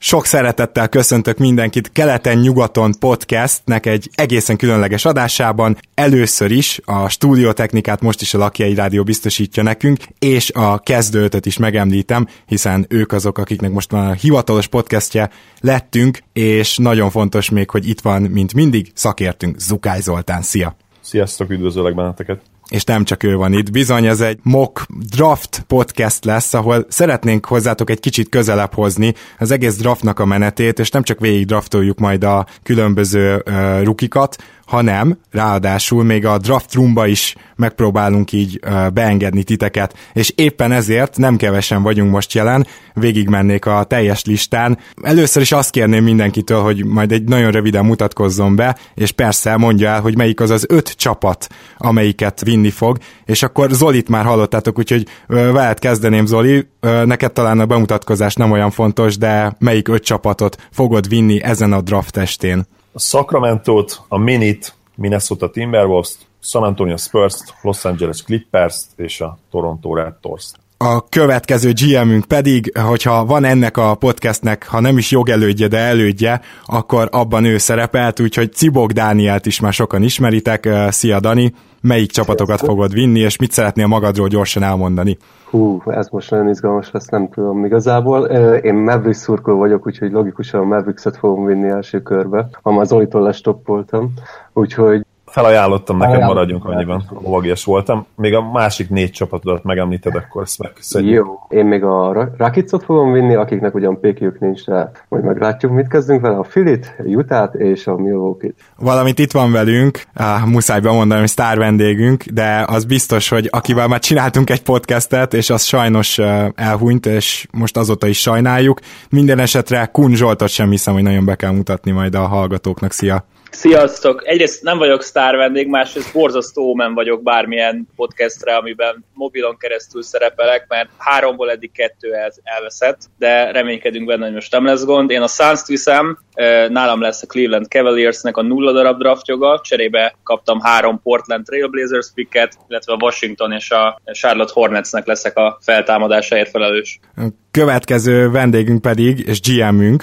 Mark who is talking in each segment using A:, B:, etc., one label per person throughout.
A: Sok szeretettel köszöntök mindenkit Keleten-nyugaton podcastnek egy egészen különleges adásában. Először is a stúdiótechnikát most is a Lakjai Rádió biztosítja nekünk, és a Kezdő Ötöt is megemlítem, hiszen ők azok, akiknek most már a hivatalos podcastje lettünk, és nagyon fontos még, hogy itt van, mint mindig, szakértünk Zukály Zoltán. Szia!
B: Sziasztok, üdvözöllek benneteket!
A: És nem csak ő van itt, bizony ez egy mock draft podcast lesz, ahol szeretnénk hozzátok egy kicsit közelebb hozni az egész draftnak a menetét, és nem csak végig draftoljuk majd a különböző rukikat, hanem ráadásul még a draft roomba is megpróbálunk így beengedni titeket, és éppen ezért nem kevesen vagyunk most jelen, végigmennék a teljes listán. Először is azt kérném mindenkitől, hogy majd egy nagyon röviden mutatkozzon be, és persze mondja el, hogy melyik az az 5 csapat, amelyiket vinni fog, és akkor Zolit már hallottátok, úgyhogy veled kezdeném, Zoli, neked talán a bemutatkozás nem olyan fontos, de melyik 5 csapatot fogod vinni ezen a draft estén?
B: A Sacramento-t, a Minit, Minnesota Timberwolves-t, San Antonio Spurs-t, Los Angeles Clippers-t és a Toronto Raptors-t.
A: A következő GM-ünk pedig, hogyha van ennek a podcastnek, ha nem is jogelődje, de elődje, akkor abban ő szerepelt, úgyhogy Cibok Dánielt is már sokan ismeritek. Szia Dani, melyik csapatokat fogod vinni, és mit szeretnél magadról gyorsan elmondani?
C: Ez most nagyon izgalmas lesz, nem tudom igazából. Én Mavericks szurkoló vagyok, úgyhogy logikusan Mavericks-et fogom vinni első körbe, ha már Zolitól lestoppoltam, úgyhogy
B: felajánlottam neked, maradjunk annyiban, lovagias voltam. Még a másik 4 csapatodat megemlíted, akkor ezt megköszönjük.
C: Jó, én még a Rocketsot fogom vinni, akiknek ugyan pékjük nincs, de majd meglátjuk, mit kezdünk vele. A Philit, Utah-t és a Milwaukee-t.
A: Valamint itt van velünk, muszáj bemondani, hogy sztár vendégünk, de az biztos, hogy akivel már csináltunk egy podcastet, és az sajnos elhunyt, és most azóta is sajnáljuk. Minden esetre Kun Zsoltot sem hiszem, hogy nagyon be kell mutatni majd a hallgatóknak. Szia!
D: Sziasztok! Egyrészt nem vagyok sztár vendég, másrészt borzasztó ómen vagyok bármilyen podcastre, amiben mobilon keresztül szerepelek, mert 3-ból eddig 2 elveszett, de reménykedünk benne, hogy most nem lesz gond. Én a Suns-t viszem, nálam lesz a Cleveland Cavaliersnek a 0 darab draftjoga, cserébe kaptam 3 Portland Trail Blazers picket, illetve a Washington és a Charlotte Hornetsnek leszek a feltámadásáért felelős.
A: Következő vendégünk pedig, és GM-ünk,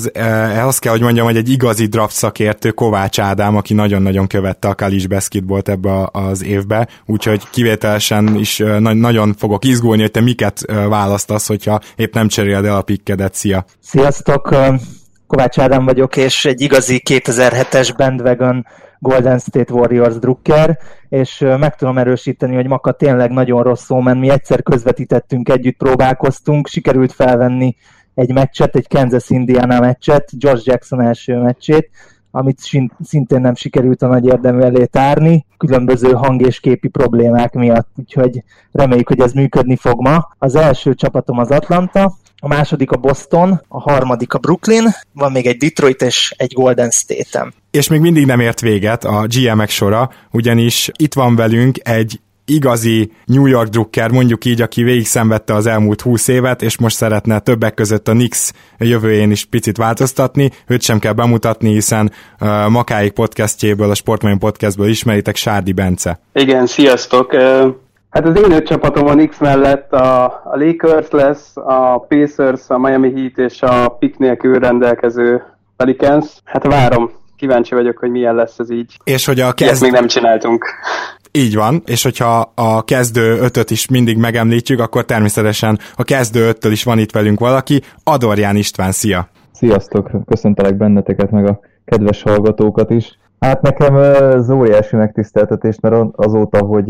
A: azt kell, hogy mondjam, hogy egy igazi draft szakértő, Kovács Ádám, aki nagyon-nagyon követte a college basketballt ebbe az évbe, úgyhogy kivételesen is nagyon fogok izgulni, hogy te miket választasz, hogyha épp nem cseréled el a pikkedet. Szia!
E: Sziasztok! Kovács Ádám vagyok, és egy igazi 2007-es bandwagon Golden State Warriors drukker, és meg tudom erősíteni, hogy Maka tényleg nagyon rossz omen. Mi egyszer közvetítettünk, együtt próbálkoztunk, sikerült felvenni egy meccset, egy Kansas-Indiana meccset, Josh Jackson első meccsét, amit szintén nem sikerült a nagy érdemű elé tárni, különböző hang- és képi problémák miatt, úgyhogy reméljük, hogy ez működni fog ma. Az első csapatom az Atlanta, a második a Boston, a harmadik a Brooklyn, van még egy Detroit és egy Golden State-em.
A: És még mindig nem ért véget a GM-ek sora, ugyanis itt van velünk egy igazi New York drukker, mondjuk így, aki végig szenvedte az elmúlt 20 évet, és most szeretne többek között a Knicks jövőjén is picit változtatni. Őt sem kell bemutatni, hiszen Makáik podcastjéből, a Sportmanium podcastből ismeritek, Sárdi Bence.
F: Igen, sziasztok! Hát az én 5 csapatom a Knicks mellett a Lakers lesz, a Pacers, a Miami Heat és a pick nélkül rendelkező Pelicans. Hát várom, kíváncsi vagyok, hogy milyen lesz ez így.
A: És hogy
F: ezt még nem csináltunk.
A: Így van, és hogyha a kezdő 5-öt is mindig megemlítjük, akkor természetesen a kezdő 5-től is van itt velünk valaki. Adorján István, szia!
G: Sziasztok, köszöntelek benneteket, meg a kedves hallgatókat is. Hát nekem ez óriási megtiszteltetés, mert azóta, hogy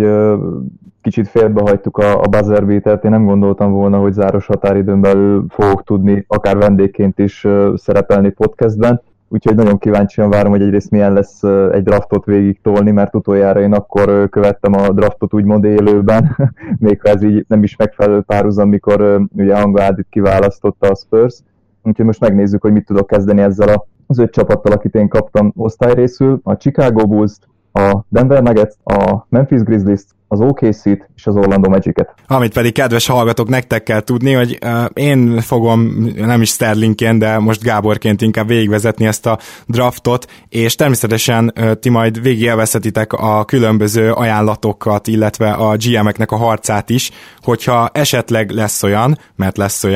G: kicsit félbehagytuk a buzzer beatet, én nem gondoltam volna, hogy záros határidőn belül fogok tudni akár vendégként is szerepelni podcastben. Úgyhogy nagyon kíváncsian várom, hogy egyrészt milyen lesz egy draftot végig tolni, mert utoljára én akkor követtem a draftot úgymond élőben, még ha ez így nem is megfelelő párhuzam, mikor ugye Hanga Ádit kiválasztotta a Spurs. Úgyhogy most megnézzük, hogy mit tudok kezdeni ezzel az 5 csapattal, akit én kaptam osztályrészül, a Chicago Bulls-t, a Denver Nuggets, a Memphis Grizzlies-t, az OKC-t és az Orlando Magic-et.
A: Amit pedig, kedves hallgatók, nektek kell tudni, hogy én fogom, nem is Sterlingként, de most Gáborként inkább végigvezetni ezt a draftot, és természetesen ti majd végig élvezhetitek a különböző ajánlatokat, illetve a GM-eknek a harcát is, hogyha esetleg lesz olyan, mert lesz olyan,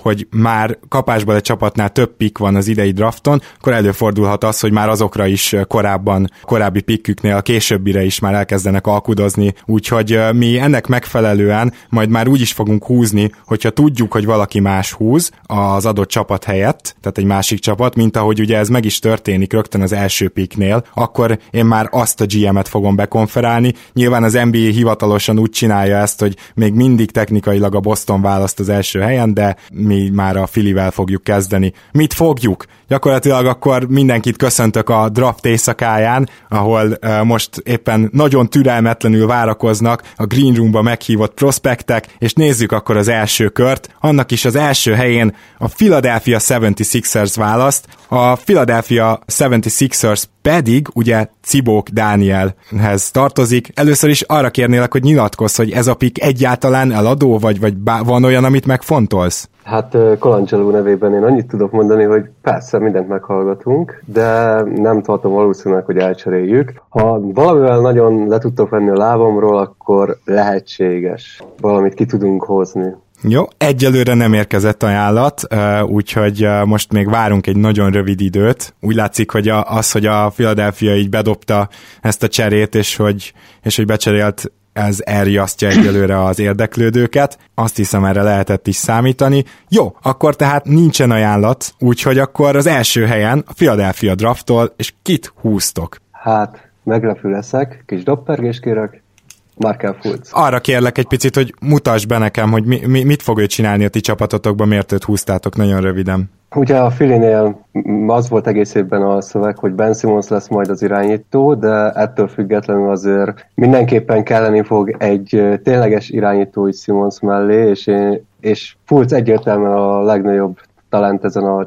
A: hogy már kapásból egy csapatnál több pick van az idei drafton, akkor előfordulhat az, hogy már azokra is korábbi picküknél a későbbire is már elkezdenek alkudozni, úgyhogy mi ennek megfelelően majd már úgy is fogunk húzni, hogyha tudjuk, hogy valaki más húz az adott csapat helyett, tehát egy másik csapat, mint ahogy ugye ez meg is történik rögtön az első picknél, akkor én már azt a GM-et fogom bekonferálni. Nyilván az NBA hivatalosan úgy csinálja ezt, hogy még mindig technikailag a Boston választ az első helyen, de mi már a Phillyvel fogjuk kezdeni. Mit fogjuk? Gyakorlatilag akkor mindenkit köszöntök a draft éjszakáján, ahol most éppen nagyon türelmetlenül várakoznak a Green Roomba meghívott prospektek, és nézzük akkor az első kört. Annak is az első helyén a Philadelphia 76ers választ. A Philadelphia 76ers pedig ugye Cibók Dánielhez tartozik. Először is arra kérnélek, hogy nyilatkozz, hogy ez a pick egyáltalán eladó, vagy van olyan, amit megfontolsz?
C: Hát Colangelo nevében én annyit tudok mondani, hogy persze mindent meghallgatunk, de nem tartom valószínűleg, hogy elcseréljük. Ha valamivel nagyon le tudtok venni a lábamról, akkor lehetséges. Valamit ki tudunk hozni.
A: Jó, egyelőre nem érkezett ajánlat, úgyhogy most még várunk egy nagyon rövid időt. Úgy látszik, hogy hogy a Philadelphia így bedobta ezt a cserét, és hogy becserélt, ez elriasztja egyelőre az érdeklődőket. Azt hiszem, erre lehetett is számítani. Jó, akkor tehát nincsen ajánlat, úgyhogy akkor az első helyen a Philadelphia draftol, és kit húztok?
C: Hát, meglepő leszek, kis doppergés kérek. Markel Fultz.
A: Arra kérlek egy picit, hogy mutasd be nekem, hogy mit fog ő csinálni a ti csapatotokban, miért őt húztátok nagyon röviden.
C: Ugye a Phillynél az volt egész évben a szöveg, hogy Ben Simmons lesz majd az irányító, de ettől függetlenül azért mindenképpen kelleni fog egy tényleges irányító is Simmons mellé, és Fultz egyértelműen a legnagyobb talent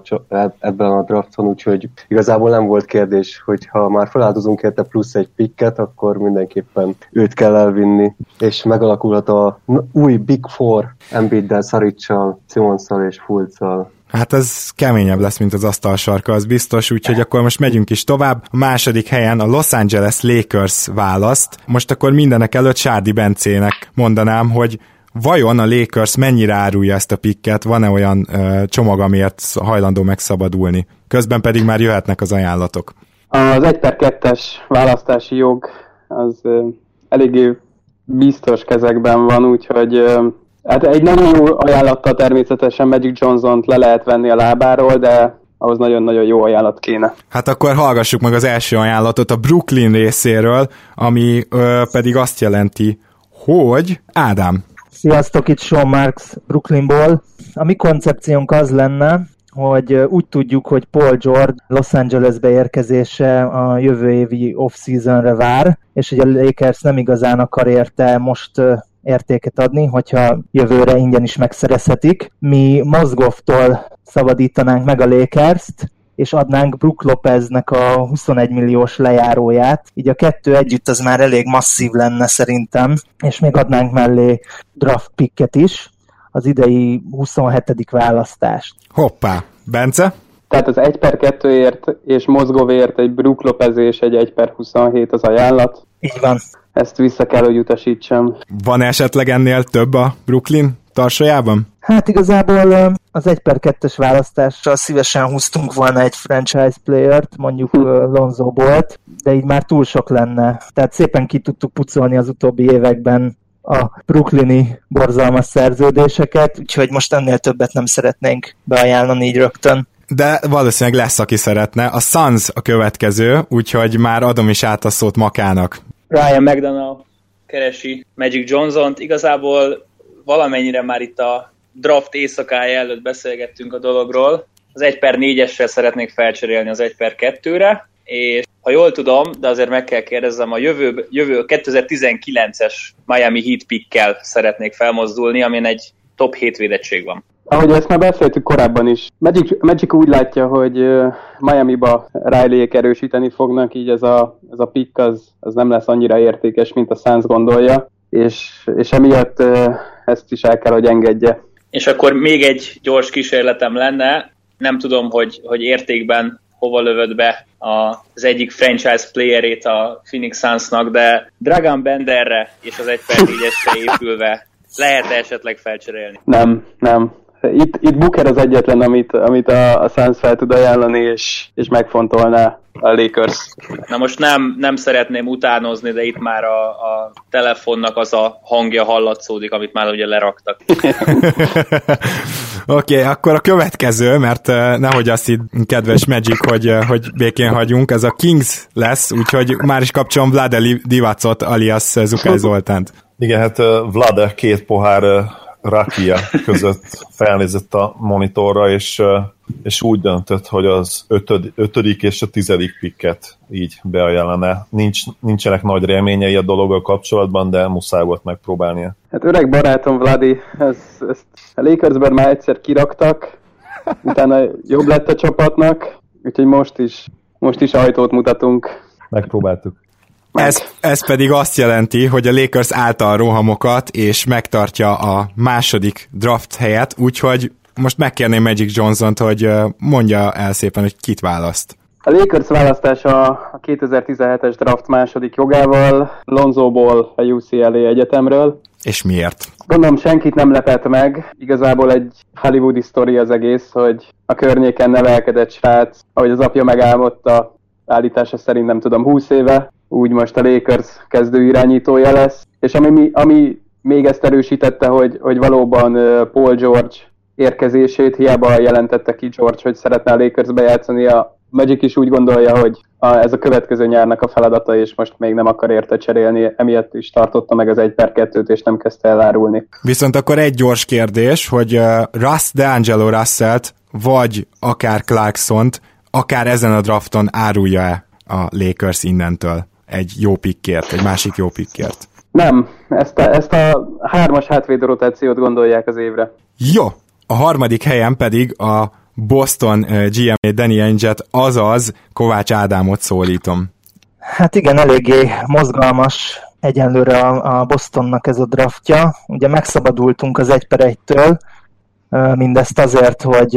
C: ebben a drafton, úgyhogy igazából nem volt kérdés, hogy ha már feláldozunk érte plusz egy picket, akkor mindenképpen őt kell elvinni, és megalakulhat a új Big Four Embiiddel, Sariccal, Simmonsszal és Fultzzal.
A: Hát ez keményebb lesz, mint az asztalsarka, az biztos, úgyhogy akkor most megyünk is tovább. A második helyen a Los Angeles Lakers választ. Most akkor mindenek előtt Sárdi Bencének mondanám, hogy vajon a Lakers mennyire árulja ezt a picket, van-e olyan csomag, amiért hajlandó megszabadulni? Közben pedig már jöhetnek az ajánlatok.
F: Az 1/2-es választási jog az eléggé biztos kezekben van, úgyhogy hát egy nagyon jó ajánlattal természetesen Magic Johnson-t le lehet venni a lábáról, de ahhoz nagyon-nagyon jó ajánlat kéne.
A: Hát akkor hallgassuk meg az első ajánlatot a Brooklyn részéről, ami pedig azt jelenti, hogy Ádám.
E: Sziasztok, itt Sean Marks Brooklynból. A mi koncepciónk az lenne, hogy úgy tudjuk, hogy Paul George Los Angelesbe érkezése a jövő évi off-seasonre vár, és hogy a Lakers nem igazán akar érte most értéket adni, hogyha jövőre ingyen is megszerezhetik. Mi Mozgovtól szabadítanánk meg a Lakers-t, és adnánk Brook Lopeznek a 21 milliós lejáróját. Így a kettő együtt az már elég masszív lenne szerintem, és még adnánk mellé draft picket is, az idei 27. választást.
A: Hoppá, Bence?
F: Tehát az 1/2-ért és Mozgovért egy Brook Lopez és egy 1/27 az ajánlat.
E: Így van.
F: Ezt vissza kell, hogy utasítsam.
A: Van esetleg ennél több a Brooklyn tarsajában?
E: Hát igazából az 1/2-es választással szívesen húztunk volna egy franchise playert, mondjuk Lonzo Ballt, de így már túl sok lenne. Tehát szépen ki tudtuk pucolni az utóbbi években a brooklyni borzalmas szerződéseket, úgyhogy most ennél többet nem szeretnénk beajánlani így rögtön.
A: De valószínűleg lesz, aki szeretne. A Suns a következő, úgyhogy már adom is át a szót Makának.
D: Ryan McDonough keresi Magic Johnson-t. Igazából valamennyire már itt a draft éjszakája előtt beszélgettünk a dologról. Az 1/4-essel szeretnék felcserélni az 1/2-re, és ha jól tudom, de azért meg kell kérdezzem, a jövő 2019-es Miami Heat pickkel szeretnék felmozdulni, amin egy top 7 védettség van.
F: Ahogy ezt már beszéltük korábban is, Magic úgy látja, hogy Miami-ba Riley-ék erősíteni fognak, így ez a pick az nem lesz annyira értékes, mint a Suns gondolja, és emiatt ezt is el kell, hogy engedje.
D: És akkor még egy gyors kísérletem lenne, nem tudom, hogy értékben hova lövöd be az egyik franchise playerét a Phoenix Sunsnak, de Dragan Benderre és az 1/4-esre épülve lehet esetleg felcserélni?
F: Nem. Itt Booker az egyetlen, amit a Suns fel tud ajánlani, és megfontolná a Lakers.
D: Na most nem szeretném utánozni, de itt már a telefonnak az a hangja hallatszódik, amit már ugye leraktak.
A: Oké, akkor a következő, mert nehogy azt hidd, kedves Magic, hogy békén hagyunk, ez a Kings lesz, úgyhogy már is kapcsolom Vlade Divacot alias Zukály Zoltánt.
B: Igen, hát Vlade 2 pohár rakia között felnézett a monitorra, és úgy döntött, hogy az 5. és a 10. pikket így beajánlaná. Nincsenek nagy reményei a dologgal kapcsolatban, de muszáj volt megpróbálnia.
F: Hát öreg barátom Vladi, ezt a Lakersben már egyszer kiraktak, utána jobb lett a csapatnak, úgyhogy most is ajtót mutatunk.
B: Megpróbáltuk.
A: Ez pedig azt jelenti, hogy a Lakers állta a rohamokat, és megtartja a második draft helyet, úgyhogy most megkérném Magic Johnson-t, hogy mondja el szépen, hogy kit választ.
F: A Lakers választása a 2017-es draft második jogával, Lonzo Ball a UCLA egyetemről.
A: És miért?
F: Gondolom senkit nem lepett meg, igazából egy hollywoodi sztori az egész, hogy a környéken nevelkedett srác, ahogy az apja megálmodta, állítása szerint nem tudom 20 éve, úgy most a Lakers kezdő irányítója lesz, és ami még ezt erősítette, hogy valóban Paul George érkezését, hiába jelentette ki George, hogy szeretne a Lakersbe játszani, a Magic is úgy gondolja, hogy ez a következő nyárnak a feladata, és most még nem akar érte cserélni, emiatt is tartotta meg az 1/2-t, és nem kezdte elárulni.
A: Viszont akkor egy gyors kérdés, hogy D'Angelo Russellt, vagy akár Clarksont, akár ezen a drafton árulja-e a Lakers innentől egy jó pickért, egy másik jó pickért?
F: Nem, ezt a 3-as hátvédő rotációt gondolják az évre.
A: Jó, a harmadik helyen pedig a Boston GM Danny Ainge-et, azaz Kovács Ádámot szólítom.
E: Hát igen, eléggé mozgalmas egyenlőre a Bostonnak ez a draftja. Ugye megszabadultunk az 1/1-től, mindezt azért, hogy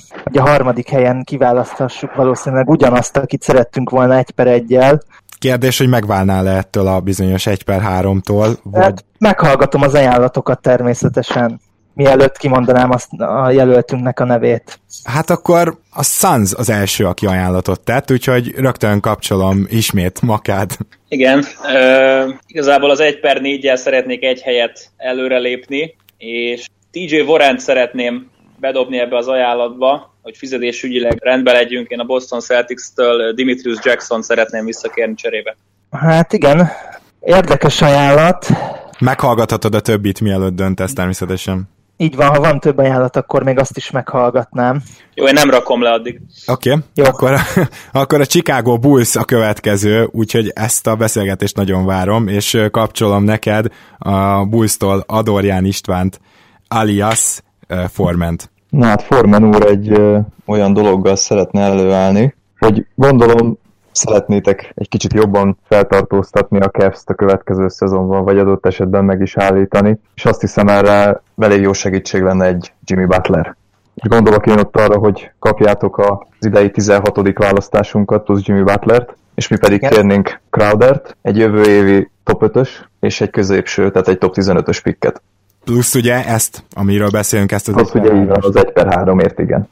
E: a harmadik helyen kiválasztassuk valószínűleg ugyanazt, akit szerettünk volna 1/1-jel.
A: Kérdés, hogy megválnál-e ettől a bizonyos 1/3-tól? Vagy...
E: Hát, meghallgatom az ajánlatokat természetesen, mielőtt kimondanám a jelöltünknek a nevét.
A: Hát akkor a Suns az első, aki ajánlatot tett, úgyhogy rögtön kapcsolom ismét Makád.
D: Igen, igazából az 1/4-jel szeretnék egy helyet előrelépni, és TJ Warrent szeretném bedobni ebbe az ajánlatba, hogy fizetésügyileg rendben legyünk. Én a Boston Celtics-től Dimitrius Jackson szeretném visszakérni cserébe.
E: Hát igen, érdekes ajánlat.
A: Meghallgathatod a többit, mielőtt döntesz természetesen.
E: Így van, ha van több ajánlat, akkor még azt is meghallgatnám.
D: Jó, én nem rakom le addig.
A: Oké. Akkor a Chicago Bulls a következő, úgyhogy ezt a beszélgetést nagyon várom, és kapcsolom neked a Bulls-tól Adorján Istvánt, alias Forment.
G: Na hát Forman úr egy olyan dologgal szeretne előállni, hogy gondolom szeretnétek egy kicsit jobban feltartóztatni a Cavs-t a következő szezonban, vagy adott esetben meg is állítani, és azt hiszem erre elég jó segítség lenne egy Jimmy Butler. És gondolok én ott arra, hogy kapjátok az idei 16. választásunkat plusz Jimmy Butlert, és mi pedig kérnénk Crowdert, egy jövő évi top 5-ös, és egy középső, tehát egy top 15-ös picket.
A: Plusz ugye ezt, amiről beszélünk, ezt
G: az ugye így van, az 1/3-ért, igen.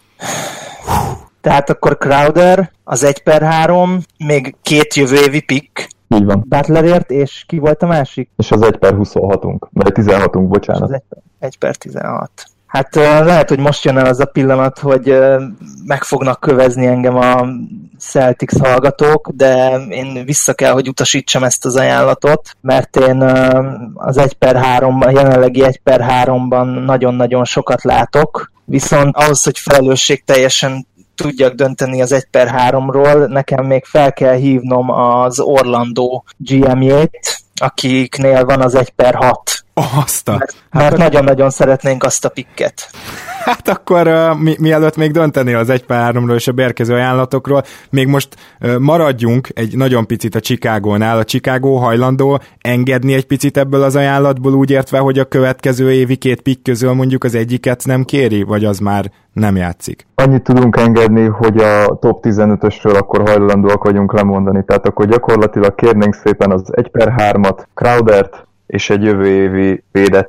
E: Tehát akkor Crowder, az 1/3, még 2 jövő évi pick.
G: Így van.
E: Butlerért, és ki volt a másik?
G: És az 1/26-unk, vagy 16-unk, bocsánat.
E: Az 1/16. Hát lehet, hogy most jön el az a pillanat, hogy meg fognak kövezni engem a Celtics hallgatók, de én vissza kell, hogy utasítsam ezt az ajánlatot, mert én az 1/3-ban, jelenlegi 1/3-ban nagyon-nagyon sokat látok, viszont ahhoz, hogy felelősségteljesen tudjak dönteni az 1/3-ról, nekem még fel kell hívnom az Orlando GM-jét, akiknél van az 1/6. Mert nagyon-nagyon szeretnénk azt a picket.
A: Hát akkor mielőtt még döntenél az 1/3-ról és a beérkező ajánlatokról, még most maradjunk egy nagyon picit a Chicagónál. A Chicago hajlandó engedni egy picit ebből az ajánlatból, úgy értve, hogy a következő évi 2 pick közül mondjuk az egyiket nem kéri, vagy az már nem játszik?
G: Annyit tudunk engedni, hogy a top 15-ösről akkor hajlandóak vagyunk lemondani. Tehát akkor gyakorlatilag kérnénk szépen az 1/3-at, Crowdert, és egy jövő évi védettet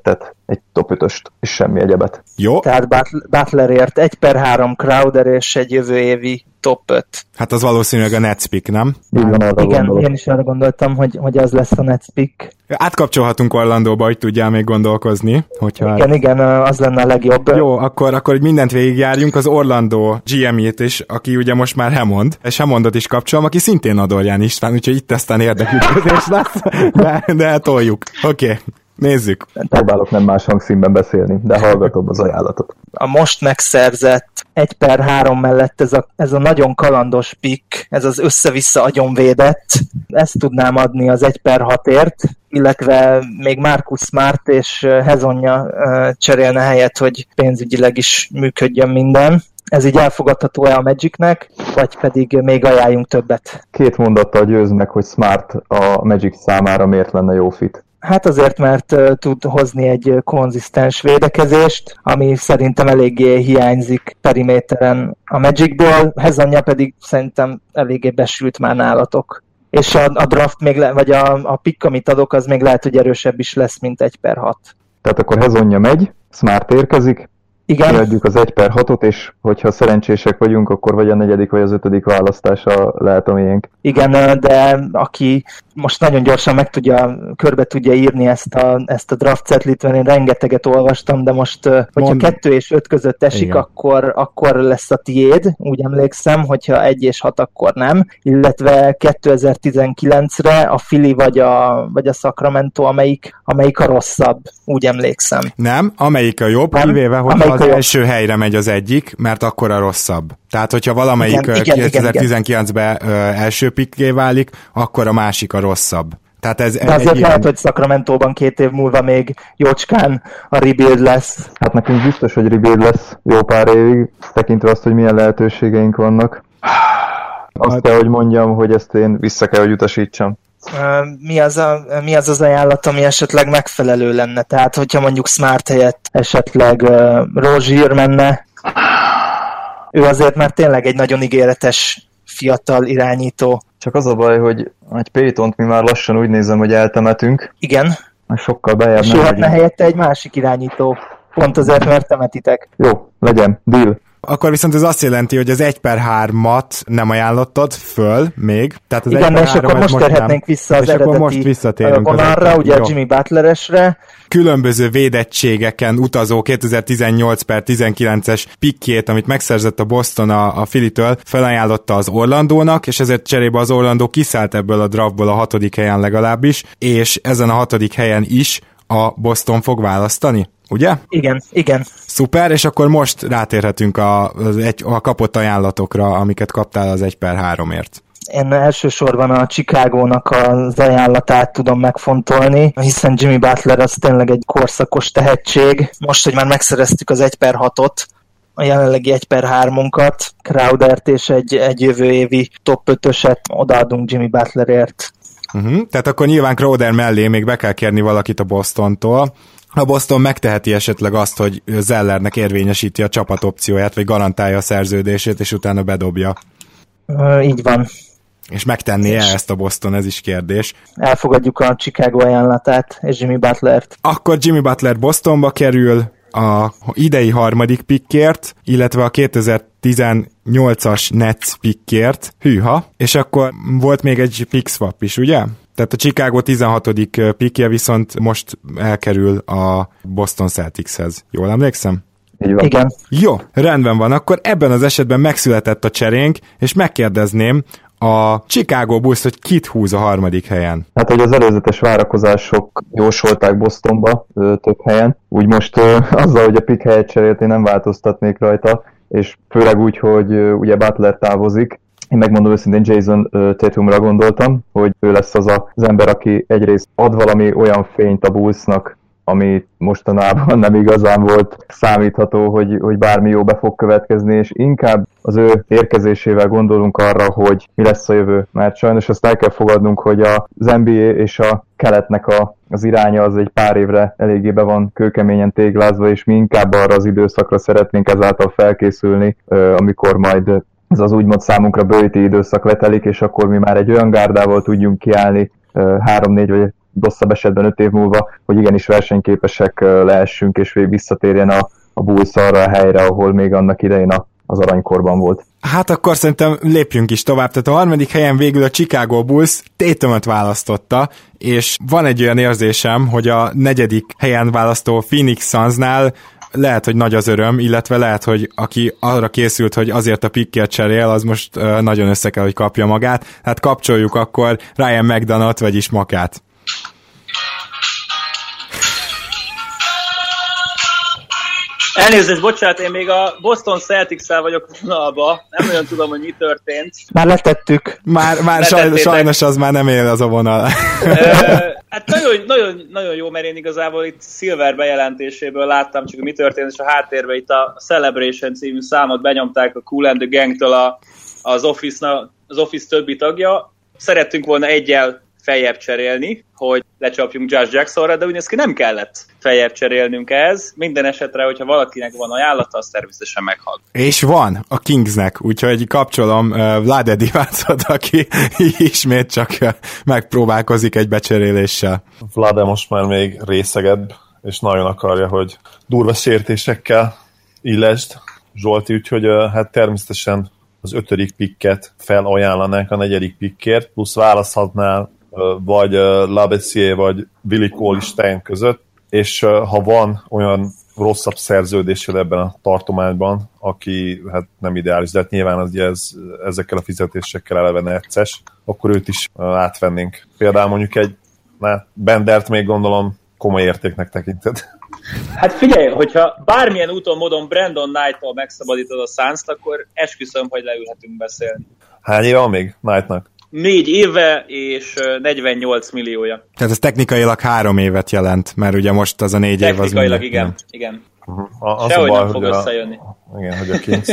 G: egy top 5-öst, és semmi egyebet.
A: Jó.
E: Tehát Butlerért 1/3 Crowder és egy jövő évi top 5.
A: Hát az valószínűleg a Nets pick, nem?
G: Így van, arra
E: Igen,
G: gondolok.
E: én is arra gondoltam, hogy az lesz a Nets pick.
A: Átkapcsolhatunk Orlandóba, hogy tudjál még gondolkozni. Hogyha...
E: Igen, az lenne a legjobb.
A: Jó, akkor mindent végigjárjunk, az Orlando GM-jét is, aki ugye most már Hammond, és Hammondot is kapcsolom, aki szintén Adorján István, úgyhogy itt aztán érdekütközés lesz, de toljuk. Oké. Nézzük.
G: Próbálok nem más hangszínben beszélni, de hallgatom az ajánlatot.
E: A most megszerzett 1/3 mellett ez a nagyon kalandos pick, ez az össze-vissza agyonvédett, ezt tudnám adni az 1/6-ért, illetve még Marcus Smart és Hezonja cserélne helyet, hogy pénzügyileg is működjön minden. Ez így elfogadható-e a Magicnek, vagy pedig még ajánljunk többet?
G: 2 mondattal győz meg, hogy Smart a Magic számára miért lenne jó fit.
E: Hát azért, mert tud hozni egy konzisztens védekezést, ami szerintem eléggé hiányzik periméteren a Magicból, Hezonja pedig szerintem eléggé besült már nálatok. És a draft még, vagy a pick, amit adok, az még lehet, hogy erősebb is lesz, mint 1/6.
G: Tehát akkor Hezonja megy, Smart érkezik,
E: Igen.
G: kiadjuk az 1/6-ot, és hogyha szerencsések vagyunk, akkor vagy a 4. vagy az 5. választása lehet a miénk.
E: Igen, de aki most nagyon gyorsan körbe tudja írni ezt a draft cetlit, mert én rengeteget olvastam, de most, hogyha 2 és 5 között esik, akkor lesz a tiéd, úgy emlékszem, hogyha 1 és 6, akkor nem, illetve 2019-re a Philly vagy a Sacramento, amelyik a rosszabb, úgy emlékszem.
A: Nem, amelyik a jobb, kivéve, hogy az első helyre megy az egyik, mert akkor a rosszabb. Tehát, hogyha valamelyik 2019-ben első pikké válik, akkor a másik a rosszabb. Tehát ez
E: de azért lehet, hogy Sacramentóban 2 év múlva még jócskán a rebuild lesz.
G: Hát nekünk biztos, hogy rebuild lesz jó pár évig, tekintve azt, hogy milyen lehetőségeink vannak. Azt kell, hogy mondjam, hogy ezt én vissza kell, hogy utasítsam.
E: Mi az ajánlat, ami esetleg megfelelő lenne? Tehát, hogyha mondjuk Smart helyett esetleg Rozier menne, ő azért már tényleg egy nagyon ígéretes fiatal irányító.
G: Csak az a baj, hogy egy Paytont mi már lassan úgy nézem, hogy eltemetünk.
E: Igen.
G: Már sokkal bejebb
E: és
G: nem
E: jöhetne helyette egy másik irányító. Pont azért, mert temetitek.
G: Jó, legyen, deal.
A: Akkor viszont ez azt jelenti, hogy az 1/3-at nem ajánlottad föl még. Tehát az
E: igen, és akkor most térhetnénk vissza az eredeti vonalra, ugye a Jimmy Butleresre.
A: Különböző védettségeken utazó 2018/19-es pikkjét, amit megszerzett a Boston a Philly-től, felajánlotta az Orlandónak, és ezért cserébe az Orlandó kiszállt ebből a draftból a 6. helyen legalábbis, és ezen a 6. helyen is a Boston fog választani, ugye?
E: Igen.
A: Szuper, és akkor most rátérhetünk a kapott ajánlatokra, amiket kaptál az 1/3-ért.
E: Én elsősorban a Chicagónak az ajánlatát tudom megfontolni, hiszen Jimmy Butler az tényleg egy korszakos tehetség. Most, hogy már megszereztük az 1/6-ot, a jelenlegi 1/3-unkat, Crowdert és egy jövő évi top 5-öset odaadunk Jimmy Butlerért.
A: Tehát akkor nyilván Crowder mellé még be kell kérni valakit a Bostontól. A Boston megteheti esetleg azt, hogy Zellernek érvényesíti a csapatopcióját, vagy garantálja a szerződését, és utána bedobja.
E: Így van.
A: És megtenné-e ezt a Boston, ez is kérdés.
E: Elfogadjuk a Chicago ajánlatát, és Jimmy Butlert.
A: Akkor Jimmy Butler Bostonba kerül a idei 3. pickért, illetve a 2018-as Nets pickért. Hűha. És akkor volt még egy pick swap is, ugye? Tehát a Chicago 16. pickje viszont most elkerül a Boston Celticshez. Jól emlékszem?
E: Igen.
A: Jó, rendben van. Akkor ebben az esetben megszületett a cserénk, és megkérdezném a Chicago Bulls, hogy kit húz a 3. helyen.
G: Hát, hogy az előzetes várakozások jósolták Bostonba több helyen, úgy most azzal, hogy a pick helyet cserélt, én nem változtatnék rajta, és főleg úgy, hogy ugye Butler távozik. Én megmondom őszintén, Jason Tatumra gondoltam, hogy ő lesz az ember, aki egyrészt ad valami olyan fényt a Bullsnak, ami mostanában nem igazán volt számítható, hogy bármi jó be fog következni, és inkább az ő érkezésével gondolunk arra, hogy mi lesz a jövő. Mert sajnos azt el kell fogadnunk, hogy az NBA és a keletnek az iránya az egy pár évre eléggé be van kőkeményen téglázva, és mi inkább arra az időszakra szeretnénk ezáltal felkészülni, amikor majd ez az úgymond számunkra bővíti időszak letelik, és akkor mi már egy olyan gárdával tudjunk kiállni 3-4 vagy rosszabb esetben 5 év múlva, hogy igenis versenyképesek lehessünk, és visszatérjen a Bulls arra a helyre, ahol még annak idején az aranykorban volt.
A: Hát akkor szerintem lépjünk is tovább. Tehát a harmadik helyen végül a Chicago Bulls Tatumot választotta, és van egy olyan érzésem, hogy a negyedik helyen választó Phoenix Sunsnál lehet, hogy nagy az öröm, illetve lehet, hogy aki arra készült, hogy azért a pickért cserél, az most nagyon össze kell, hogy kapja magát. Hát kapcsoljuk akkor Ryan McDonough-t, vagyis Makát.
D: Elnézést, bocsánat, én még a Boston Celtics-szel vagyok vonalba, nem olyan tudom, hogy mi történt.
E: Már letettük.
A: Már sajnos az már nem él az a vonal.
D: Hát nagyon jó, mert én igazából itt Silver bejelentéséből láttam csak, mi történt, és a háttérben itt a Celebration című számot benyomták a Kool and the Gang-től az Office többi tagja. Szerettünk volna egyel feljebb cserélni, hogy lecsapjunk Josh Jacksonra, de úgy néz ki nem kellett feljebb cserélnünk ehhez. Minden esetre, hogyha valakinek van ajánlata, az természetesen meghal.
A: És van a Kingsnek, úgyhogy kapcsolom Vlade Divacot, aki ismét csak megpróbálkozik egy becseréléssel.
B: Vlade most már még részegebb, és nagyon akarja, hogy durva sértésekkel illesd Zsolti, úgyhogy hát természetesen az 5. picket felajánlanánk a 4. pickért, plusz választhatnál vagy Labissiere vagy Willie Cauley-Stein között, és ha van olyan rosszabb szerződéssel ebben a tartományban, aki hát nem ideális, de hát nyilván az, ezekkel a fizetésekkel eleve necces, akkor őt is átvennénk. Például mondjuk Bendert még gondolom komoly értéknek tekinted.
D: Hát figyelj, hogyha bármilyen úton, módon Brandon Knight-tól megszabadítod a Suns-t, akkor esküszöm, hogy leülhetünk beszélni.
B: Hány éve van még Knightnak?
D: 4 éve és 48 milliója.
A: Tehát ez technikailag 3 évet jelent, mert ugye most az a 4 év az...
D: Technikailag igen.
B: Uh-huh.
D: Sehogy nem fog összejönni.
B: Igen, hogy a Kings.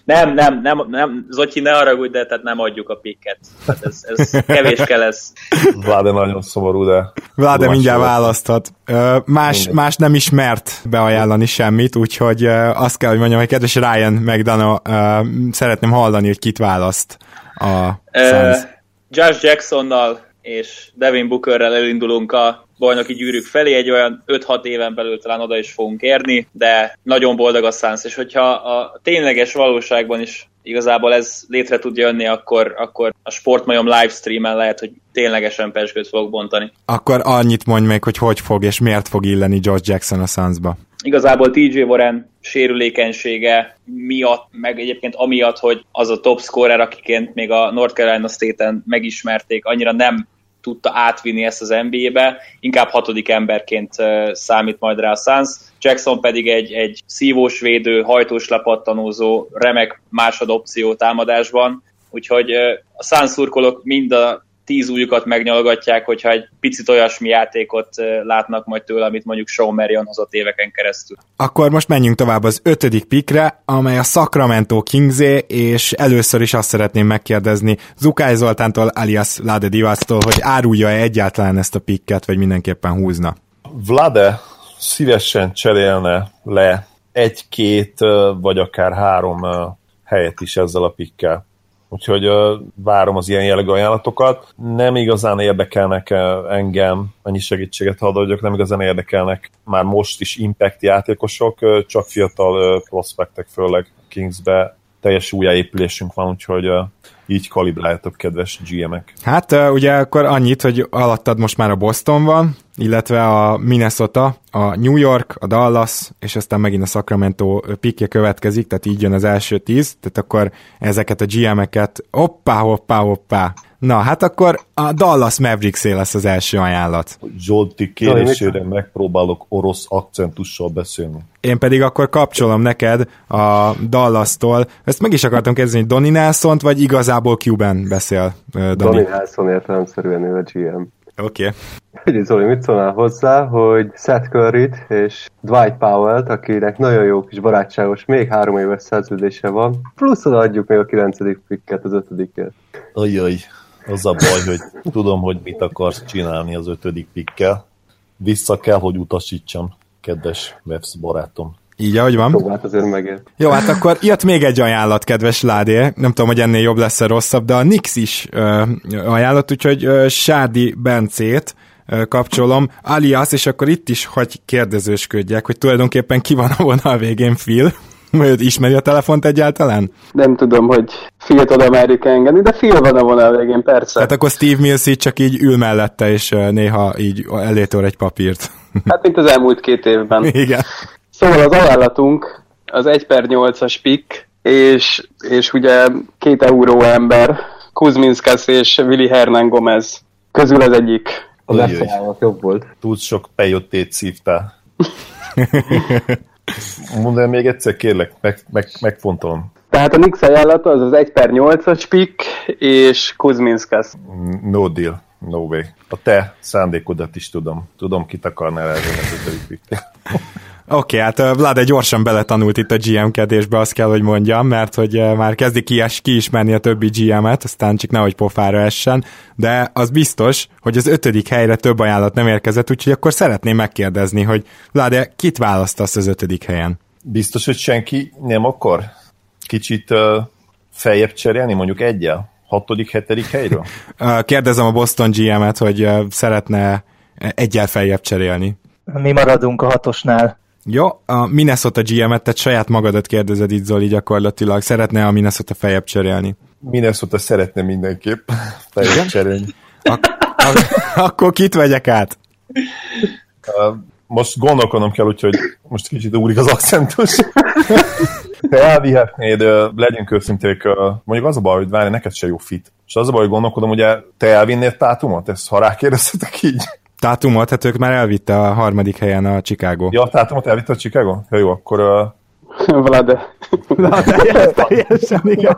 D: nem, Zotyi, ne haragudj, de tehát nem adjuk a picket. Ez kevés kell ez.
B: Vlade nagyon szomorú, de...
A: Vlade mindjárt választhat. Más nem is mert beajánlani semmit, úgyhogy azt kell, hogy mondjam, hogy kedves Ryan McDonough, szeretném hallani, hogy kit választ a Suns.
D: Josh Jacksonnal és Devin Bookerrel elindulunk a bajnoki gyűrűk felé, egy olyan 5-6 éven belül talán oda is fogunk érni, de nagyon boldog a Suns, és hogyha a tényleges valóságban is igazából ez létre tud jönni, akkor a Sportmajom livestreamen lehet, hogy ténylegesen pezsgőt fogok bontani.
A: Akkor annyit mondj meg, hogy fog és miért fog illeni Josh Jackson a Sunsba.
D: Igazából TJ Warren sérülékenysége miatt, meg egyébként amiatt, hogy az a top scorer, akiként még a North Carolina State-en megismerték, annyira nem tudta átvinni ezt az NBA-be, inkább 6. emberként számít majd rá a Suns. Jackson pedig egy szívós védő, hajtós lepattanózó, remek másodopció támadásban, úgyhogy a Suns szurkolók mind a 10 ujjukat megnyalogatják, hogyha egy picit olyasmi játékot látnak majd tőle, amit mondjuk Sean Marion hozott éveken keresztül.
A: Akkor most menjünk tovább az 5. pickre, amely a Sacramento Kingsé, és először is azt szeretném megkérdezni Zukály Zoltántól, alias Vlade Divactól, hogy árulja-e egyáltalán ezt a picket, vagy mindenképpen húzna?
B: Vlade szívesen cserélne le 1-2 vagy akár 3 helyet is ezzel a pickkel. Úgyhogy várom az ilyen jellegű ajánlatokat. Nem igazán érdekelnek engem, annyi segítséget hadd adjak, nem igazán érdekelnek már most is impact játékosok, csak fiatal prospektek, főleg Kingsbe teljes újjáépülésünk van, úgyhogy így kalibráljatok, kedves GM-ek.
A: Hát ugye akkor annyit, hogy alattad most már a Boston van, illetve a Minnesota, a New York, a Dallas, és aztán megint a Sacramento pickje következik, tehát így jön az első 10, tehát akkor ezeket a GM-eket hoppá. Na, hát akkor a Dallas Mavericks-é lesz az első ajánlat.
B: Zsolti kérésére megpróbálok orosz akcentussal beszélni.
A: Én pedig akkor kapcsolom neked a Dallas-tól. Ezt meg is akartam kérdezni, hogy Donnie Nelson-t, vagy igazából Cuban beszél?
C: Donnie Nelson értelemszerűen ő a GM.
A: Oké.
C: Figyelj Zoli, mit szólnál hozzá, hogy Seth Curryt és Dwight Powell-t, akinek nagyon jó kis barátságos, még 3 éves szerződése van, plusz adjuk még a 9. picket az 5-ért.
B: Ajaj, az a baj, hogy tudom, hogy mit akarsz csinálni az 5. pickkel. Vissza kell, hogy utasítsam, kedves Webs barátom.
A: Így, ahogy van.
C: Próbált azért megért.
A: Jó, hát akkor jött még egy ajánlat, kedves Ládé. Nem tudom, hogy ennél jobb lesz-e rosszabb, de a Knicks is ajánlott, úgyhogy Sádi Bencét kapcsolom. Alias, és akkor itt is hagy kérdezősködjek, hogy tulajdonképpen ki van a vonal végén, Phil? Vagy ismeri a telefont egyáltalán?
F: Nem tudom, hogy Phil-t oda merjük engedni, de Phil van a vonal végén, persze.
A: Hát akkor Steve Mills így csak így ül mellette, és néha így elétor egy papírt.
F: Hát, mint az elmúlt 2 évben.
A: Igen.
F: Szóval az ajánlatunk az 1/8-as pick, és ugye 2 euró ember, Kuzminskas és Willy Hernán Gomez közül az egyik.
C: A lefajánlat jobb volt.
B: Túl sok pejottét szívtál. Mondd el még egyszer, kérlek, megfontolom.
F: Tehát a Knicks ajánlata az 1/8-as pick, és Kuzminskas.
B: No deal, no way. A te szándékodat is tudom. Tudom, kit akarnál elvenni az 5. picknél.
A: Oké, hát Vlade gyorsan beletanult itt a GM-kedésbe, azt kell, hogy mondjam, mert hogy már kezdi kiismerni a többi GM-et, aztán csak nehogy pofára essen, de az biztos, hogy az 5. helyre több ajánlat nem érkezett, úgyhogy akkor szeretném megkérdezni, hogy Vlade, kit választasz az 5. helyen?
B: Biztos, hogy senki nem akar kicsit feljebb cserélni, mondjuk 1-jel? 6., 7. helyről?
A: Kérdezem a Boston GM-et, hogy szeretne 1-jel feljebb cserélni.
E: Mi maradunk a 6-osnál.
A: Jó, a Minnesota GM-et, tehát saját magadat kérdezed itt, Zoli, gyakorlatilag. Szeretne a Minnesota feljebb cserélni?
B: Minnesota szeretne mindenképp feljebb cserélni.
A: Akkor kit vegyek át?
B: Most gondolkodnom kell, úgyhogy most kicsit úrik az akcentus. Te elvihetnéd, legyünk őszinték, mondjuk az a baj, hogy várj, neked se jó fit. És az a baj, hogy gondolkodom, ugye te elvinnéd Tátumot? Ezt ha rákérdeztetek így?
A: Tátumot, hát ők már elvitte a 3. helyen a Chicago.
B: Ja, Tátumot elvitte a Chicago? Ja, jó, akkor...
F: Vlade.
A: Teljesen, igen.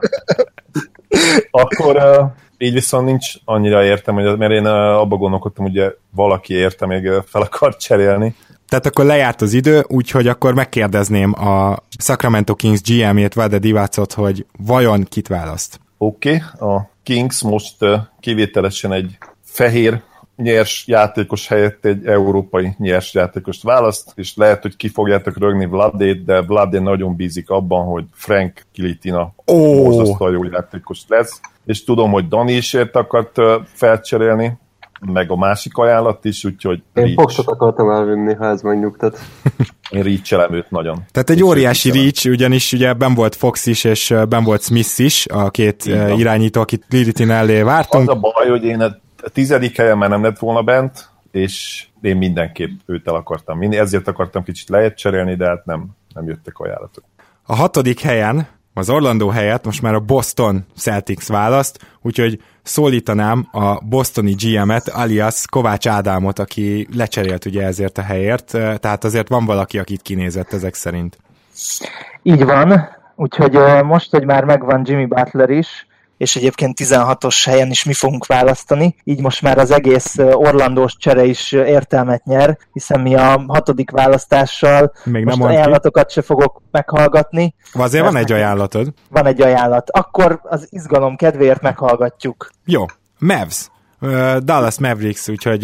B: Akkor így viszont nincs annyira értem, mert én abba gondolkodtam, hogy valaki érte még fel akar cserélni.
A: Tehát akkor lejárt az idő, úgyhogy akkor megkérdezném a Sacramento Kings GM-ét, Vlade Divácot, hogy vajon kit választ?
B: Oké, a Kings most kivételesen egy fehér nyers játékos helyett egy európai nyers játékost választ, és lehet, hogy ki fogjátok rögni Vladét, de Vladé nagyon bízik abban, hogy Frank Kilitina borzasztóan jó játékos lesz, és tudom, hogy Dani is ért akart felcserélni, meg a másik ajánlat is, úgyhogy
C: én Foxot akartam elvinni, ha ez megnyugtat.
B: Én reach-elem őt nagyon.
A: Tehát egy óriási reach, ugyanis ugye ben volt Fox is, és ben volt Smith is, a 2 irányító, akit Kilitina elé vártunk.
B: Az a baj, hogy én a 10. helyen már nem lett volna bent, és én mindenképp őt el akartam vinni, ezért akartam kicsit lejjebb cserélni, de hát nem jöttek ajánlatok.
A: A 6. helyen, az Orlando helyett most már a Boston Celtics választ, úgyhogy szólítanám a bostoni GM-et, alias Kovács Ádámot, aki lecserélt ugye ezért a helyért, tehát azért van valaki, akit kinézett ezek szerint.
E: Így van, úgyhogy most, hogy már megvan Jimmy Butler is, és egyébként 16-os helyen is mi fogunk választani, így most már az egész orlandós csere is értelmet nyer, hiszen mi a 6. választással még most ajánlatokat se fogok meghallgatni.
A: Azért van egy ajánlatod.
E: Van egy ajánlat. Akkor az izgalom kedvéért meghallgatjuk.
A: Jó, Mavs. Dallas Mavericks, úgyhogy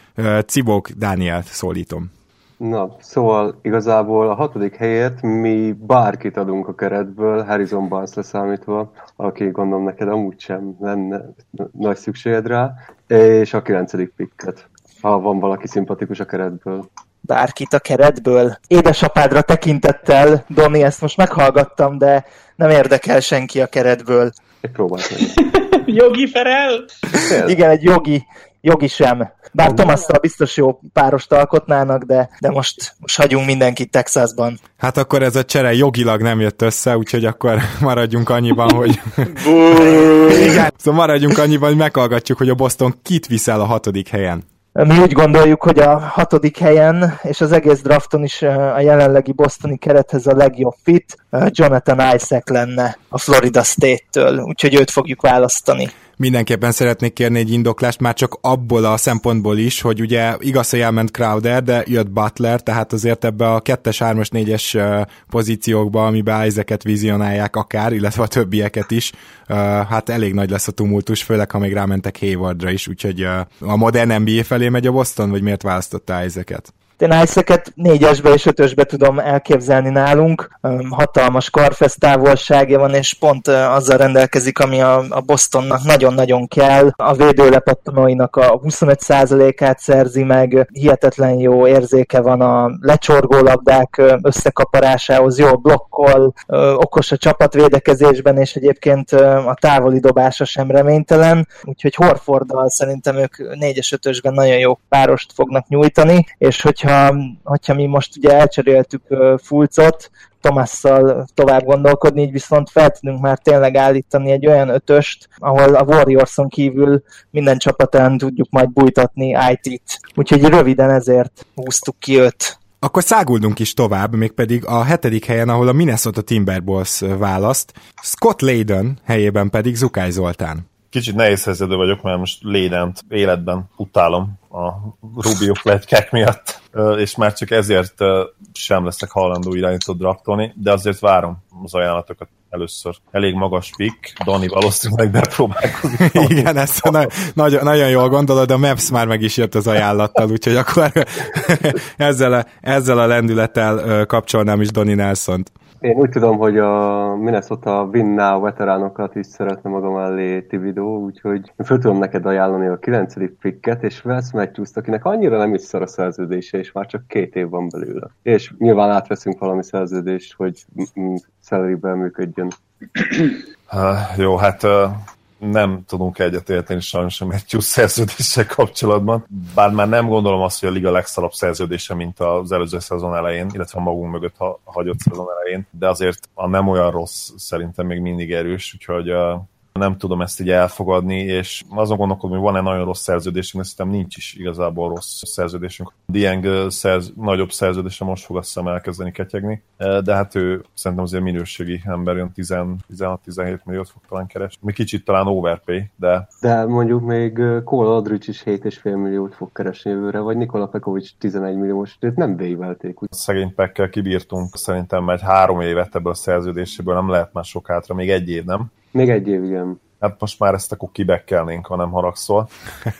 A: Cibók Dánielt szólítom.
C: Na, szóval igazából a 6. helyért mi bárkit adunk a keretből, Harrison Barnes leszámítva, aki gondolom neked amúgy sem lenne nagy szükséged rá, és a 9. picket, ha van valaki szimpatikus a keretből.
E: Bárkit a keretből? Édesapádra tekintettel, Doni, ezt most meghallgattam, de nem érdekel senki a keretből.
C: Egy próbált meg.
D: Jogi Ferel?
E: Igen, egy jogi sem. Bár Thomasszal biztos jó párost alkotnának, de most hagyunk mindenkit Texasban.
A: Hát akkor ez a csere jogilag nem jött össze, úgyhogy akkor maradjunk annyiban, hogy... Igen, szóval maradjunk annyiban, hogy meghallgatjuk, hogy a Boston kit viszel a 6. helyen.
E: Mi úgy gondoljuk, hogy a 6. helyen, és az egész drafton is a jelenlegi bostoni kerethez a legjobb fit Jonathan Isaac lenne a Florida State-től, úgyhogy őt fogjuk választani.
A: Mindenképpen szeretnék kérni egy indoklást, már csak abból a szempontból is, hogy ugye igaz, hogy elment Crowder, de jött Butler, tehát azért ebbe a 2-es, 3-as, 4-es pozíciókba, amiben Isaacet vizionálják akár, illetve a többieket is, hát elég nagy lesz a tumultus, főleg ha még rámentek Haywardra is, úgyhogy a modern NBA felé megy a Boston, vagy miért választotta Isaacet?
E: Én Isaac-et 4-esbe és 5-ösbe tudom elképzelni nálunk. Hatalmas karfesz távolságja van, és pont azzal rendelkezik, ami a Bostonnak nagyon-nagyon kell. A védőlepattanóinak a 25%-át szerzi meg, hihetetlen jó érzéke van a lecsorgó labdák összekaparásához, jól blokkol, okos a csapatvédekezésben, és egyébként a távoli dobása sem reménytelen, úgyhogy Horforddal szerintem ők 4-es, 5-ösben nagyon jó párost fognak nyújtani, és hogyha mi most ugye elcseréltük Fulcot, Thomasszal tovább gondolkodni, így viszont fel tudunk már tényleg állítani egy olyan 5-öst, ahol a Warriorson kívül minden csapatán tudjuk majd bújtatni IT-t. Úgyhogy röviden ezért húztuk ki őt.
A: Akkor száguldunk is tovább, mégpedig a 7. helyen, ahol a Minnesota Timberwolves választ, Scott Layden helyében pedig Zukály Zoltán.
B: Kicsit nehéz helyzetű vagyok, mert most Laydent életben utálom a Rubio pletykák miatt, és már csak ezért sem leszek hajlandó irányítót draftolni, de azért várom az ajánlatokat először. Elég magas pick, Dani valószínűleg bepróbálkozik.
A: Igen, ezt nagyon jól gondolod, a Mavs már meg is jött az ajánlattal, úgyhogy akkor ezzel a lendülettel kapcsolnám is Donnie Nelsont.
C: Én úgy tudom, hogy a Minnesota Win Now veteránokat is szeretne maga mellé Thibodeau, úgyhogy föl tudom neked ajánlani a 9. picket, és Wes Matthews-t, akinek annyira nem is szar a szerződése, és már csak 2 év van belőle. És nyilván átveszünk valami szerződést, hogy salary-ben működjön.
B: Jó, hát nem tudunk egyetérteni sajnos a Matthews szerződéssel kapcsolatban, bár már nem gondolom azt, hogy a liga legszarabb szerződése, mint az előző szezon elején, illetve a magunk mögött hagyott szezon elején, de azért a nem olyan rossz szerintem még mindig erős, úgyhogy nem tudom ezt így elfogadni, és azon gondolkodom, hogy van-e nagyon rossz szerződésünk, de szerintem nincs is igazából rossz szerződésünk. Dieng nagyobb szerződése most fog azt hiszem elkezdeni ketyegni, de hát ő szerintem azért minőségi ember, olyan 16-17 milliót fog talán keresni. Mi kicsit talán overpay, de...
C: De mondjuk még Cole Aldridge is 7,5 milliót fog keresni jövőre, vagy Nikola Pekovic 11 milliós, őt nem vévelték.
B: Szegény Pekkel kibírtunk szerintem egy 3 évet ebből a szerződéséből, nem lehet már sok hátra, még 1 év, nem?
C: Még 1 év, igen.
B: Hát most már ezt akkor kibekkelnénk, ha nem haragszol.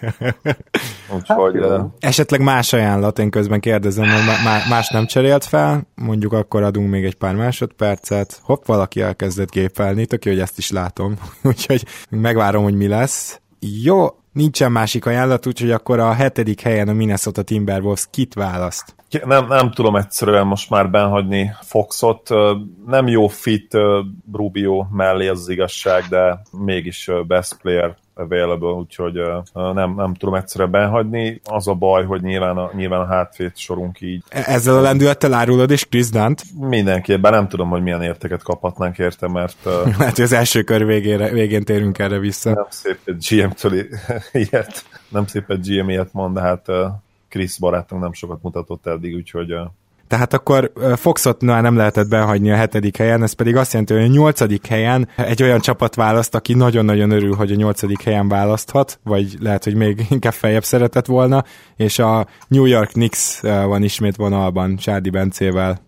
B: Úgyhogy...
A: Hát, esetleg más ajánlat, én közben kérdezem, hogy más nem cserélt fel, mondjuk akkor adunk még egy pár másodpercet. Hopp, valaki elkezdett gépelni, tök jó, hogy ezt is látom. Úgyhogy megvárom, hogy mi lesz. Jó, nincsen másik ajánlat, úgyhogy akkor a 7. helyen a Minnesota Timberwolves kit választ?
B: Nem tudom egyszerűen most már benhagyni Foxot. Nem jó fit Rubio mellé, az igazság, de mégis best player available, úgyhogy nem tudom egyszerűen benhagyni. Az a baj, hogy nyilván a hátvéd sorunk így.
A: Ezzel a lendülettel árulod is Chris Dunt?
B: Mindenképpen nem tudom, hogy milyen értéket kaphatnánk érte, mert...
A: Hát, hogy az első kör végén térünk erre vissza.
B: Nem szép egy GM-től ilyet. Nem szép egy GM ilyet mond, de hát Chris barátunk nem sokat mutatott eddig, úgyhogy...
A: Tehát akkor Foxot nem lehetett benhagyni a 7. helyen, ez pedig azt jelenti, hogy a 8. helyen egy olyan csapat választ, aki nagyon-nagyon örül, hogy a 8. helyen választhat, vagy lehet, hogy még inkább feljebb szeretett volna, és a New York Knicks van ismét vonalban Sárdi Bencével.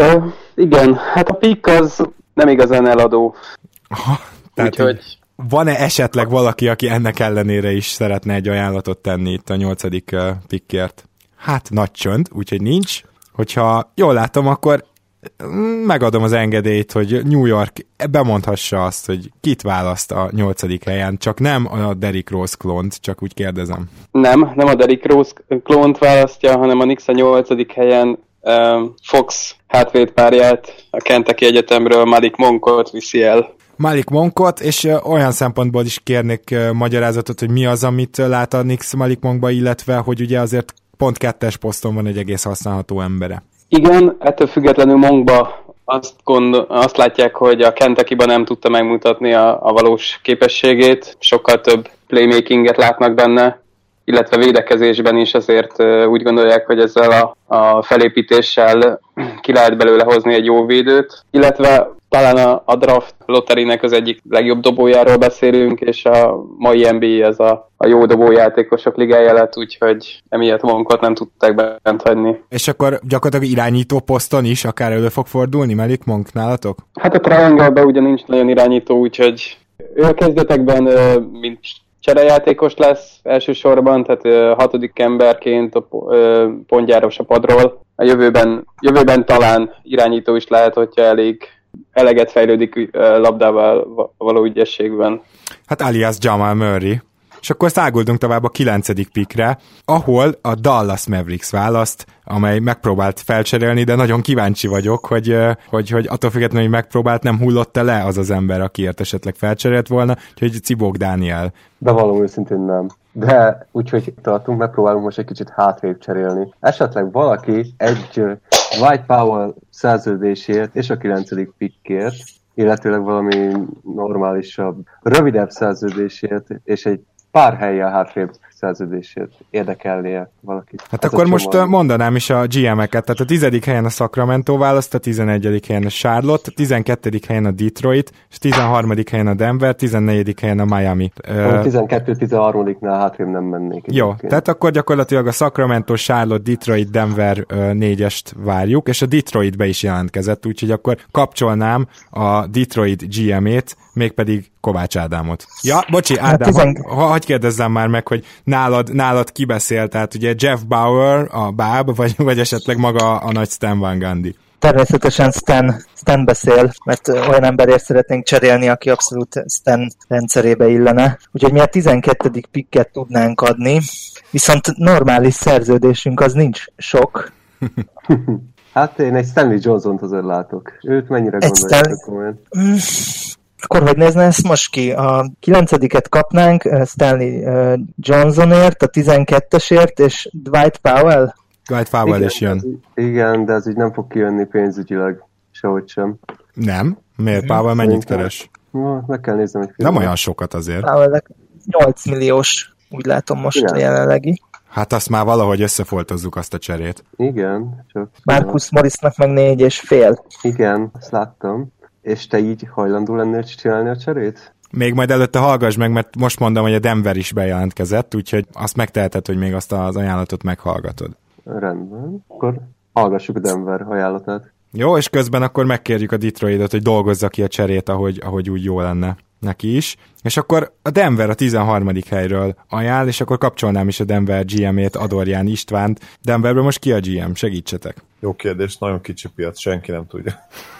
F: Igen, hát a pick az nem igazán eladó.
A: Tehát úgyhogy... Van-e esetleg valaki, aki ennek ellenére is szeretne egy ajánlatot tenni itt a 8. pickért? Hát nagy csönd, úgyhogy nincs. Hogyha jól látom, akkor megadom az engedélyt, hogy New York bemondhassa azt, hogy kit választ a 8. helyen, csak nem a Derrick Rose klónt, csak úgy kérdezem.
F: Nem a Derrick Rose klónt választja, hanem a Knicks a 8. helyen Fox hátvédpárját a Kentucky Egyetemről, Malik Monkot viszi el.
A: Malik Monkot, és olyan szempontból is kérnék magyarázatot, hogy mi az, amit lát a Knicks Malik Monkba, illetve, hogy ugye azért pont 2-es poszton van egy egész használható embere.
F: Igen, ettől függetlenül Monkba azt látják, hogy a Kentuckyban nem tudta megmutatni a valós képességét, sokkal több playmakinget látnak benne, illetve védekezésben is azért úgy gondolják, hogy ezzel a felépítéssel ki lehet belőle hozni egy jó védőt, illetve talán a draft lotterinek az egyik legjobb dobójáról beszélünk, és a mai NBA ez a jó dobójátékosok ligája lett, úgyhogy emiatt Monkot nem tudták bent hagyni.
A: És akkor gyakorlatilag irányító poszton is akár elő fog fordulni Malik Monk nálatok?
F: Hát a Triangle-ben ugye nincs nagyon irányító, úgyhogy ő a kezdetekben, mint cserejátékos lesz elsősorban, tehát 6. emberként a pontgyáros a padról. A jövőben talán irányító is lehet, hogyha eleget fejlődik labdával való ügyességben.
A: Hát alias Jamal Murray. És akkor száguldunk tovább a 9. pickre, ahol a Dallas Mavericks választ, amely megpróbált felcserélni, de nagyon kíváncsi vagyok, hogy attól függetlenül, hogy megpróbált, nem hullott le az az ember, akiért esetleg felcserélt volna, úgyhogy Cibók Dániel.
C: Bevallom őszintén nem. De úgyhogy tartunk, megpróbálunk most egy kicsit hátrébb cserélni. Esetleg valaki egy Dwight Powell szerződésért és a 9. pickért, illetőleg valami normálisabb, rövidebb szerződésért és egy pár helyen hátrébb szerződésért érdekelnie valaki.
A: Hát akkor most mondanám is a GM-eket, tehát a 10. helyen a Sacramento választ, a 11. helyen a Charlotte, a 12. helyen a Detroit, és a 13. helyen a Denver, 14. helyen a Miami.
C: A 12-13-nál hátrébb nem mennék.
A: Jó, egyébként. Tehát akkor gyakorlatilag a Sacramento, Charlotte, Detroit, Denver 4-est várjuk, és a Detroit be is jelentkezett, úgyhogy akkor kapcsolnám a Detroit GM-ét, mégpedig Kovács Ádámot. Ja, bocsi, Ádám, hagyj kérdezzem már meg, hogy nálad ki beszél, tehát ugye Jeff Bauer, a Báb, vagy esetleg maga a nagy Stan Van Gundy?
E: Természetesen Stan beszél, mert olyan emberért szeretnénk cserélni, aki abszolút Stan rendszerébe illene. Úgyhogy mi a 12. picket tudnánk adni, viszont normális szerződésünk az nincs sok.
C: Hát én egy Stanley Johnson-t azért látok. Őt mennyire gondoljátok komolyan?
E: Akkor hogy nézne ezt most ki? A 9-et kapnánk Stanley Johnsonért, a 12-esért, és Dwight Powell?
A: Dwight Powell is jön.
C: Igen, de ez így nem fog kijönni pénzügyileg, sehogy sem.
A: Nem? Miért? Powell mennyit keres?
C: Meg kell néznem egy
A: nem olyan sokat azért.
E: Powell 8 milliós, úgy látom most igen. A jelenlegi.
A: Hát azt már valahogy összefoltozzuk azt a cserét.
C: Igen. Csak
E: Marcus Morrisnak meg 4,5.
C: Igen, azt láttam. És te így hajlandó lennél csinálni a cserét?
A: Még majd előtte hallgass meg, mert most mondom, hogy a Denver is bejelentkezett, úgyhogy azt megteheted, hogy még azt az ajánlatot meghallgatod.
C: Rendben. Akkor hallgassuk a Denver ajánlatát.
A: Jó, és közben akkor megkérjük a Detroitot, hogy dolgozza ki a cserét, ahogy úgy jó lenne neki is. És akkor a Denver a 13. helyről ajánl, és akkor kapcsolnám is a Denver GM-ét, Adorján Istvánt. Denverben most ki a GM? Segítsetek.
B: Jó kérdés, nagyon kicsi piac, senki nem tudja.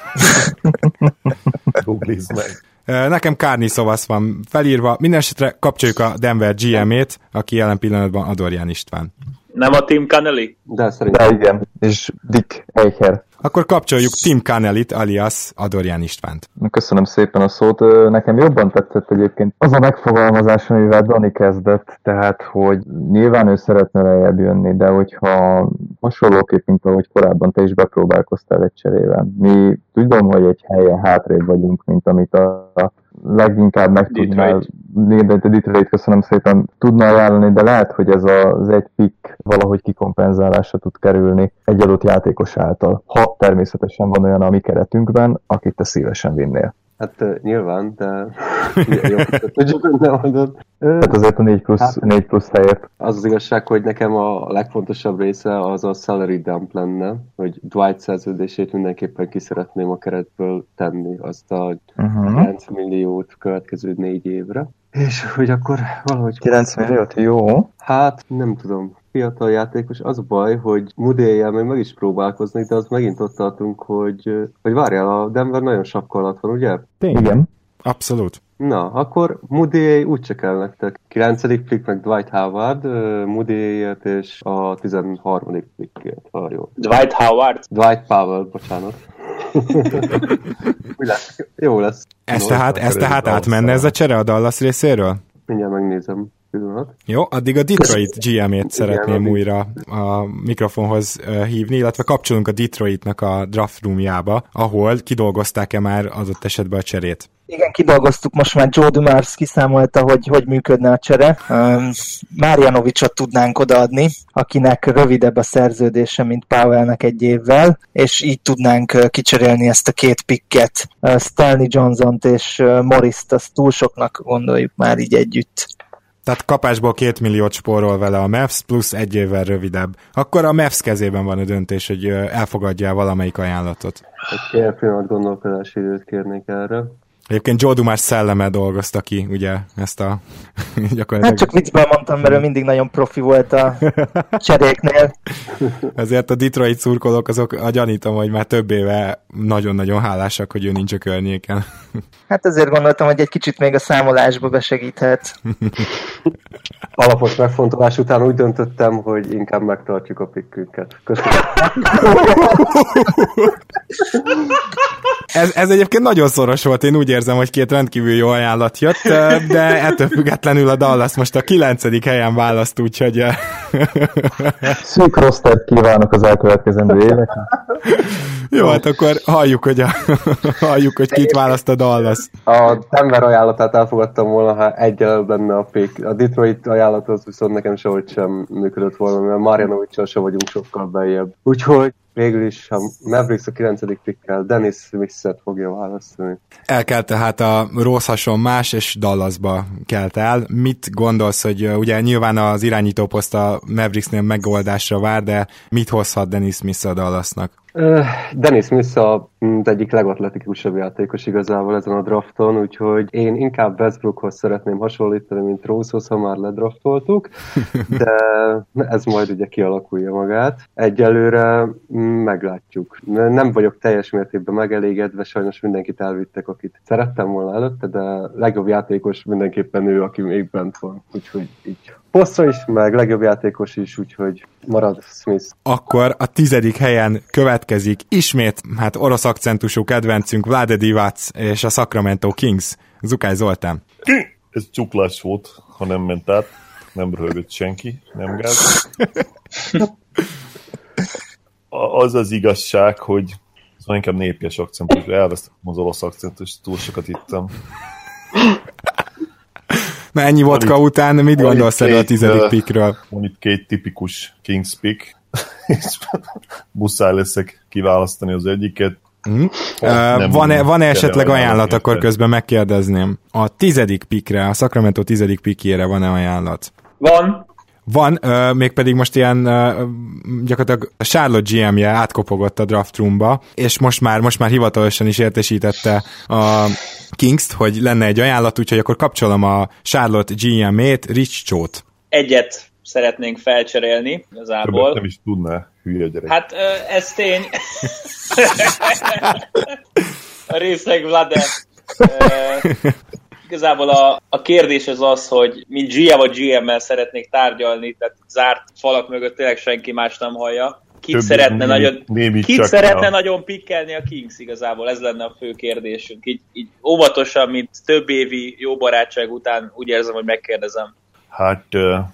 B: Googlizd meg.
A: Nekem Kárni Szovasz van felírva. Mindenesetre kapcsoljuk a Denver GM-ét, aki jelen pillanatban Adorján István.
D: Nem a Tim Connelly?
C: De szerintem.
G: De igen, és Dick Eicher.
A: Akkor kapcsoljuk Tim Connellyt, alias Adorján Istvánt.
G: Köszönöm szépen a szót. Nekem jobban tetszett egyébként az a megfogalmazás, amivel Dani kezdett, tehát, hogy nyilván ő szeretne lejjebb jönni, de hogyha hasonlóképp, mint ahogy korábban te is bepróbálkoztál egy cserével. Mi tudom, hogy egy helyen hátrébb vagyunk, mint amit a leginkább meg tudnál, Detroit, köszönöm szépen, tudna ajánlani, de lehet, hogy ez az egy pick valahogy kikompenzálásra tud kerülni egy adott játékos által. Ha természetesen van olyan a mi keretünkben, akit te szívesen vinnél.
C: Hát nyilván, de jó, tudjuk, hogy nem adod.
G: Hát azért a 4 plusz helyet.
C: Az az igazság, hogy nekem a legfontosabb része az a salary dump lenne, hogy Dwight szerződését mindenképpen ki szeretném a keretből tenni, azt a 9 milliót következő 4 évre. És hogy akkor valahogy...
G: 9 milliót? Jó.
C: Hát nem tudom. Fiatal játékos, az a baj, hogy Moody-jel még meg is próbálkoznak, de az megint ott tartunk, hogy várjál, a Denver nagyon sapka alatt van, ugye?
G: Igen.
A: Abszolút.
C: Na, akkor Moody úgyse kell nektek. 9. pick meg Dwight Howard, Moody-ért és a 13. pickért. Jó.
D: Dwight Howard?
C: Dwight Powell, bocsánat. Jó lesz.
A: Ez tehát átmenne ez a csere a Dallas részéről?
C: Mindjárt megnézem. Pillanat.
A: Jó, addig a Detroit GM-ét szeretném újra a mikrofonhoz hívni, illetve kapcsolunk a Detroitnak a draft roomjába, ahol kidolgozták-e már adott esetben a cserét.
E: Igen, kidolgoztuk, most már Joe Dumars kiszámolta, hogy működne a csere. Marjanovicsot tudnánk odaadni, akinek rövidebb a szerződése, mint Powellnek 1 évvel, és így tudnánk kicserélni ezt a 2 picket. Stanley Johnson-t és Morris-t, azt túl soknak gondoljuk már így együtt.
A: Tehát kapásból 2 milliót spórol vele a Mavs, plusz 1 évvel rövidebb. Akkor a Mavs kezében van a döntés, hogy elfogadja valamelyik ajánlatot.
C: Egy fél pillanat gondolkodási időt kérnék erre.
A: Egyébként Joe Dumars szelleme dolgozta ki, ugye, ezt a gyakorlatilag...
E: Hát csak viccből mondtam, mert ő mindig nagyon profi volt a cseréknél.
A: Ezért a Detroit szurkolók azok, gyanítom, hogy már több éve nagyon-nagyon hálásak, hogy ő nincs a környéken.
E: Hát ezért gondoltam, hogy egy kicsit még a számolásba besegíthet.
C: Alapos megfontolás után úgy döntöttem, hogy inkább megtartjuk a pikkünket. Köszönöm.
A: Ez egyébként nagyon szoros volt, én úgy érzem, hogy két rendkívül jó ajánlat jött, de ettől függetlenül a Dallas most a 9. helyen választ, úgyhogy...
G: Szűk rostert kívánok az elkövetkezendő évekre.
A: Jó, hát akkor halljuk, hogy kit választ a Dallas.
C: A Denver ajánlatát elfogadtam volna, ha egyel lenne a pick. A Detroit ajánlathoz viszont nekem sehogy sem működött volna, mert Marjanovic-sal se vagyunk sokkal beljebb. Úgyhogy végül is a Mavericks a 9. pickkel Dennis Smith-et fogja választani.
A: El kell tehát a rossz hasonmás, és Dallasba kelt el. Mit gondolsz, hogy ugye nyilván az irányítóposzt a Mavericksnél megoldásra vár, de mit hozhat Dennis Smith a Dallasnak?
C: Dennis Smith az egyik legatletikusabb játékos igazából ezen a drafton, úgyhogy én inkább Westbrookhoz szeretném hasonlítani, mint Rosehoz, ha már ledraftoltuk, de ez majd ugye kialakulja magát. Egyelőre meglátjuk. Nem vagyok teljes mértékben megelégedve, sajnos mindenkit elvittek, akit szerettem volna előtte, de legjobb játékos mindenképpen ő, aki még bent van, úgyhogy így. Posztra is, meg legjobb játékos is, úgyhogy marad Smith.
A: Akkor a 10. helyen következik ismét, hát orosz akcentusú kedvencünk Vlade Divac és a Sacramento Kings. Zukály Zoltán.
B: Ez csuklás volt, ha nem ment át. Nem röhögött senki, nem gáz. Az az igazság, hogy szóval inkább népies akcentus, elvesztettem az orosz akcentus, túl sokat ittam.
A: Na ennyi vodka után mit gondolsz erről a 10. pickről?
B: Van itt két tipikus Kings pick, és muszáj leszek kiválasztani az egyiket.
A: Van-e esetleg ajánlat, akkor közben megkérdezném. A 10. pickre, a Sacramento 10. pickjére van-e ajánlat? Van, mégpedig most ilyen gyakorlatilag a Charlotte GM-je átkopogott a draft roomba, és most már hivatalosan is értesítette a Kings-t, hogy lenne egy ajánlat, úgyhogy akkor kapcsolom a Charlotte GM-ét, Rich Cho-t.
D: Egyet szeretnénk felcserélni igazából.
B: Nem is tudná, hülye gyerek.
D: Hát ez tény. A részeg Vlade. Igazából a kérdés az, hogy mint GM vagy GM-mel szeretnék tárgyalni, tehát zárt falak mögött tényleg senki más nem hallja. Kit szeretne nagyon pikkelni a Kings igazából? Ez lenne a fő kérdésünk. Így óvatosan, mint több évi jó barátság után úgy érzem, hogy megkérdezem.
B: Hát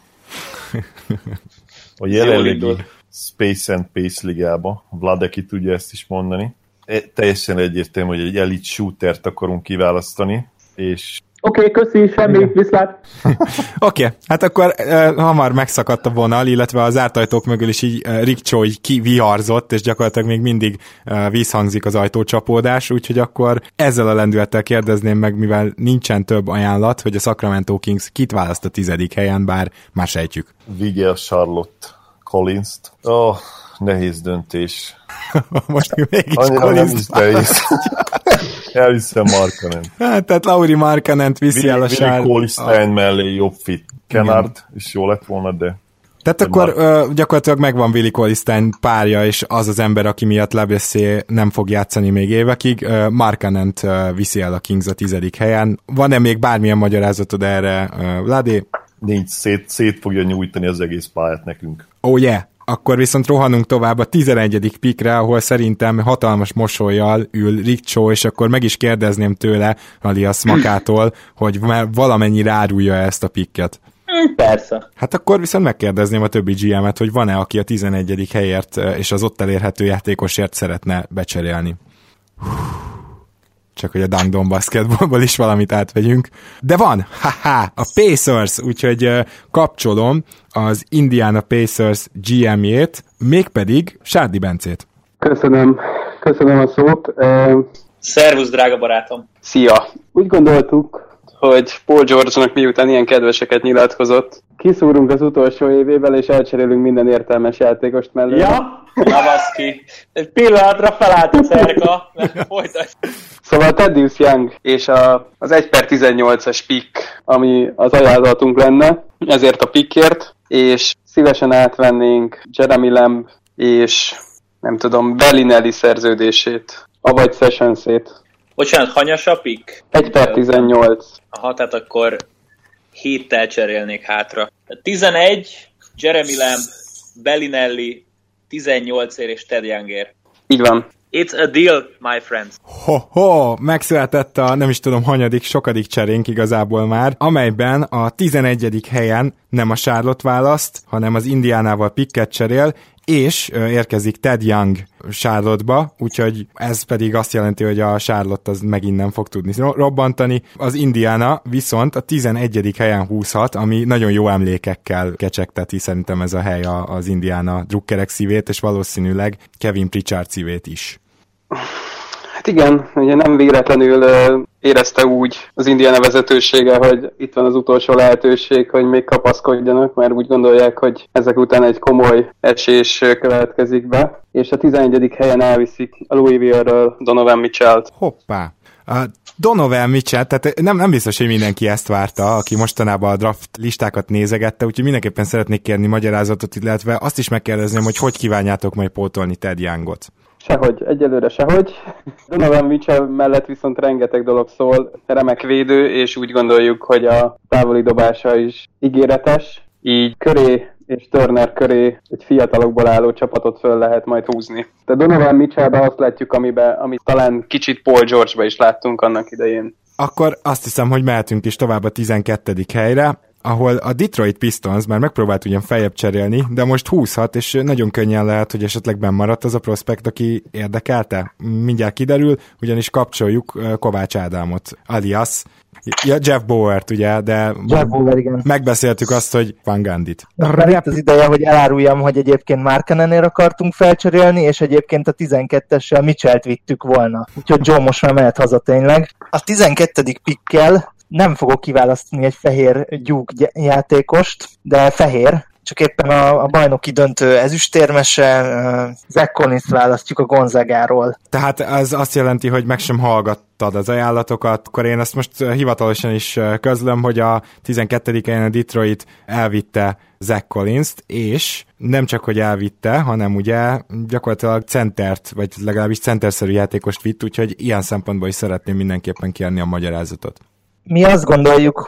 B: a jelenlegi Space and Pace ligába, Vlade ki tudja ezt is mondani. Teljesen egyértelmű, hogy egy elite shootert akarunk kiválasztani, és
F: Oké, köszi, semmi, viszlát.
A: Oké, hát akkor hamar megszakadt a vonal, illetve az ártajtók mögül is így Rick Cho így kiviharzott, és gyakorlatilag még mindig vízhangzik az ajtócsapódás, úgyhogy akkor ezzel a lendülettel kérdezném meg, mivel nincsen több ajánlat, hogy a Sacramento Kings kit választ a 10. helyen, bár már sejtjük.
B: Vigye a Charlotte Collins-t. Nehéz döntés.
A: Most mégis Collins.
B: Elviszem Markkanen.
A: Hát, tehát Lauri Markkanent viszi el a
B: Willie Cauley-Stein mellé jobb fit. Kennard is jó lett volna, de...
A: Tehát akkor gyakorlatilag megvan Willie Cauley-Stein párja, és az az ember, aki miatt Labissiere nem fog játszani még évekig. Markkanent viszi el a Kings a 10. helyen. Van-e még bármilyen magyarázatod erre, Vladé?
B: Nincs, szét fogja nyújtani az egész pályát nekünk.
A: Oh yeah! Akkor viszont rohanunk tovább a 11. pickre, ahol szerintem hatalmas mosollyal ül Rick Cho, és akkor meg is kérdezném tőle, alias Makától, hogy valamennyire árulja ezt a picket.
D: Persze.
A: Hát akkor viszont megkérdezném a többi GM-et, hogy van-e, aki a 11. helyért és az ott elérhető játékosért szeretne becserélni. Csak hogy a Dunk Basketballból is valamit átvegyünk. De van! A Pacers! Úgyhogy kapcsolom az Indiana Pacers GM-jét, mégpedig Sárdi Bencét.
F: Köszönöm a szót.
D: Szervusz, drága barátom!
F: Szia! Úgy gondoltuk, hogy Paul George-nak miután ilyen kedveseket nyilatkozott, kiszúrunk az utolsó évével, és elcserélünk minden értelmes játékost mellé.
D: Ja? Na baszki! Egy pillanatra felállt a cerka, mert folytasd.
F: Szóval Thaddeus Young és az 1/18-as pick, ami az ajánlatunk lenne, ezért a pickért, és szívesen átvennénk Jeremy Lamb és nem tudom, Bellinelli szerződését, avagy Sessionsét.
D: Bocsánat, hanyas a pick?
F: 1/18.
D: Aha, tehát akkor 7-tel cserélnék hátra. 11, Jeremy Lamb, Bellinelli, 18-ért és Ted Youngért.
F: Így van.
D: It's a deal, my friends.
A: Megszületett a nem is tudom hanyadik, sokadik cserénk igazából már, amelyben a 11. helyen nem a Charlotte választ, hanem az Indiánával picket cserél, és érkezik Ted Young Charlotte-ba, úgyhogy ez pedig azt jelenti, hogy a Charlotte az megint nem fog tudni robbantani. Az Indiana viszont a 11. helyen húzhat, ami nagyon jó emlékekkel kecsegteti szerintem ez a hely az Indiana drukkerek szívét, és valószínűleg Kevin Pritchard szívét is.
F: Hát igen, ugye nem véletlenül érezte úgy az Indiana vezetősége, hogy itt van az utolsó lehetőség, hogy még kapaszkodjanak, mert úgy gondolják, hogy ezek után egy komoly esés következik be, és a 11. helyen elviszik a Louisville-ről Donovan Mitchell-t.
A: Hoppá! A Donovan Mitchell, tehát nem biztos, hogy mindenki ezt várta, aki mostanában a draft listákat nézegette, úgyhogy mindenképpen szeretnék kérni magyarázatot, illetve azt is megkérdezném, hogy kívánjátok majd pótolni Ted Youngot.
F: Sehogy, egyelőre sehogy. Donovan Mitchell mellett viszont rengeteg dolog szól, remek védő, és úgy gondoljuk, hogy a távoli dobása is ígéretes, így köré és Turner köré egy fiatalokból álló csapatot föl lehet majd húzni. De Donovan Mitchellben azt látjuk, amit talán kicsit Paul George-ba is láttunk annak idején.
A: Akkor azt hiszem, hogy mehetünk is tovább a 12. helyre, ahol a Detroit Pistons már megpróbált ugyan feljebb cserélni, de most húzhat, és nagyon könnyen lehet, hogy esetleg bennmaradt az a prospekt, aki érdekelte. Mindjárt kiderül, ugyanis kapcsoljuk Kovács Ádámot, alias Jeff Bauert, ugye, de
E: Jeff Bauer, igen.
A: Megbeszéltük azt, hogy Van Gundyt.
E: Itt az ideje, hogy eláruljam, hogy egyébként Markkanennél akartunk felcserélni, és egyébként a 12-essel Mitchellt vittük volna. Úgyhogy Joe most már mehet haza tényleg. A 12. pickkel nem fogok kiválasztani egy fehér gyúk játékost, de fehér, csak éppen a bajnoki döntő ezüstérmese, Zach Collins választjuk a Gonzagáról.
A: Tehát ez azt jelenti, hogy meg sem hallgattad az ajánlatokat, akkor én ezt most hivatalosan is közlöm, hogy a 12. helyen a Detroit elvitte Zach Collins-t, és nem csak, hogy elvitte, hanem ugye gyakorlatilag centert, vagy legalábbis centerszerű játékost vitt, úgyhogy ilyen szempontból is szeretném mindenképpen kérni a magyarázatot.
E: Mi azt gondoljuk,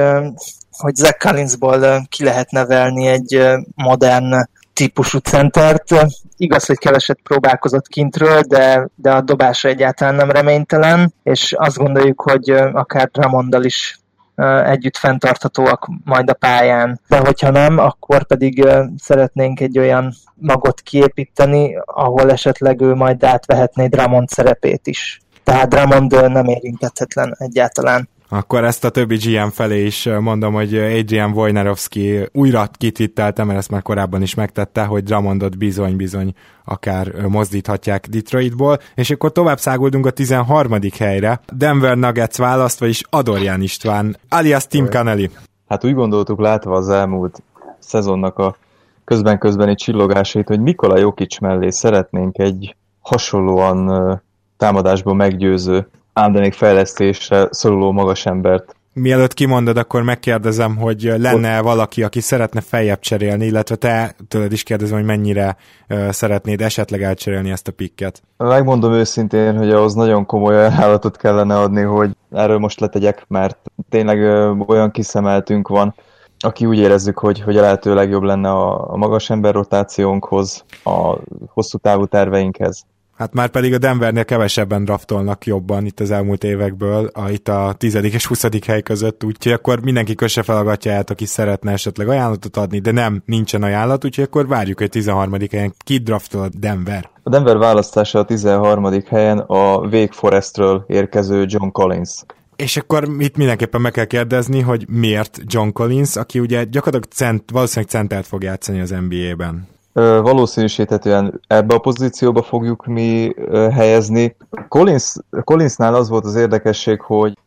E: hogy Zach Collinsból ki lehet nevelni egy modern típusú centert. Igaz, hogy keveset próbálkozott kintről, de a dobása egyáltalán nem reménytelen, és azt gondoljuk, hogy akár Drummonddal is együtt fenntarthatóak majd a pályán. De hogyha nem, akkor pedig szeretnénk egy olyan magot kiépíteni, ahol esetleg ő majd átvehetné Drummond szerepét is. Tehát Drummond nem érintethetetlen egyáltalán.
A: Akkor ezt a többi GM felé is mondom, hogy Adrian Wojnarowski újra kitittelte, mert ezt már korábban is megtette, hogy Drummondot bizony akár mozdíthatják Detroitból, és akkor tovább száguldunk a 13. helyre. Denver Nuggets választ, vagyis Adorján István, alias Tim Connelly.
G: Hát úgy gondoltuk, látva az elmúlt szezonnak a közben-közbeni csillogásait, hogy Nikola Jokic mellé szeretnénk egy hasonlóan támadásból meggyőző, ám de még fejlesztésre szoruló magas embert.
A: Mielőtt kimondod, akkor megkérdezem, hogy lenne valaki, aki szeretne feljebb cserélni, illetve te tőled is kérdezem, hogy mennyire szeretnéd esetleg elcserélni ezt a picket.
G: Megmondom őszintén, hogy ahhoz nagyon komoly ajánlatot kellene adni, hogy erről most letegyek, mert tényleg olyan kiszemeltünk van, aki úgy érezzük, hogy a lehető legjobb lenne a magas ember rotációnkhoz, a hosszú távú terveinkhez.
A: Hát már pedig a Denvernél kevesebben draftolnak jobban itt az elmúlt évekből, itt a 10. és 20. hely között, úgyhogy akkor mindenki kösse fel a gatyáját, aki szeretne esetleg ajánlatot adni, de nincsen ajánlat, úgyhogy akkor várjuk, hogy 13. helyen kit draftol a Denver.
G: A Denver választása a 13. helyen a Wake Forestről érkező John Collins.
A: És akkor itt mindenképpen meg kell kérdezni, hogy miért John Collins, aki ugye gyakorlatilag valószínűleg centert fog játszani az NBA-ben.
G: Valószínűsíthetően ebbe a pozícióba fogjuk mi helyezni. Collinsnál az volt az érdekesség, hogy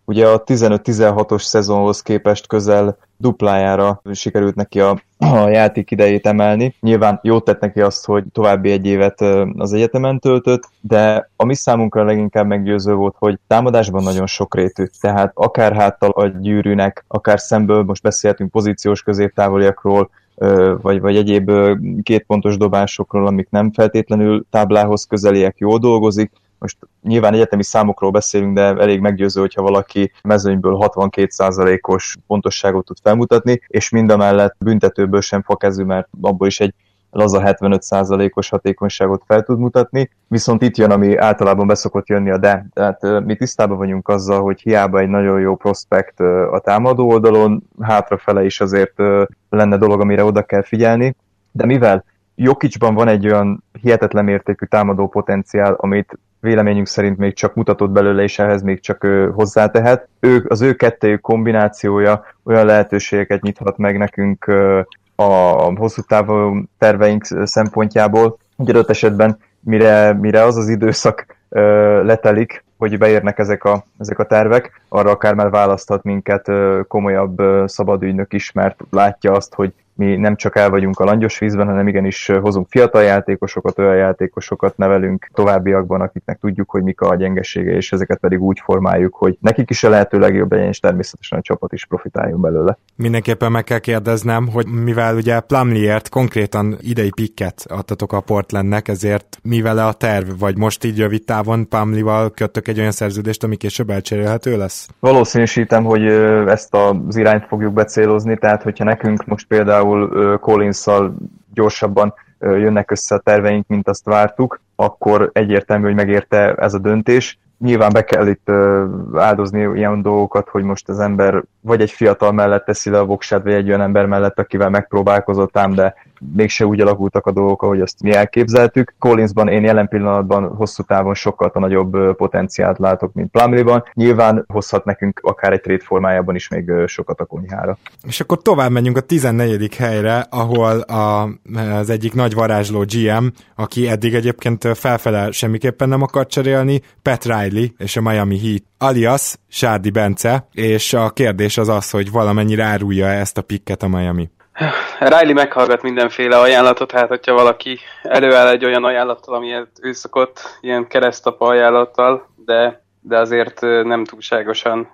G: ugye a 15-16-os szezonhoz képest közel duplájára sikerült neki a játék idejét emelni. Nyilván jót tett neki azt, hogy további egy évet az egyetemen töltött, de a mi számunkra leginkább meggyőző volt, hogy támadásban nagyon sokrétű. Tehát akár háttal a gyűrűnek, akár szemből, most beszélhetünk pozíciós középtávoliakról, vagy egyéb kétpontos dobásokról, amik nem feltétlenül táblához közeliek, jól dolgozik. Most nyilván egyetemi számokról beszélünk, de elég meggyőző, hogyha valaki mezőnyből 62%-os pontosságot tud felmutatni, és mindamellett büntetőből sem fakezű, mert abból is egy laza 75%-os hatékonyságot fel tud mutatni. Viszont itt jön, ami általában beszokott jönni a de. Tehát mi tisztában vagyunk azzal, hogy hiába egy nagyon jó prospekt a támadó oldalon, hátrafele is azért lenne dolog, amire oda kell figyelni. De mivel Jokicban van egy olyan hihetetlen mértékű támadó potenciál, amit véleményünk szerint még csak mutatott belőle, és ehhez még csak hozzátehet. Az ő kettőjük kombinációja olyan lehetőségeket nyithat meg nekünk a hosszú távú terveink szempontjából, hogy adott esetben mire az az időszak letelik, hogy beérnek ezek a tervek, arra akár már választhat minket komolyabb szabadügynök is, mert látja azt, hogy mi nem csak el vagyunk a langyos vízben, hanem igenis hozunk fiatal játékosokat, olyan játékosokat nevelünk továbbiakban, akiknek tudjuk, hogy mik a gyengesége, és ezeket pedig úgy formáljuk, hogy nekik is a lehető legjobb legyen, és természetesen a csapat is profitáljon belőle.
A: Mindenképpen meg kell kérdeznem, hogy mivel ugye Plumleeért konkrétan idei pikket adtatok a Portlandnek, ezért mi vele a terv, vagy most így rövid távon Plumlee-val köttök egy olyan szerződést, ami később elcserélhető lesz?
G: Valószínűsítem, hogy ezt az irányt fogjuk becélozni, tehát hogyha nekünk most például Collinsszal gyorsabban jönnek össze a terveink, mint azt vártuk, akkor egyértelmű, hogy megérte ez a döntés. Nyilván be kell itt áldozni ilyen dolgokat, hogy most az ember vagy egy fiatal mellett teszi le a voksát, vagy egy olyan ember mellett, akivel megpróbálkozott ám, de mégse úgy alakultak a dolgok, ahogy azt mi elképzeltük. Collinsban én jelen pillanatban hosszú távon sokkal nagyobb potenciált látok, mint Plumlee-ban. Nyilván hozhat nekünk akár egy trade formájában is még sokat a konyhára.
A: És akkor tovább menjünk a 14. helyre, ahol az egyik nagy varázsló GM, aki eddig egyébként felfele semmiképpen nem akart cserélni, Pat Riley és a Miami Heat alias Sárdi Bence, és a kérdés az, hogy valamennyire árulja ezt a pikket a Miami.
F: Riley meghallgat mindenféle ajánlatot, hát hogyha valaki előáll egy olyan ajánlattal, amilyet ő szokott, ilyen keresztapa ajánlattal, de azért nem túlságosan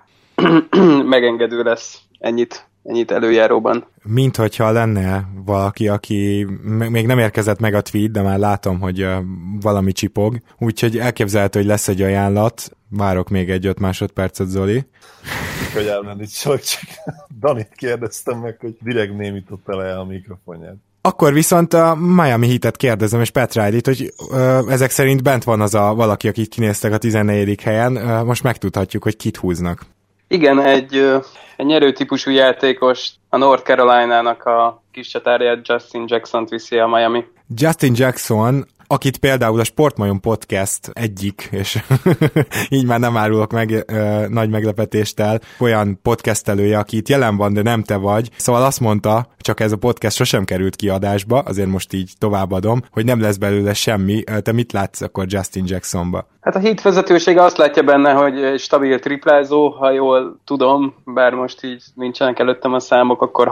F: megengedő lesz ennyit előjáróban.
A: Mint hogyha lenne valaki, aki még nem érkezett meg a tweet, de már látom, hogy valami csipog, úgyhogy elképzelhető, hogy lesz egy ajánlat. Várok még egy 5 másodpercet, Zoli.
B: Hogy elmenni, csak Danit kérdeztem meg, hogy direkt némította le a mikrofonját.
A: Akkor viszont a Miami Heatet kérdezem, és Pat Riley-t, hogy ezek szerint bent van az a valaki, akit kinéztek a 14. helyen, most megtudhatjuk, hogy kit húznak.
F: Igen, egy nyerőtípusú játékos, a North Carolina-nak a kis csatárját, Justin Jackson-t viszi a Miami.
A: Justin Jackson, akit például a Sportmajom Podcast egyik, és így már nem árulok meg nagy meglepetéstel, olyan podcastelője, aki itt jelen van, de nem te vagy. Szóval azt mondta, csak ez a podcast sosem került kiadásba, azért most így továbbadom, hogy nem lesz belőle semmi. Te mit látsz akkor Justin Jacksonba?
F: Hát a Heat vezetősége azt látja benne, hogy egy stabil triplázó, ha jól tudom, bár most így nincsenek előttem a számok, akkor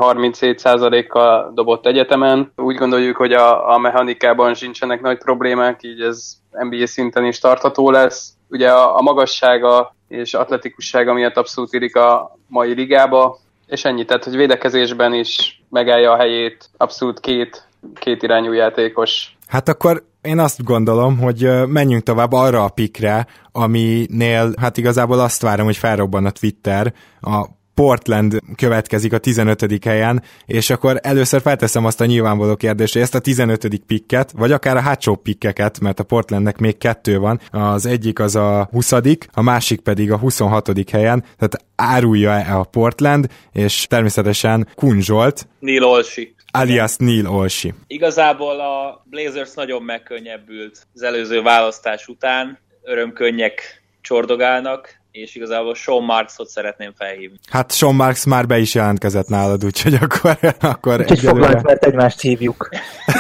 F: 37%-kal dobott egyetemen. Úgy gondoljuk, hogy a mechanikában sincsenek nagy problémák, így ez NBA szinten is tartható lesz. Ugye a magassága és atletikussága miatt abszolút illik a mai ligába, és ennyi, tehát hogy védekezésben is megállja a helyét, abszolút két irányú játékos.
A: Hát akkor én azt gondolom, hogy menjünk tovább arra a pikre, aminél hát igazából azt várom, hogy felrobban a Twitter, a Portland következik a 15. helyen, és akkor először felteszem azt a nyilvánvaló kérdést, hogy ezt a 15. pikket, vagy akár a hátsó pikkeket, mert a Portlandnek még 2 van, az egyik az a 20., a másik pedig a 26. helyen, tehát árulja-e a Portland, és természetesen Kun Zsolt,
D: Neil Olshey.
A: alias Neil Olshey.
D: Igazából a Blazers nagyon megkönnyebbült az előző választás után, örömkönnyek csordogálnak, és igazából Sean Marksot szeretném felhívni.
A: Hát Sean Marks már be is jelentkezett nálad, úgyhogy akkor
E: úgyhogy foglalt, mert egymást hívjuk.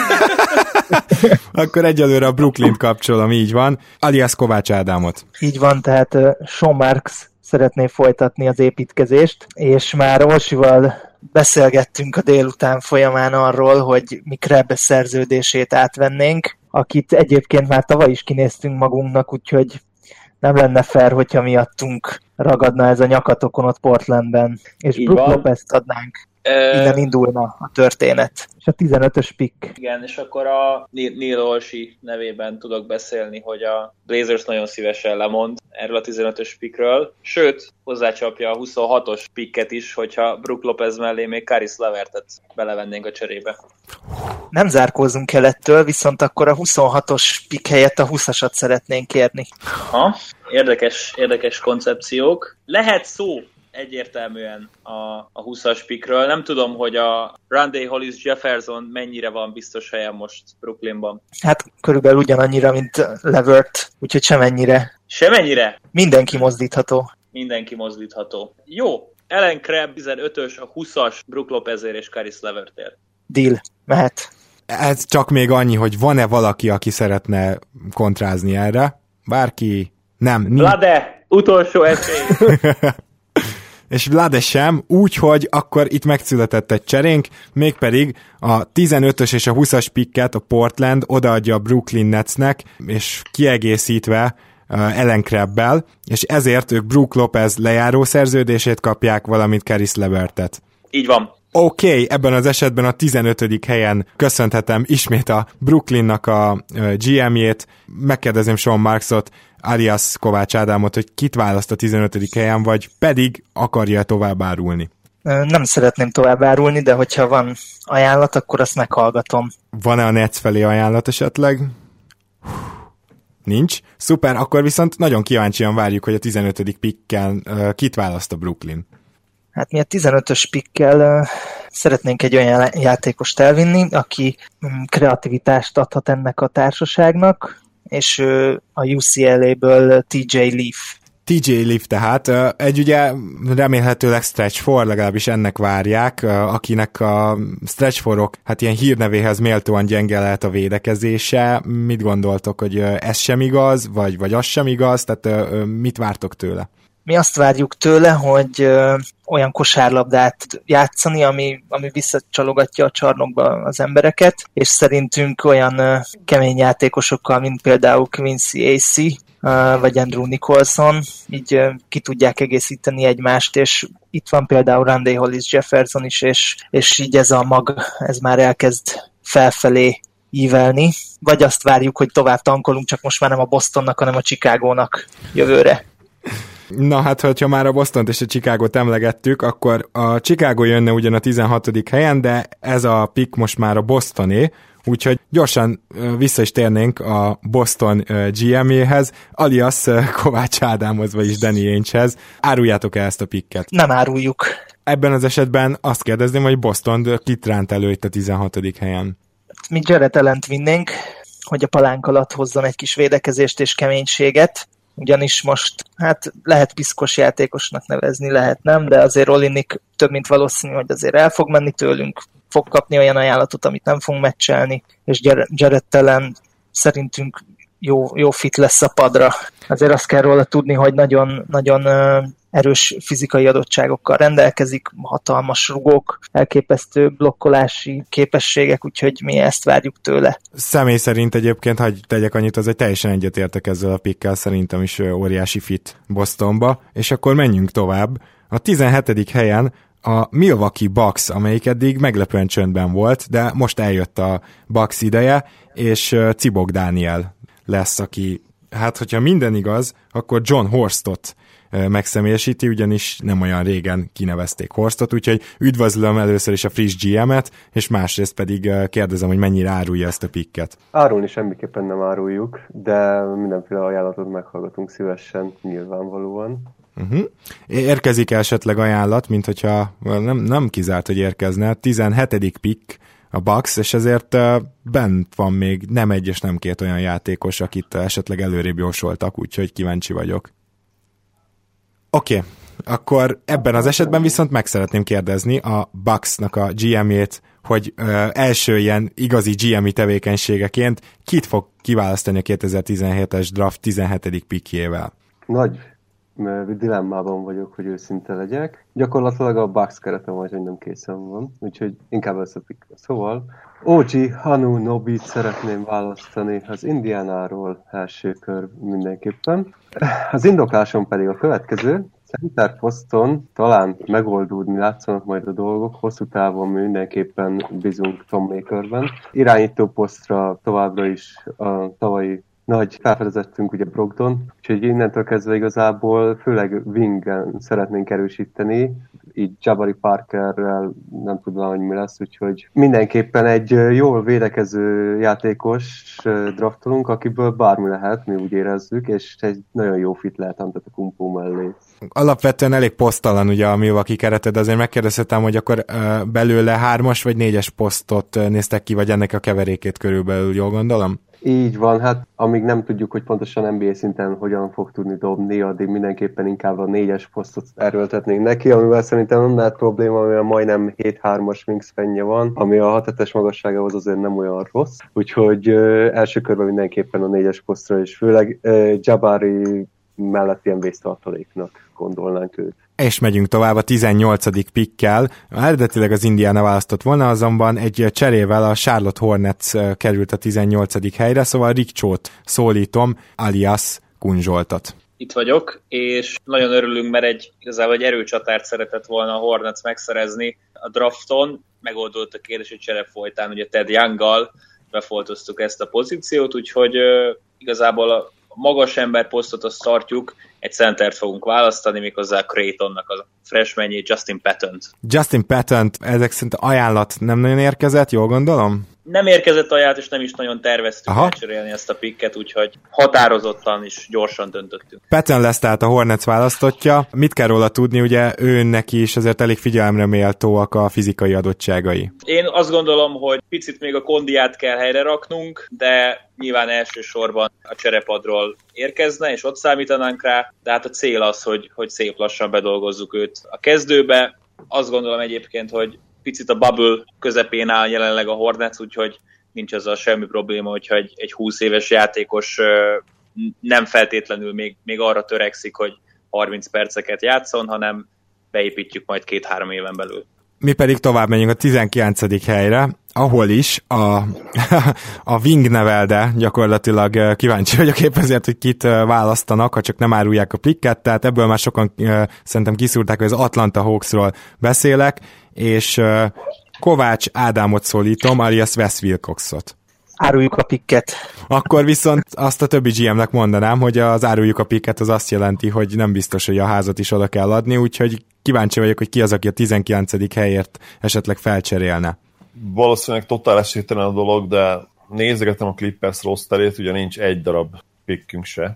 A: Akkor egyelőre a Brooklynt kapcsolom, így van. Alias Kovács Ádámot.
E: Így van, tehát Sean Marks szeretné folytatni az építkezést, és már Orsival beszélgettünk a délután folyamán arról, hogy mi Crabbe szerződését átvennénk, akit egyébként már tavaly is kinéztünk magunknak, úgyhogy nem lenne fair, hogyha miattunk ragadna ez a nyakatokon ott Portlandben, és Brook Lopez-t adnánk. Innen indulna a történet. És a 15-ös pick.
D: Igen, és akkor a Neil Olsi nevében tudok beszélni, hogy a Blazers nagyon szívesen lemond erről a 15-ös pickről, sőt, hozzácsapja a 26-os picket is, hogyha Brook Lopez mellé még Caris Levertet belevennénk a cserébe.
E: Nem zárkózunk el ettől, viszont akkor a 26-os pick helyett a 20-asat szeretnénk kérni.
D: Ha, érdekes koncepciók. Lehet szó egyértelműen a 20-as pickről. Nem tudom, hogy a Rondé Hollis Jefferson mennyire van biztos helyen most Brooklynban.
E: Hát körülbelül ugyanannyira, mint Levert, úgyhogy semennyire.
D: Semennyire?
E: Mindenki mozdítható.
D: Mindenki mozdítható. Jó, Allen Crabbe 15-ös, a 20-as Brook Lopezért és Caris Levertért.
E: Deal, mehet.
A: Ez csak még annyi, hogy van-e valaki, aki szeretne kontrázni erre? Bárki? Nem.
D: Vlade, utolsó esély.
A: És Vlade sem, úgyhogy akkor itt megszületett egy cserénk, mégpedig a 15-ös és a 20-as picket a Portland odaadja a Brooklyn Netsnek, és kiegészítve Allen Crabbe-bel, és ezért ők Brook Lopez lejáró szerződését kapják, valamint Caris Levertet.
D: Így van.
A: Oké, ebben az esetben a 15. helyen köszönhetem ismét a Brooklynnak a GM-jét, megkérdezem Sean Marksot, alias Kovács Ádámot, hogy kit választ a 15. helyen, vagy pedig akarja tovább árulni.
E: Nem szeretném tovább árulni, de hogyha van ajánlat, akkor azt meghallgatom.
A: Van-e a Nets felé ajánlat esetleg? Nincs. Szuper, akkor viszont nagyon kíváncsian várjuk, hogy a 15. picken kit választ a Brooklyn.
E: Hát mi a 15-ös pickkel szeretnénk egy olyan játékost elvinni, aki kreativitást adhat ennek a társaságnak, és a UCLA-ből TJ Leaf.
A: TJ Leaf tehát, egy ugye remélhetőleg stretch four, legalábbis ennek várják, akinek a stretch forok, hát ilyen hírnevéhez méltóan gyenge lehet a védekezése. Mit gondoltok, hogy ez sem igaz, vagy az sem igaz, tehát mit vártok tőle?
E: Mi azt várjuk tőle, hogy olyan kosárlabdát játszani, ami visszacsalogatja a csarnokba az embereket, és szerintünk olyan kemény játékosokkal, mint például Quincy Acey, vagy Andrew Nicholson, így ki tudják egészíteni egymást, és itt van például Rondé Hollis Jefferson is, és így ez a mag, ez már elkezd felfelé ívelni, vagy azt várjuk, hogy tovább tankolunk, csak most már nem a Bostonnak, hanem a Chicagónak jövőre.
A: Na hát, hogyha már a Bostont és a Chicagót emlegettük, akkor a Chicago jönne ugyan a 16. helyen, de ez a pick most már a Bostoné, úgyhogy gyorsan vissza is térnénk a Boston GM-jéhez, alias Kovács Ádámhoz, vagyis Danny Ainge-hez. Áruljátok el ezt a picket?
E: Nem áruljuk.
A: Ebben az esetben azt kérdezném, hogy Boston kit ránt elő itt a 16. helyen.
E: Mi Jarrett Allent vinnénk, hogy a palánk alatt hozzon egy kis védekezést és keménységet, ugyanis most hát lehet piszkos játékosnak nevezni, lehet nem, de azért Olynyk több mint valószínű, hogy azért el fog menni tőlünk, fog kapni olyan ajánlatot, amit nem fogunk meccselni, és Jarrett Allen szerintünk jó fit lesz a padra. Azért azt kell róla tudni, hogy nagyon erős fizikai adottságokkal rendelkezik, hatalmas rugók, elképesztő blokkolási képességek, úgyhogy mi ezt várjuk tőle.
A: Személy szerint egyébként, hagyj tegyek annyit, az egy teljesen egyetértek ezzel a pickkel, szerintem is óriási fit Bostonba, és akkor menjünk tovább. A 17. helyen a Milwaukee Bucks, amelyik eddig meglepően csöndben volt, de most eljött a Bucks ideje, és Cibok Dániel lesz, aki, hát hogyha minden igaz, akkor John Horstot megszemélyesíti, ugyanis nem olyan régen kinevezték Horstot, úgyhogy üdvözlöm először is a friss GM-et, és másrészt pedig kérdezem, hogy mennyire árulja ezt a picket.
C: Árulni semmiképpen nem áruljuk, de mindenféle ajánlatot meghallgatunk szívesen, nyilvánvalóan.
A: Érkezik esetleg ajánlat, mint hogyha nem kizárt, hogy érkezne. 17. pick a Bucks, és ezért bent van még nem egy és nem két olyan játékos, akit esetleg előrébb jósoltak, úgyhogy kíváncsi vagyok. Oké, akkor ebben az esetben viszont meg szeretném kérdezni a Bucksnak a GM-jét, hogy első ilyen igazi GM-i tevékenységeként kit fog kiválasztani a 2017-es draft 17. pickjével?
C: dilemmában vagyok, hogy őszinte legyek. Gyakorlatilag a Bucks kerete majd, hogy nem készen van, úgyhogy inkább összepik. Szóval OG Anunnobit szeretném választani az Indiánáról első kör mindenképpen. Az indoklásom pedig a következő. Center poszton talán megoldódni látszanak majd a dolgok, hosszú távon mindenképpen bízunk Tom Makerben. Irányító posztra továbbra is a tavalyi nagy felfedezettünk ugye Brogdon, úgyhogy innentől kezdve igazából főleg wingen szeretnénk erősíteni, így Jabari Parkerrel nem tudom, hogy mi lesz, úgyhogy mindenképpen egy jól védekező játékos draftolunk, akiből bármi lehet, mi úgy érezzük, és egy nagyon jó fit lehet Antetokounmpo mellé.
A: Alapvetően elég posztalan ugye a Milwaukee kereted, azért megkérdezhetem, hogy akkor belőle 3-as vagy 4-es posztot néztek ki, vagy ennek a keverékét körülbelül, jól gondolom?
C: Így van, hát amíg nem tudjuk, hogy pontosan NBA szinten hogyan fog tudni dobni, addig mindenképpen inkább a 4-es posztot erőltetnénk neki, amivel szerintem nem lehet probléma, mivel majdnem 7-3-as wingspan-je van, ami a 6-7-es magasságához azért nem olyan rossz. Úgyhogy első körben mindenképpen a 4-es posztra, és főleg Jabari mellett ilyen vésztartaléknak gondolnánk őt.
A: És megyünk tovább a 18. pickkel. Eredetileg az Indiana választott volna, azonban egy cserével a Charlotte Hornets került a 18. helyre, szóval Rick Chow-t szólítom, alias Kun Zsoltot.
D: Itt vagyok, és nagyon örülünk, mert igazából egy erőcsatárt szeretett volna a Hornets megszerezni a drafton. Megoldott a kérdés, hogy csere folytán ugye Ted Younggal befoltoztuk ezt a pozíciót, úgyhogy igazából a magas ember posztot azt tartjuk, egy centert fogunk választani, méghozzá Creightonnak a freshmanjét, Justin Pattont.
A: Justin Patton, ezek szerint ajánlat nem nagyon érkezett, jól gondolom?
D: Nem érkezett ajánlat, és nem is nagyon terveztük elcserélni ezt a picket, úgyhogy határozottan és gyorsan döntöttünk.
A: Patton lesz tehát a Hornets választottja. Mit kell róla tudni, ugye ő neki is azért elég figyelemre méltóak a fizikai adottságai.
D: Én azt gondolom, hogy picit még a kondiát kell helyre raknunk, de nyilván elsősorban a cserepadról érkezne, és ott számítanánk rá, de hát a cél az, hogy szép lassan bedolgozzuk őt a kezdőbe. Azt gondolom egyébként, hogy picit a bubble közepén áll jelenleg a Hornets, úgyhogy nincs azzal semmi probléma, hogyha egy 20 éves játékos nem feltétlenül még arra törekszik, hogy 30 perceket játszon, hanem beépítjük majd 2-3 éven belül.
A: Mi pedig tovább megyünk a 19. helyre, ahol is a wing nevelde gyakorlatilag kíváncsi vagyok épp ezért, hogy kit választanak, ha csak nem árulják a picket, tehát ebből már sokan szerintem kiszúrták, hogy az Atlanta Hawksról beszélek, és Kovács Ádámot szólítom, alias Wes Wilcoxot.
E: Áruljuk a picket.
A: Akkor viszont azt a többi GM-nek mondanám, hogy az áruljuk a picket az azt jelenti, hogy nem biztos, hogy a házat is oda kell adni, úgyhogy kíváncsi vagyok, hogy ki az, aki a 19. helyért esetleg felcserélne.
B: Valószínűleg totál esélytelen a dolog, de nézegetem a Clippers rosterét, ugye nincs egy darab pickünk se.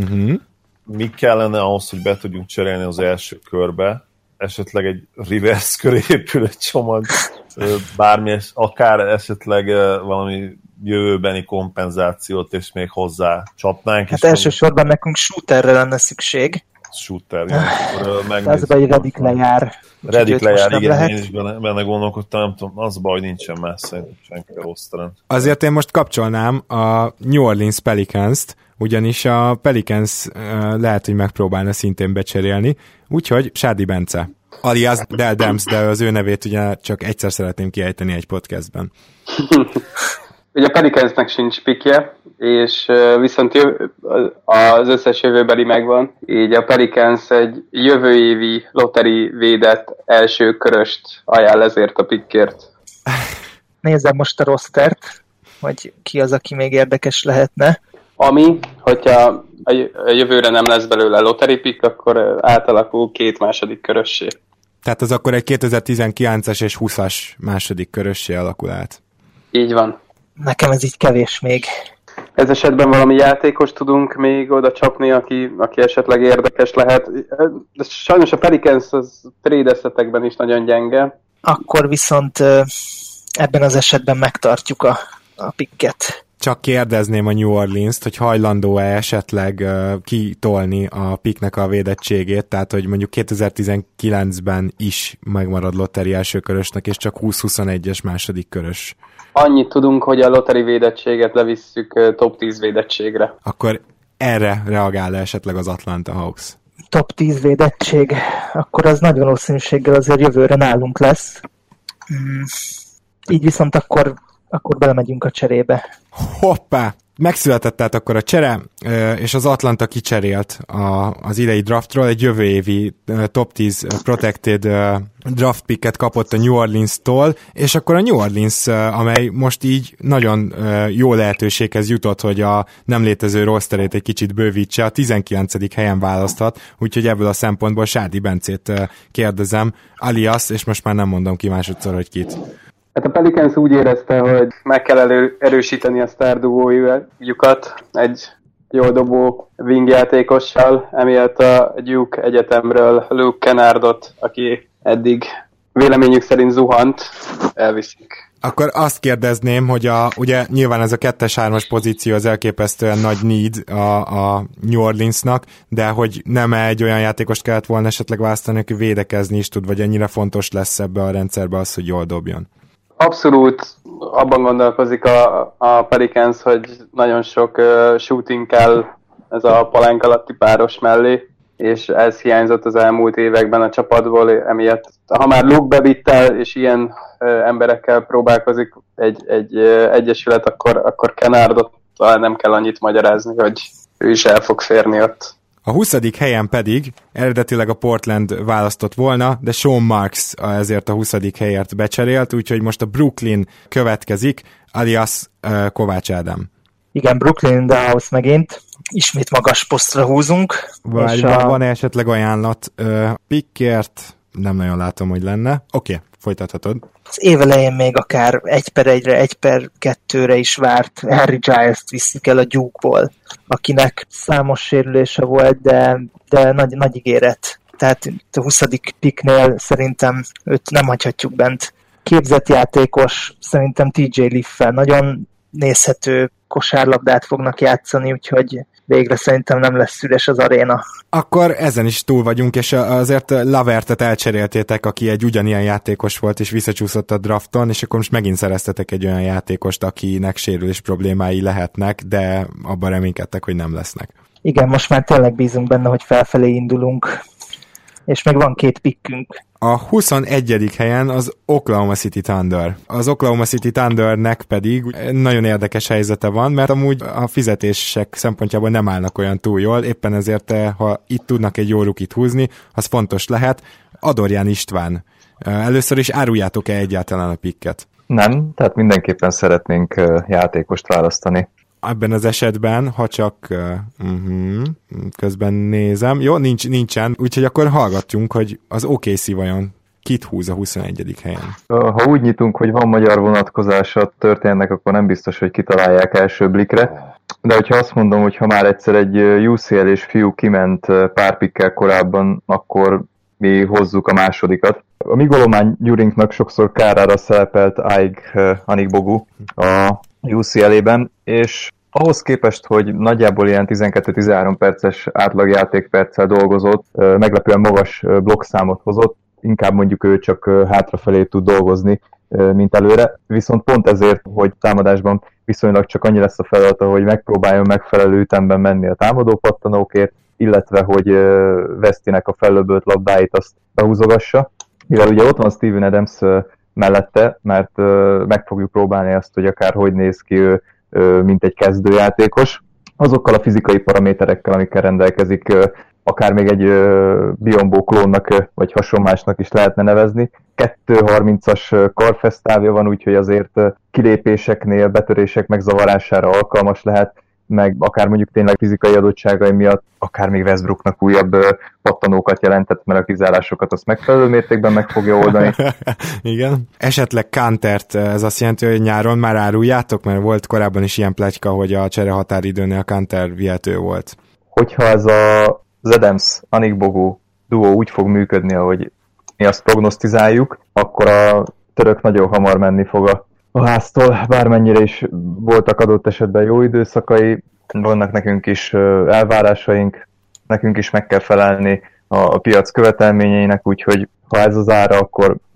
B: Mi kellene ahhoz, hogy be tudjunk cserélni az első körbe? Esetleg egy reverse köré épül egy csomag, bármi, akár esetleg valami jövőbeni kompenzációt, és még hozzá csapnánk.
E: Hát elsősorban nekünk shooterre lenne szükség.
B: Shooter, ja.
E: Ez egy Redick lejár.
B: Redick lejár, igen, lehet. Én is benne gondolkodtam, nem tudom, az baj, nincsen más szerintem senki a rosteren.
A: Azért én most kapcsolnám a New Orleans Pelicans-t, ugyanis a Pelicans lehet, hogy megpróbálna szintén becserélni, úgyhogy Sádi Bence, alias Del Dems, de az ő nevét ugye csak egyszer szeretném kiejteni egy podcastben.
F: Ugye a Pelicansnek sincs pikje, és viszont az összes jövőbeli megvan, így a Pelicans egy jövő évi lottery védett első köröst ajánl ezért a pikkért.
E: Nézzem most a rostert, hogy ki az, aki még érdekes lehetne.
F: Ami, hogyha a jövőre nem lesz belőle lottery pick, akkor átalakul 2 második körössé.
A: Tehát az akkor egy 2019-es és 20-as második körössé alakul át.
F: Így van.
E: Nekem ez így kevés még.
F: Ez esetben valami játékos tudunk még oda csapni, aki esetleg érdekes lehet. De sajnos a Pelicans az trade eszetekben is nagyon gyenge.
E: Akkor viszont ebben az esetben megtartjuk a picket.
A: Csak kérdezném a New Orleans-t, hogy hajlandó-e esetleg kitolni a picknek a védettségét, tehát hogy mondjuk 2019-ben is megmarad lottery első körösnek, és csak 20-21-es második körös.
F: Annyit tudunk, hogy a lottery védettséget levisszük top 10 védettségre.
A: Akkor erre reagál esetleg az Atlanta Hawks?
E: top 10 védettség, akkor az nagy valószínűséggel azért jövőre nálunk lesz. Így viszont akkor belemegyünk a cserébe.
A: Hoppá! Megszületett tehát akkor a csere, és az Atlanta kicserélt az idei draftról, egy jövő évi top 10 protected draft picket kapott a New Orleans-tól, és akkor a New Orleans, amely most így nagyon jó lehetőséghez jutott, hogy a nem létező rosterét egy kicsit bővítse, a 19. helyen választhat, úgyhogy ebből a szempontból Sárdi Bencét kérdezem, alias, és most már nem mondom ki másodszor, hogy kit.
F: Hát a Pelicans úgy érezte, hogy meg kell erősíteni a sztár dugójukat egy jól dobó wing játékossal, emiatt a Duke Egyetemről Luke Kennardot, aki eddig véleményük szerint zuhant, elviszik.
A: Akkor azt kérdezném, hogy ugye nyilván ez a 2-3-as pozíció az elképesztően nagy need a New Orleansnak, de hogy nem egy olyan játékost kellett volna esetleg választani, aki védekezni is tud, vagy ennyire fontos lesz ebbe a rendszerbe az, hogy jól dobjon?
F: Abszolút abban gondolkozik a Pelicans, hogy nagyon sok shooting kell ez a palánk alatti páros mellé, és ez hiányzott az elmúlt években a csapatból, emiatt ha már Luke bevittel, és ilyen emberekkel próbálkozik egy egyesület, akkor Kennardot talán nem kell annyit magyarázni, hogy ő is el fog férni ott.
A: A 20. helyen pedig eredetileg a Portland választott volna, de Sean Marks ezért a 20. helyért becserélt, úgyhogy most a Brooklyn következik, alias Kovács Ádám.
E: Igen, Brooklyn in the house megint. Ismét magas posztra húzunk.
A: Vagy van-e esetleg ajánlat pickért? Nem nagyon látom, hogy lenne. Oké, folytathatod.
E: Az év elején még akár 1/1-re, 1/2-re is várt Harry Giles-t visszük el a Duke-ból, akinek számos sérülése volt, de nagy ígéret. Tehát a 20. picknél szerintem őt nem hagyhatjuk bent. Képzett játékos, szerintem TJ Leaf-fel nagyon nézhető kosárlabdát fognak játszani, úgyhogy végre szerintem nem lesz üres az aréna.
A: Akkor ezen is túl vagyunk, és azért Lavertet elcseréltétek, aki egy ugyanilyen játékos volt, és visszacsúszott a drafton, és akkor most megint szereztetek egy olyan játékost, akinek sérülés problémái lehetnek, de abban reménykedtek, hogy nem lesznek.
E: Igen, most már tényleg bízunk benne, hogy felfelé indulunk, és még van 2 pickünk.
A: A 21. helyen az Oklahoma City Thunder. Az Oklahoma City Thundernek pedig nagyon érdekes helyzete van, mert amúgy a fizetések szempontjából nem állnak olyan túl jól, éppen ezért, ha itt tudnak egy jó rukit húzni, az fontos lehet. Adorján István, először is áruljátok-e egyáltalán a picket?
G: Nem, tehát mindenképpen szeretnénk játékost választani.
A: Ebben az esetben, ha csak közben nézem, jó, nincsen, úgyhogy akkor hallgatjunk, hogy az OKC vajon kit húz a 21. helyen.
G: Ha úgy nyitunk, hogy van magyar vonatkozása történnek, akkor nem biztos, hogy kitalálják első blikre, de hogyha azt mondom, hogy ha már egyszer egy UCL és fiú kiment pár pikkel korábban, akkor mi hozzuk a másodikat. A mi Golomán Gyurinknak sokszor kárára szerepelt Aig Anigbogu a UCL-ében, és ahhoz képest, hogy nagyjából ilyen 12-13 perces átlagjátékperccel dolgozott, meglepően magas blokkszámot hozott, inkább mondjuk ő csak hátrafelé tud dolgozni, mint előre, viszont pont ezért, hogy támadásban viszonylag csak annyi lesz a feladata, hogy megpróbáljon megfelelő ütemben menni a támadó pattanókért, illetve hogy Westinek a fellöbölt labdáit azt behúzogassa, mivel ugye ott van Steven Adams mellette, mert meg fogjuk próbálni azt, hogy akár hogy néz ki ő, mint egy kezdőjátékos. Azokkal a fizikai paraméterekkel, amikkel rendelkezik, akár még egy Biombó klónnak, vagy hasonlásnak is lehetne nevezni. 2.30-as karfesztávja van, úgyhogy azért kilépéseknél, betörések megzavarására alkalmas lehet, meg akár mondjuk tényleg fizikai adottságai miatt, akár még Westbrooknak újabb pattanókat jelentett, mert a kizárásokat azt megfelelő mértékben meg fogja oldani.
A: Igen. Esetleg Kantert, ez azt jelenti, hogy nyáron már áruljátok, mert volt korábban is ilyen pletyka, hogy a csere határidőnél Kanter vihető volt.
G: Hogyha ez az Adams Anigbogu duó úgy fog működni, ahogy mi azt prognosztizáljuk, akkor a török nagyon hamar menni fog a háztól, bármennyire is voltak adott esetben jó időszakai, vannak nekünk is elvárásaink, nekünk is meg kell felelni a piac követelményeinek, úgyhogy ha ez az ára, akkor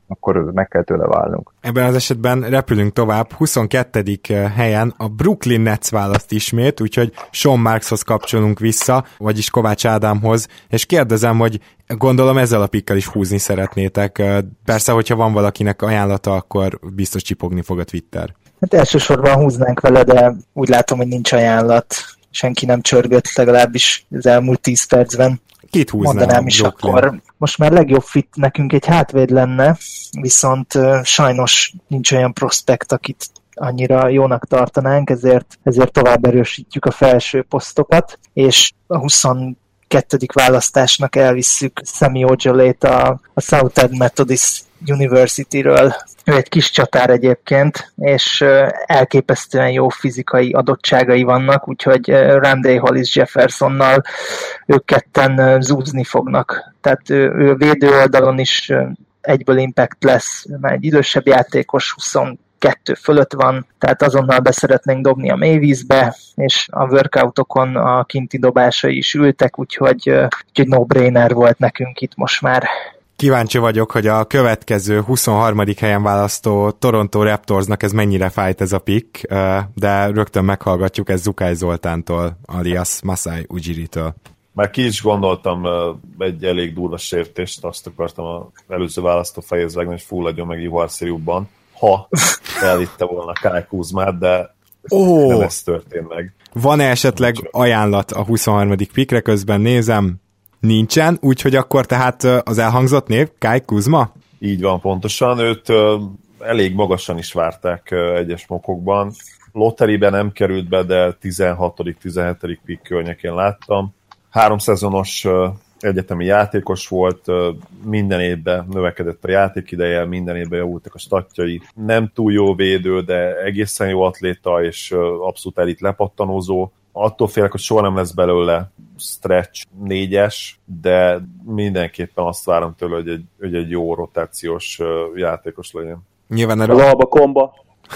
G: akkor meg kell tőle válnunk.
A: Ebben az esetben repülünk tovább. 22. helyen a Brooklyn Nets választ ismét, úgyhogy Sean Markshoz kapcsolunk vissza, vagyis Kovács Ádámhoz, és kérdezem, hogy gondolom ezzel a pikkel is húzni szeretnétek. Persze, hogyha van valakinek ajánlata, akkor biztos csipogni fog a Twitter.
E: Hát elsősorban húznánk vele, de úgy látom, hogy nincs ajánlat. Senki nem csörgött, legalábbis az elmúlt 10 percben.
A: Kit húznám?
E: Mondanám is akkor. Most már legjobb fit nekünk egy hátvéd lenne, viszont sajnos nincs olyan prospekt, akit annyira jónak tartanánk, ezért tovább erősítjük a felső posztokat, és a 22. választásnak elvisszük Semi Ojelét a Southend Methodist University-ről. Ő egy kis csatár egyébként, és elképesztően jó fizikai adottságai vannak, úgyhogy Randall Hollis Jeffersonnal ők ketten zúzni fognak. Tehát ő védő oldalon is egyből impact lesz, már egy idősebb játékos, 22 fölött van, tehát azonnal beszeretnénk dobni a mélyvízbe, és a workoutokon a kinti dobásai is ültek, úgyhogy no-brainer volt nekünk itt most már.
A: Kíváncsi vagyok, hogy a következő 23. helyen választó Toronto Raptorsnak ez mennyire fájt ez a pick, de rögtön meghallgatjuk ezt Zukály Zoltántól, alias Masai Ujiri-től.
B: Már ki is gondoltam egy elég durva sértést, azt akartam az előző választó fejezlegni, hogy fulladjon meg Juharsziriubban, ha elvitte volna Kyle Kuzmát, de nem ez történt meg.
A: Van-e esetleg ajánlat a 23. pickre, közben nézem? Nincsen, úgyhogy akkor tehát az elhangzott név, Kyle Kuzma?
B: Így van, pontosan. Őt elég magasan is várták egyes mokokban. Lotteriben nem került be, de 16.-17. pick környékén láttam. 3 szezonos egyetemi játékos volt, minden évben növekedett a játékideje, minden évben javultak a statjai. Nem túl jó védő, de egészen jó atléta, és abszolút elit lepattanózó. Attól félek, hogy soha nem lesz belőle stretch 4-es, de mindenképpen azt várom tőle, hogy egy jó rotációs játékos legyen.
A: Nyilván
D: az alba komba.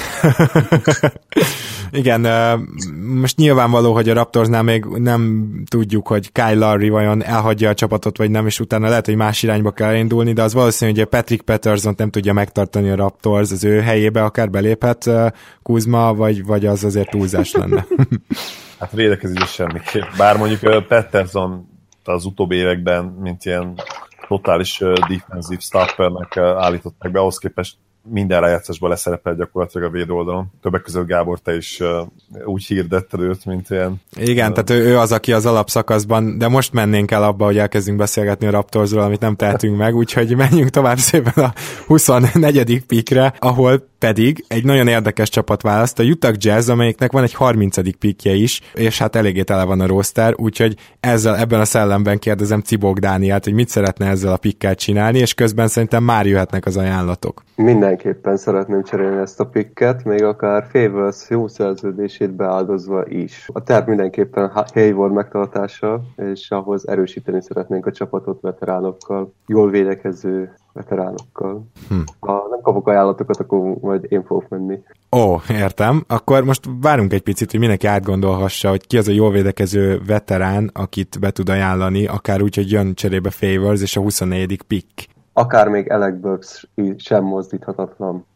A: Igen, most nyilvánvaló, hogy a Raptorsnál még nem tudjuk, hogy Kyle Lowry vajon elhagyja a csapatot, vagy nem, és utána lehet, hogy más irányba kell indulni, de az valószínű, hogy Patrick Patterson nem tudja megtartani a Raptors, az ő helyébe akár beléphet Kuzma, vagy az azért túlzás lenne.
B: Hát védekezés semmiképp. Bár mondjuk Patterson az utóbbi években, mint ilyen totális defensive stoppernek állították be, ahhoz képest minden rájátszásban leszerepel gyakorlatilag a védő oldalon. Többek között Gábor, te is úgy hirdetted őt, mint ilyen...
A: Igen, tehát ő az, aki az alapszakaszban, de most mennénk el abba, hogy elkezdünk beszélgetni a Raptorsról, amit nem tehetünk meg, úgyhogy menjünk tovább szépen a 24. pickre, ahol pedig egy nagyon érdekes csapat választ, a Utah Jazz, amelyiknek van egy 30. pickje is, és hát eléggé tele van a roster, úgyhogy ebben a szellemben kérdezem Cibók Dánielt, hogy mit szeretne ezzel a pickkel csinálni, és közben szerintem már jöhetnek az ajánlatok.
C: Mindenképpen szeretném cserélni ezt a picket, még akár Favors jó szerződését beáldozva is. A terv mindenképpen Hayward megtartása, és ahhoz erősíteni szeretnénk a csapatot veteránokkal, jól védekező veteránokkal. Ha nem kapok ajánlatokat, akkor majd én fogok menni.
A: Ó, értem. Akkor most várunk egy picit, hogy mindenki átgondolhassa, hogy ki az a jól védekező veterán, akit be tud ajánlani, akár úgy, hogy jön cserébe Favors és a 24. pick.
C: Akár még Alec Burks sem mozdíthatatlan.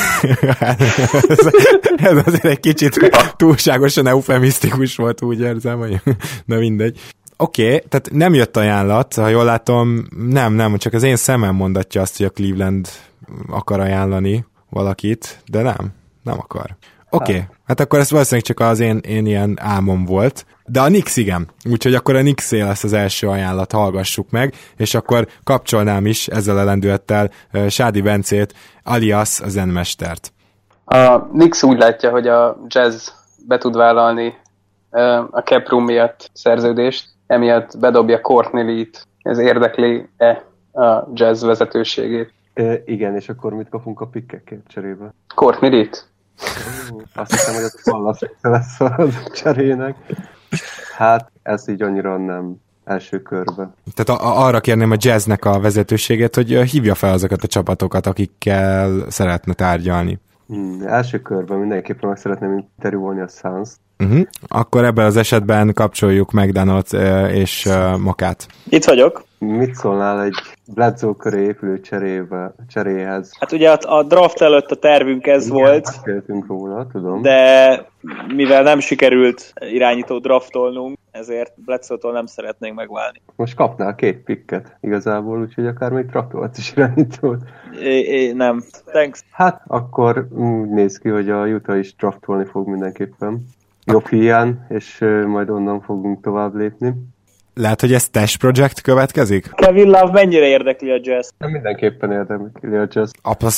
A: ez azért egy kicsit túlságosan eufemisztikus volt, úgy érzem, hogy de mindegy. Oké, tehát nem jött ajánlat, ha jól látom, nem, csak az én szemem mondatja azt, hogy a Cleveland akar ajánlani valakit, de nem akar. Oké, hát akkor ez valószínűleg csak az én ilyen álmom volt, de a Knicks igen, úgyhogy akkor a Knicks-é lesz az első ajánlat, hallgassuk meg, és akkor kapcsolnám is ezzel a lendülettel Sádi Bencét, alias a zenmestert.
F: A Knicks úgy látja, hogy a Jazz be tud vállalni a cap room miatt szerződést, emiatt bedobja Courtney Lee-t. Ez érdekli-e a Jazz vezetőségét?
C: Igen, és akkor mit kapunk a pikkekért cserébe?
F: Courtney Lee-t?
C: Azt hiszem, hogy az Dallas lesz a cserének. Hát, ez így annyira nem első körben.
A: Tehát arra kérném a Jazznek a vezetőségét, hogy hívja fel azokat a csapatokat, akikkel szeretne tárgyalni.
C: Első körben mindenképpen meg szeretném interjúolni a Suns.
A: Akkor ebben az esetben kapcsoljuk McDonald's és Makát.
D: Itt vagyok.
C: Mit szólnál egy Bledsoe köré épülő cseréhez?
D: Hát ugye a draft előtt a tervünk ez volt,
C: róla, tudom.
D: De mivel nem sikerült irányító draftolnunk, ezért Bledsoe-tól nem szeretnénk megválni.
C: Most kapnál 2 picket igazából, úgyhogy akár még draftolt is irányítót.
D: Nem. Thanks.
C: Hát akkor úgy néz ki, hogy a Utah is draftolni fog mindenképpen. Jobb hiány, és majd onnan fogunk tovább lépni.
A: Lehet, hogy ez Stash Project következik?
D: Kevin Love mennyire érdekli a Jazz?
C: Mindenképpen érdekli a Jazz.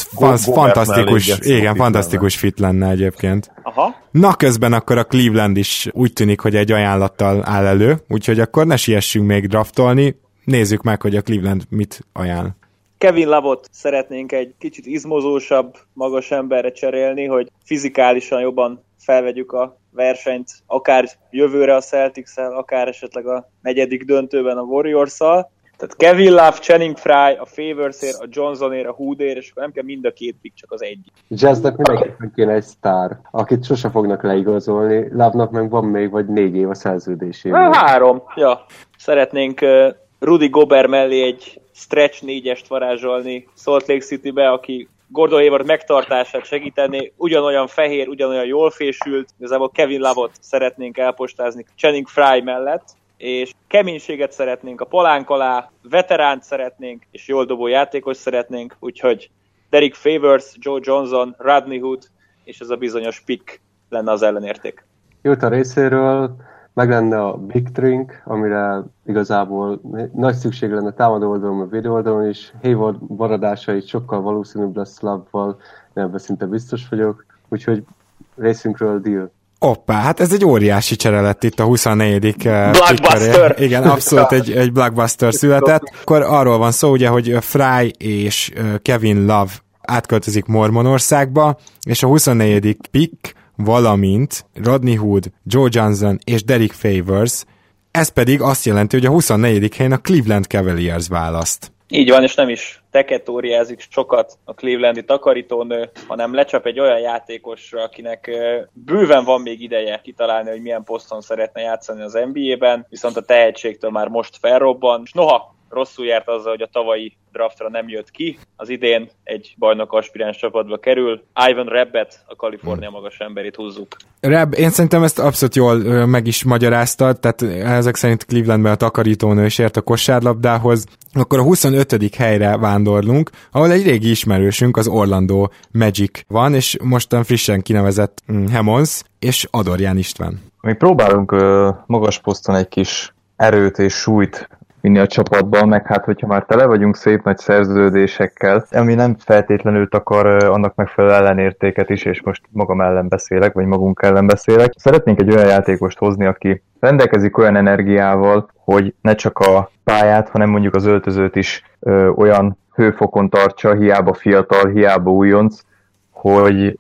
A: Az fantasztikus, igen, fantasztikus fit lenne egyébként.
D: Aha.
A: Na, közben akkor a Cleveland is úgy tűnik, hogy egy ajánlattal áll elő, úgyhogy akkor ne siessünk még draftolni, nézzük meg, hogy a Cleveland mit ajánl.
D: Kevin Love-ot szeretnénk egy kicsit izmozósabb, magas emberre cserélni, hogy fizikálisan jobban felvegyük a versenyt, akár jövőre a Celtics-el, akár esetleg a 4. döntőben a Warriors-szal. Tehát Kevin Love, Channing Frye, a Favorsért, a Johnsonért, a Hoodért, és akkor nem kell mind a 2 pick, csak az egy.
C: Jazznek mindenképpen kéne egy sztár, akit sose fognak leigazolni. Love-nak meg van még vagy 4 év a szerződésében.
D: 3. Ja. Szeretnénk Rudy Gobert mellé egy stretch 4-est varázsolni Salt Lake Citybe, aki Gordon Hayward megtartását segíteni, ugyanolyan fehér, ugyanolyan jól fésült, igazából Kevin Love-ot szeretnénk elpostázni Channing Frye mellett, és keménységet szeretnénk a palánk alá, veteránt szeretnénk, és jól dobó játékos szeretnénk, úgyhogy Derek Favors, Joe Johnson, Rodney Hood, és ez a bizonyos pick lenne az ellenérték.
C: Utah részéről meg lenne a Big Drink, amire igazából nagy szükség lenne támadó oldalon, a védő oldalon is. Hayward maradása is sokkal valószínűbb lesz Love-val, ebben szinte biztos vagyok. Úgyhogy részünkről deal.
A: Hoppá, hát ez egy óriási csere lett itt a 24.
D: Blockbuster!
A: Igen, abszolút egy blockbuster született. Akkor arról van szó, ugye, hogy Frye és Kevin Love átköltözik Mormonországba, és a 24. pick, valamint Rodney Hood, Joe Johnson és Derek Favors, ez pedig azt jelenti, hogy a 24. helyen a Cleveland Cavaliers választ.
D: Így van, és nem is teketóriázik sokat a clevelandi takarítónő, hanem lecsap egy olyan játékosra, akinek bőven van még ideje kitalálni, hogy milyen poszton szeretne játszani az NBA-ben, viszont a tehetségtől már most felrobban, és noha rosszul járt azzal, hogy a tavalyi draftra nem jött ki, az idén egy bajnok aspiráns csapatba kerül. Ivan Rabbet, a Kalifornia magas emberét húzzuk.
A: Rabb, én szerintem ezt abszolút jól meg is magyaráztad, tehát ezek szerint Clevelandben a takarítónő is ért a kosárlabdához. Akkor a 25. helyre vándorlunk, ahol egy régi ismerősünk, az Orlando Magic van, és mostan frissen kinevezett Hammonds és Adorján István.
G: Mi próbálunk magas poszton egy kis erőt és súlyt vinni a csapatban, meg hát, hogyha már tele vagyunk szép nagy szerződésekkel, ami nem feltétlenül akar annak megfelelő ellenértéket is, és most magam ellen beszélek, vagy magunk ellen beszélek. Szeretnénk egy olyan játékost hozni, aki rendelkezik olyan energiával, hogy ne csak a pályát, hanem mondjuk az öltözőt is olyan hőfokon tartsa, hiába fiatal, hiába újonc, hogy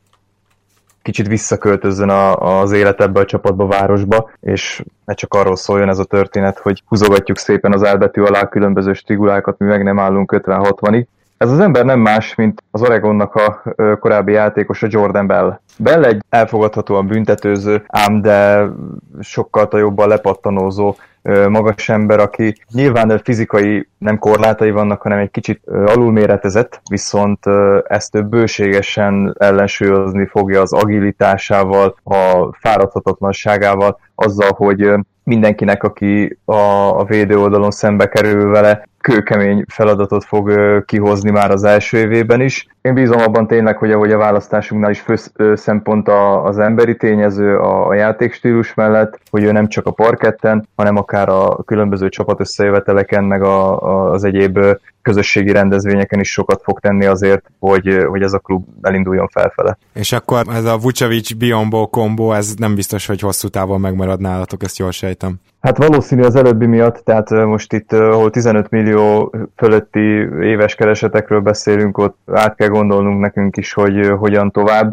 G: kicsit visszaköltözzön az élet ebbe a csapatba, városba, és ne csak arról szóljon ez a történet, hogy húzogatjuk szépen az elbetű alá különböző strigulákat, mi meg nem állunk 50-60-ig. Ez az ember nem más, mint az Oregonnak a korábbi játékosa, Jordan Bell. Bell egy elfogadhatóan büntetőző, ám de sokkal jobban lepattanózó magas ember, aki nyilván fizikai nem korlátai vannak, hanem egy kicsit alulméretezett, viszont ezt ő bőségesen ellensúlyozni fogja az agilitásával, a fáradhatatlanságával, azzal, hogy mindenkinek, aki a védő oldalon szembe kerül vele, kőkemény feladatot fog kihozni már az első évében is. Én bízom abban tényleg, hogy ahogy a választásunknál is fő szempont az emberi tényező a játékstílus mellett, hogy ő nem csak a parketten, hanem akár a különböző csapatösszejöveteleken, meg az egyéb közösségi rendezvényeken is sokat fog tenni azért, hogy ez a klub elinduljon felfele.
A: És akkor ez a Vucevic-Biyombo kombó, ez nem biztos, hogy hosszú távon megmarad nálatok, ezt jól sejtem.
G: Hát valószínű az előbbi miatt, tehát most itt, ahol 15 millió fölötti éves keresetekről beszélünk, ott át kell gondolnunk nekünk is, hogy hogyan tovább.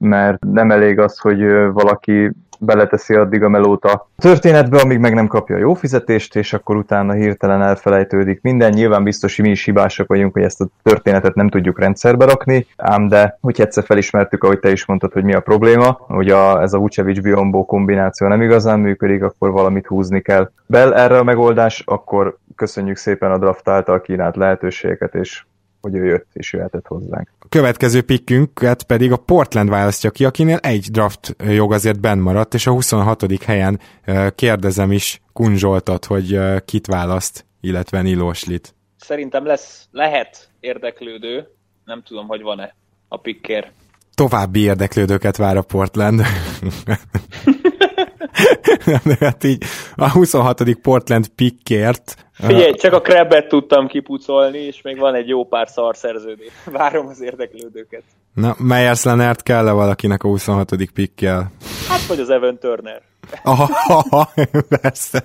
G: mert nem elég az, hogy valaki beleteszi addig a melót a történetbe, amíg meg nem kapja a jó fizetést, és akkor utána hirtelen elfelejtődik minden. Nyilván biztos, hogy mi is hibásak vagyunk, hogy ezt a történetet nem tudjuk rendszerbe rakni, ám de hogy egyszer felismertük, ahogy te is mondtad, hogy mi a probléma, hogy ez a Vucevic-Biyombo kombináció nem igazán működik, akkor valamit húzni kell. Bell erre a megoldás, akkor köszönjük szépen a draft által kínált lehetőségeket, és hogy ő jött és jöhetett hozzánk.
A: A következő pickünket pedig a Portland választja ki, akinél egy draft jog azért benn maradt, és a 26. helyen kérdezem is Kun Zsoltot, hogy kit választ, illetve Nilóslit.
D: Szerintem lehet érdeklődő, nem tudom, hogy van-e a pickért.
A: További érdeklődőket vár a Portland. Hát így a 26. Portland pickért.
D: Figyelj, csak a Crabbet tudtam kipucolni, és még van egy jó pár szarszerződés. Várom az érdeklődőket.
A: Na, Meyers Leonard kell-e valakinek a 26. pickkel?
D: Hát, vagy az Evan Turner.
A: Aha, persze.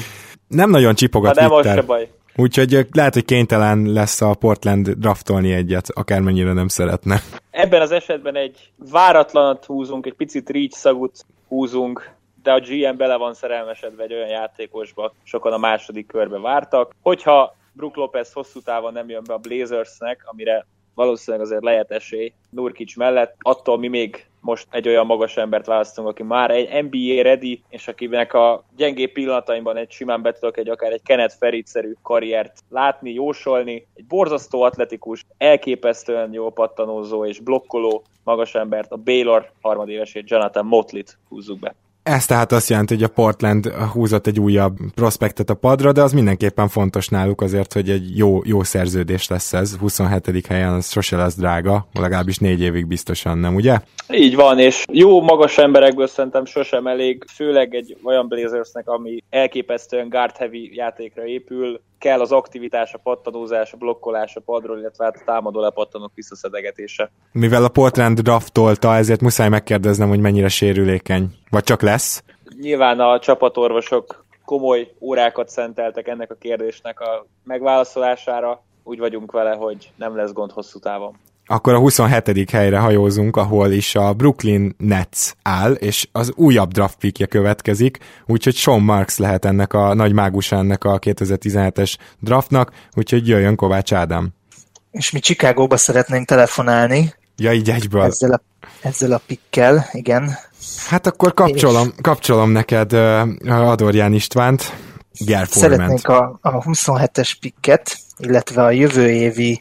A: Nem nagyon csipogat
D: Twitter. Nem, az se baj.
A: Úgyhogy lehet, hogy kénytelen lesz a Portland draftolni egyet, akármennyire nem szeretne.
D: Ebben az esetben egy váratlanat húzunk, egy picit reach szagut húzunk, de a GM bele van szerelmesedve egy olyan játékosba, sokan a második körbe vártak. Hogyha Brook Lopez hosszú távon nem jön be a Blazersnek, amire valószínűleg azért lehet esély Nurkic mellett, attól mi még most egy olyan magas embert választunk, aki már egy NBA ready, és akinek a gyengébb pillanataimban egy simán be tudok akár egy Kenneth Farid-szerű karriert látni, jósolni. Egy borzasztó atletikus, elképesztően jó pattanózó és blokkoló magas embert, a Baylor harmadévesét, Jonathan Motleyt húzzuk be.
A: Ez tehát azt jelenti, hogy a Portland húzott egy újabb prospektet a padra, de az mindenképpen fontos náluk azért, hogy egy jó szerződés lesz ez. 27. helyen az sose lesz drága, legalábbis 4 évig biztosan nem, ugye?
D: Így van, és jó magas emberekből szerintem sosem elég, főleg egy olyan Blazersnek, ami elképesztően guard-heavy játékra épül, kell az aktivitás, a pattanózás, a blokkolás a padról, illetve a támadó lepattanók visszaszedegetése.
A: Mivel a Portland draftolta, ezért muszáj megkérdeznem, hogy mennyire sérülékeny. Vagy csak lesz?
D: Nyilván a csapatorvosok komoly órákat szenteltek ennek a kérdésnek a megválaszolására. Úgy vagyunk vele, hogy nem lesz gond hosszú távon.
A: Akkor a 27. helyre hajózunk, ahol is a Brooklyn Nets áll, és az újabb draft pickje következik, úgyhogy Sean Marks lehet ennek a nagy mágusa ennek a 2017-es draftnak, úgyhogy jöjjön Kovács Ádám.
E: És mi Chicagóba szeretnénk telefonálni.
A: Ja, így egyből.
E: Ezzel a pickkel, igen.
A: Hát akkor kapcsolom neked Adorján Istvánt,
E: Szeretnénk a 27-es picket, illetve a jövő évi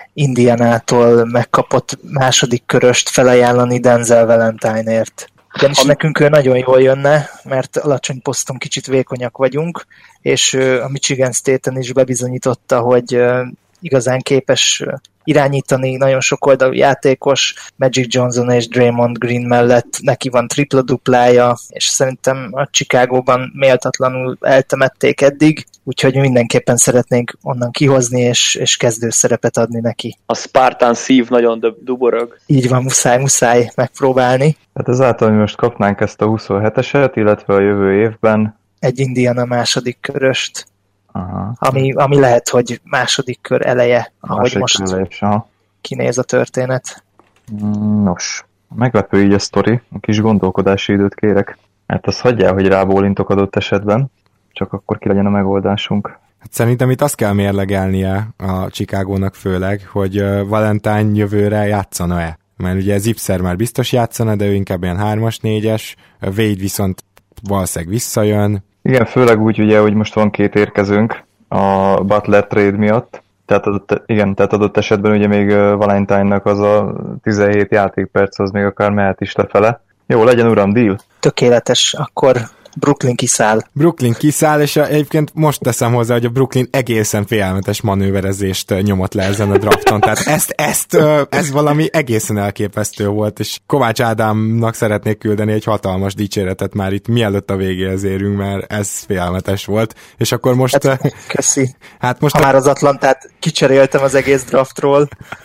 E: Indianától megkapott második köröst felajánlani Denzel Valentine-ért. Ugyanis nekünk ő nagyon jól jönne, mert alacsony poszton kicsit vékonyak vagyunk, és a Michigan State-en is bebizonyította, hogy igazán képes irányítani, nagyon sokoldalú játékos, Magic Johnson és Draymond Green mellett neki van tripla-duplája, és szerintem a Chicagóban méltatlanul eltemették eddig, úgyhogy mindenképpen szeretnénk onnan kihozni, és kezdőszerepet adni neki.
D: A Spartan szív nagyon duborog.
E: Így van, muszáj megpróbálni.
G: Hát ezáltal, hogy most kapnánk ezt a 27-eset, illetve a jövő évben
E: egy Indiana második köröst.
G: Aha.
E: Ami lehet, hogy második kör eleje, ahogy most
G: elejés,
E: kinéz a történet.
G: Nos, meglepő így a sztori, a kis gondolkodási időt kérek. Hát azt hagyjál, hogy rábólintok adott esetben, csak akkor ki legyen a megoldásunk.
A: Hát szerintem itt azt kell mérlegelnie a Chicagónak főleg, hogy Valentine jövőre játszana-e. Mert ugye Zipser már biztos játszana, de ő inkább ilyen 3-as, 4-es, Wade viszont valószínűleg visszajön.
G: Igen, főleg úgy ugye, hogy most van 2 érkezőnk a Butler trade miatt, tehát adott esetben ugye még Valentine-nak az a 17 játékperc, az még akár mehet is lefele. Jó, legyen uram, deal!
E: Tökéletes, akkor Brooklyn kiszáll, és
A: egyébként most teszem hozzá, hogy a Brooklyn egészen félelmetes manőverezést nyomott le ezen a drafton, tehát ez valami egészen elképesztő volt, és Kovács Ádámnak szeretnék küldeni egy hatalmas dicséretet már itt, mielőtt a végéhez érünk, mert ez félelmetes volt, és akkor most...
E: Köszi.
A: Hát most
E: már az Atlantát kicseréltem az egész draftról.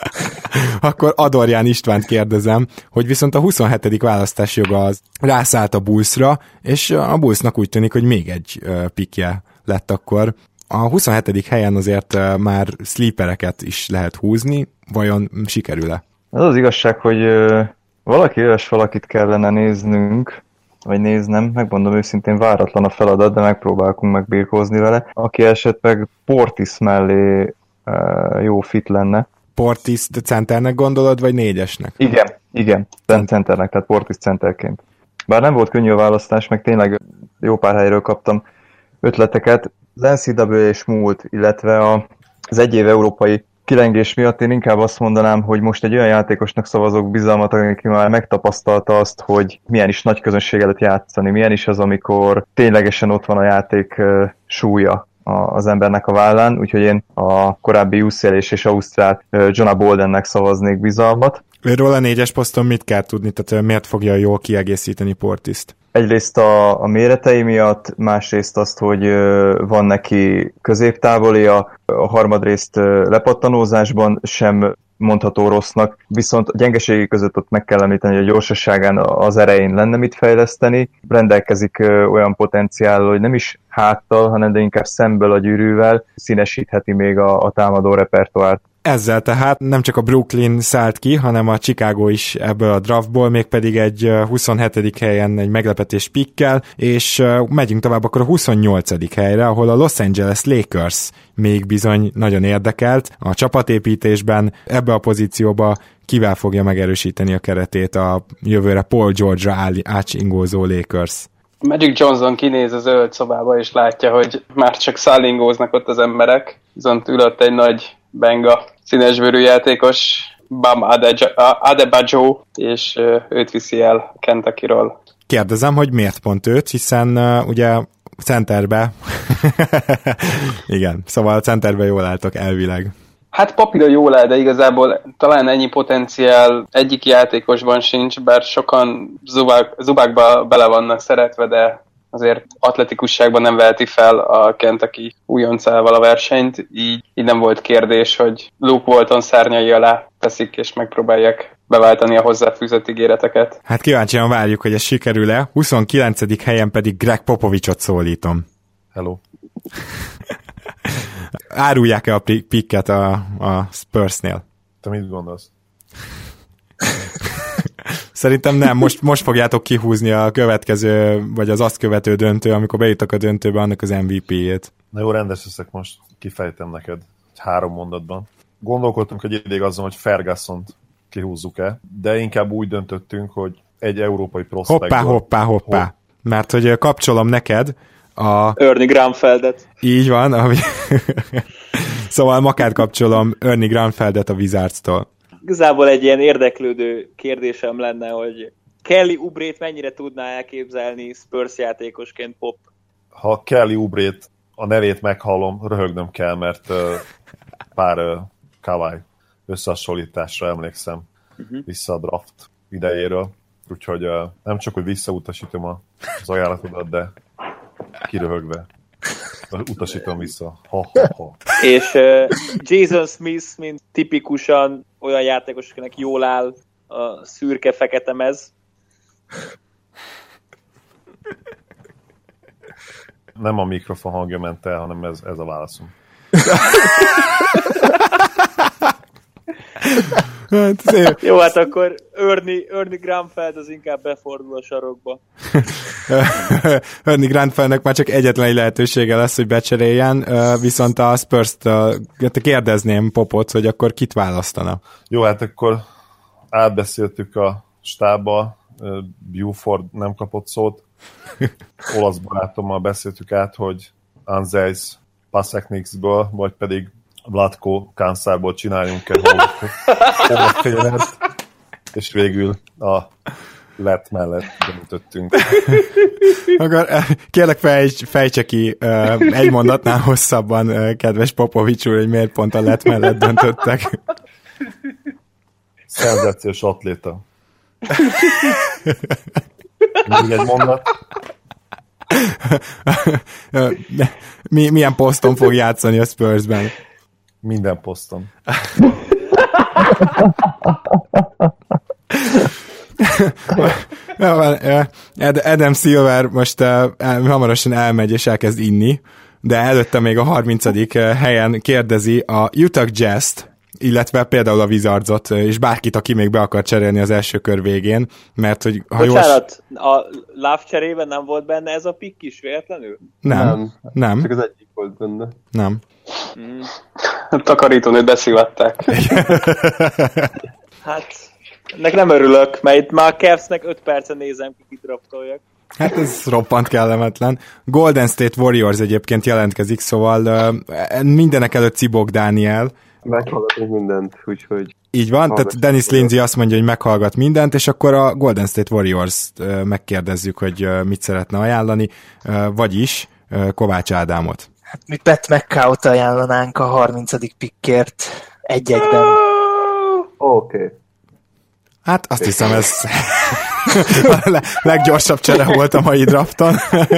A: Akkor Adorján Istvánt kérdezem, hogy viszont a 27. választás joga az rászállt a Bullsra, és a Bullsnak úgy tűnik, hogy még egy pickje lett akkor. A 27. helyen azért már sleepereket is lehet húzni, vajon sikerül-e?
G: Az az igazság, hogy valaki éves valakit kellene néznünk, vagy néznem, megmondom őszintén, váratlan a feladat, de megpróbálunk megbírkózni vele, aki esetleg Portis mellé jó fit lenne.
A: Portis centernek gondolod, vagy négyesnek?
G: Igen, centernek, tehát Portis centerként. Bár nem volt könnyű a választás, meg tényleg jó pár helyről kaptam ötleteket. Az NCAA és múlt, illetve az egy év európai kilengés miatt én inkább azt mondanám, hogy most egy olyan játékosnak szavazok bizalmat, aki már megtapasztalta azt, hogy milyen is nagy közönség előtt játszani, milyen is az, amikor ténylegesen ott van a játék súlya az embernek a vállán, úgyhogy én a korábbi UCLA és Ausztrál Jonah Boldennek szavaznék bizalmat.
A: Őről a négyes poszton mit kell tudni, tehát miért fogja jól kiegészíteni Portist?
G: Egyrészt a méretei miatt, másrészt azt, hogy van neki középtávolia, a harmadrészt lepattanózásban sem mondható rossznak, viszont a gyengeségi között ott meg kell említeni, hogy a gyorsaságán, az erején lenne mit fejleszteni, rendelkezik olyan potenciállal, hogy nem is háttal, hanem de inkább szemből a gyűrűvel színesítheti még a támadó repertoárt.
A: Ezzel tehát nem csak a Brooklyn szállt ki, hanem a Chicago is ebből a draftból, mégpedig egy 27. helyen egy meglepetés pickkel, és megyünk tovább akkor a 28. helyre, ahol a Los Angeles Lakers még bizony nagyon érdekelt. A csapatépítésben ebbe a pozícióba kivel fogja megerősíteni a keretét a jövőre Paul George-ra átsingózó Lakers?
F: Magic Johnson kinéz a zöld szobába, és látja, hogy már csak szállingóznak ott az emberek, viszont ülött egy nagy benga színesbőrű játékos, Bam Adebayo, és őt viszi el Kentucky-ról.
A: Kérdezem, hogy miért pont őt, hiszen ugye centerbe igen, szóval a centerbe jól álltok elvileg.
F: Hát papíron jól áll, de igazából talán ennyi potenciál egyik játékosban sincs, bár sokan zubákba bele vannak szeretve, de azért atletikusságban nem veheti fel a Kentucky újoncával a versenyt, így nem volt kérdés, hogy Luke Walton szárnyai alá teszik, és megpróbálják beváltani a hozzáfűzött ígéreteket.
A: Hát kíváncsian várjuk, hogy ez sikerül-e. 29. helyen pedig Greg Popovichot szólítom.
B: Hello.
A: Árulják-e a picket a Spursnél?
B: Te mit gondolsz?
A: Szerintem nem, most fogjátok kihúzni a következő, vagy az azt követő döntő, amikor bejutok a döntőbe, annak az MVP-jét.
B: Na jó, rendes leszek most, kifejtem neked 3 mondatban. Gondolkodtunk egy ideig azon, hogy Ferguson-t kihúzzuk-e, de inkább úgy döntöttünk, hogy egy európai prospectből...
A: Hoppá. Mert hogy kapcsolom neked
D: Ernie Grunfeldet.
A: Így van, szóval makát kapcsolom Ernie Grunfeldet a Wizardstól.
D: Igazából egy ilyen érdeklődő kérdésem lenne, hogy Kelly Oubrét mennyire tudná elképzelni Spurs játékosként Pop?
B: Ha Kelly Oubrét a nevét meghallom, röhögnöm kell, mert pár Kawhi összehasonlításra emlékszem vissza a draft idejéről, úgyhogy nem csak, hogy visszautasítom az ajánlatodat, de kiröhögve utasítom vissza. Ha.
D: És Jason Smith, mint tipikusan olyan játékos, akinek jól áll a szürke-fekete mez.
B: Nem a mikrofon hangja ment el, hanem ez a válaszom.
D: Jó, hát akkor Ernie Grunfeld az inkább befordul a sarokba.
A: Ernie Grunfeldnek már csak egyetlen lehetősége lesz, hogy becseréljen, viszont a Spurs-t kérdezném Popot, hogy akkor kit választana.
B: Jó, hát akkor átbeszéltük a stábba, Buford nem kapott szót, olasz barátommal beszéltük át, hogy Anzejs Passekniksből, vagy pedig Vlatko Kanszárból csináljunk holmazfényet, és végül a lett mellett döntöttünk.
A: Akkor kérlek fejtse ki egy mondatnál hosszabban, kedves Popovics úr, hogy miért pont a lett mellett döntöttek.
B: Szenzációs atléta. Még egy mondat.
A: Milyen poszton fog játszani a Spursben?
B: Minden poszton.
A: Adam Silver most hamarosan elmegy és elkezd inni, de előtte még a 30. helyen kérdezi a Utah Jazz-t, illetve például a Wizardsot, és bárkit, aki még be akar cserélni az első kör végén, mert hogy ha
D: bocsánat, a Love cserében nem volt benne ez a pick is véletlenül?
A: Nem.
C: Csak az egyik volt benne.
A: Nem.
F: Takarítónőt beszivatták.
D: Hát, ennek nem örülök, mert itt már a Cavs-nek 5 percen nézem, kit draftoljak.
A: Hát ez roppant kellemetlen. Golden State Warriors egyébként jelentkezik, szóval mindenek előtt Cibok Dániel.
C: Meghallgatunk mindent, úgyhogy...
A: Így van, tehát Dennis Lindsay azt mondja, hogy meghallgat mindent, és akkor a Golden State Warriors megkérdezzük, hogy mit szeretne ajánlani, vagyis Kovács Ádámot.
E: Hát mi Pat McCown-t ajánlanánk a 30. pickért 1-1-ben.
C: Oké.
A: Hát azt hiszem, ez a leggyorsabb csere volt a mai drafton.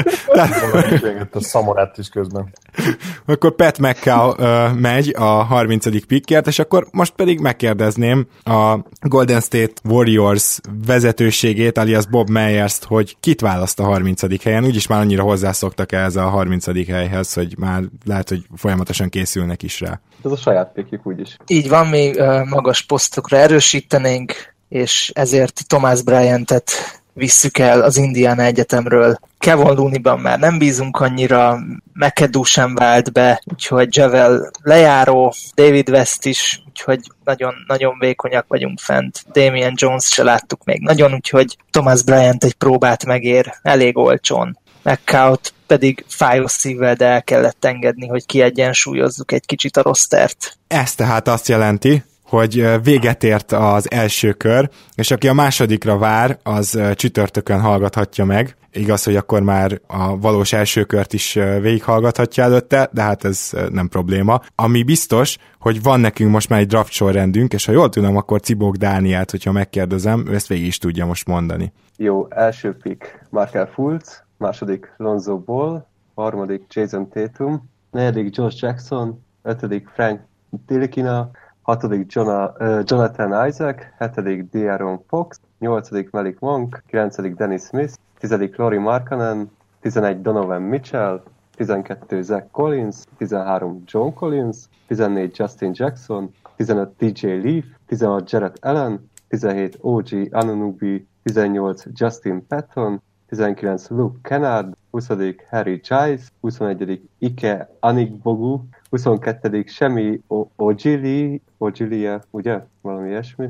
B: A Szamorát is közben.
A: Akkor Pat McCown megy a 30. pickért, és akkor most pedig megkérdezném a Golden State Warriors vezetőségét, alias Bob Meyerst, hogy kit választ a 30. helyen. Úgyis már annyira hozzászoktak ehhez a 30. helyhez, hogy már lehet, hogy folyamatosan készülnek is rá.
C: Ez a saját pickjük úgyis.
E: Így van, mi magas posztokra erősítenénk, és ezért Thomas Bryantet visszük el az Indiana Egyetemről. Kevin Looneyban már nem bízunk annyira, McAdoo sem vált be, úgyhogy Javel lejáró, David West is, úgyhogy nagyon, nagyon vékonyak vagyunk fent. Damian Jones se láttuk még nagyon, úgyhogy Thomas Bryant egy próbát megér, elég olcsón. McCown-t pedig fájós szívvel, de el kellett engedni, hogy kiegyensúlyozzuk egy kicsit a rostert.
A: Ez tehát azt jelenti, hogy véget ért az első kör, és aki a másodikra vár, az csütörtökön hallgathatja meg. Igaz, hogy akkor már a valós első kört is végighallgathatja előtte, de hát ez nem probléma. Ami biztos, hogy van nekünk most már egy draft sorrendünk, és ha jól tudom, akkor Cibok Dánielt, hogyha megkérdezem, ő ezt végig is tudja most mondani.
C: Jó, első pick Markel Fultz, második Lonzo Ball, harmadik Jason Tatum, negyedik Josh Jackson, ötödik Frank Ntilikina, hatodik Jonathan Isaac, hetedik De'Aaron Fox, nyolcadik Malik Monk, kilencedik Dennis Smith, 10. Lauri Markkanen, 11 Donovan Mitchell, 12 Zach Collins, 13 John Collins, 14 Justin Jackson, 15 DJ Leaf, 16 Jarrett Allen, 17 OG Anunoby, 18 Justin Patton, 19 Luke Kennard, 20. Harry Giles, 21. Ike Anigbogu, 22. Semi Ogilia, ugye? Valami ilyesmi.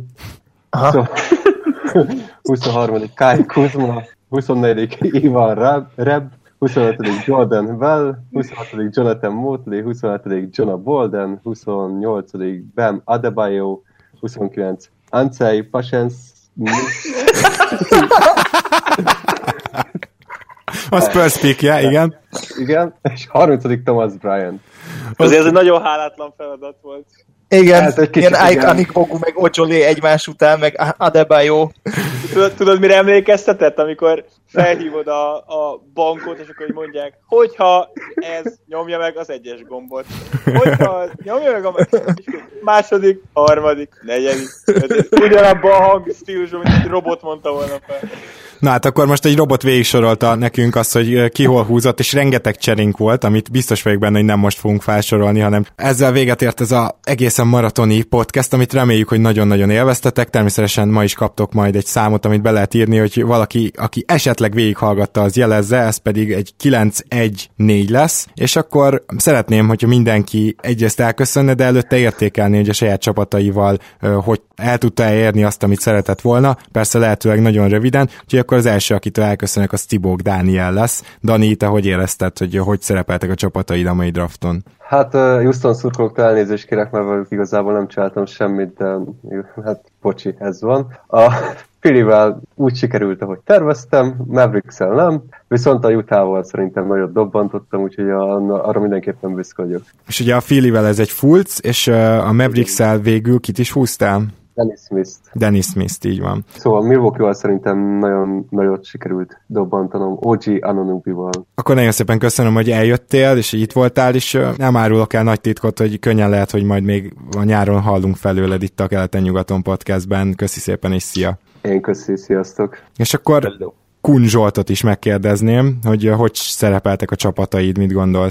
C: 23. Kai Kuzma, 24. Ivan Reb, 25. Jordan Well, 26. Jonathan Motley, 27. Jonah Bolden, 28. Bam Adebayo, 29. Ansei Patience.
A: A Spurs pick-je, igen.
C: Igen, és 30. Thomas Bryant.
D: Azért ez egy nagyon hálátlan feladat volt.
E: Igen, ilyen Iconic Bogu, meg Ojolé egymás után, meg Adebayo.
D: Tudod, mire emlékeztetett, amikor felhívod a bankot, és akkor mondják, hogyha ez nyomja meg az egyes gombot. Hogyha nyomja meg a második, harmadik, negyedik, ötödik. Ugyanabban a hangstílusban, mint egy robot mondta volna fel.
A: Na hát akkor most egy robot végigsorolta nekünk azt, hogy ki hol húzott, és rengeteg cserénk volt, amit biztos vagyok benne, hogy nem most fogunk felsorolni, hanem ezzel véget ért ez az egészen maratoni podcast, amit reméljük, hogy nagyon-nagyon élveztetek. Természetesen ma is kaptok majd egy számot, amit be lehet írni, hogy valaki, aki esetleg végighallgatta, az jelezze, ez pedig egy 914 lesz, és akkor szeretném, hogyha mindenki egyrészt elköszönne, de előtte értékelni, hogy a saját csapataival hogy el tudta érni azt, amit szeretett volna, persze lehetőleg nagyon röviden, úgyhogy akkor az első, akitől elköszönök, az Cibok Dániel lesz. Dani, te hogy érezted, hogy szerepeltek a csapataid a mai drafton?
C: Hát Houston szurkolóktól elnézést kérek, mert velük igazából nem csináltam semmit, de hát bocsi, ez van. A Phillyvel úgy sikerült, ahogy terveztem, Mavericks-el nem, viszont a Utah-val szerintem nagyot dobbantottam, úgyhogy arra mindenképpen büszke vagyok.
A: És ugye a Phillyvel ez egy Fultz, és a Mavericks-el végül kit is húztál? Dennis Smith, így van.
C: Szóval Milwaukee-val szerintem nagyon nagyot sikerült dobbantanom OG Anunoby-val.
A: Akkor nagyon szépen köszönöm, hogy eljöttél, és itt voltál, és nem árulok el nagy titkot, hogy könnyen lehet, hogy majd még a nyáron hallunk felőled itt a Keleten-nyugaton podcastben. Köszi szépen, és szia!
C: Én köszi, sziasztok!
A: És akkor Kun Zsoltot is megkérdezném, hogy szerepeltek a csapataid, mit gondolsz?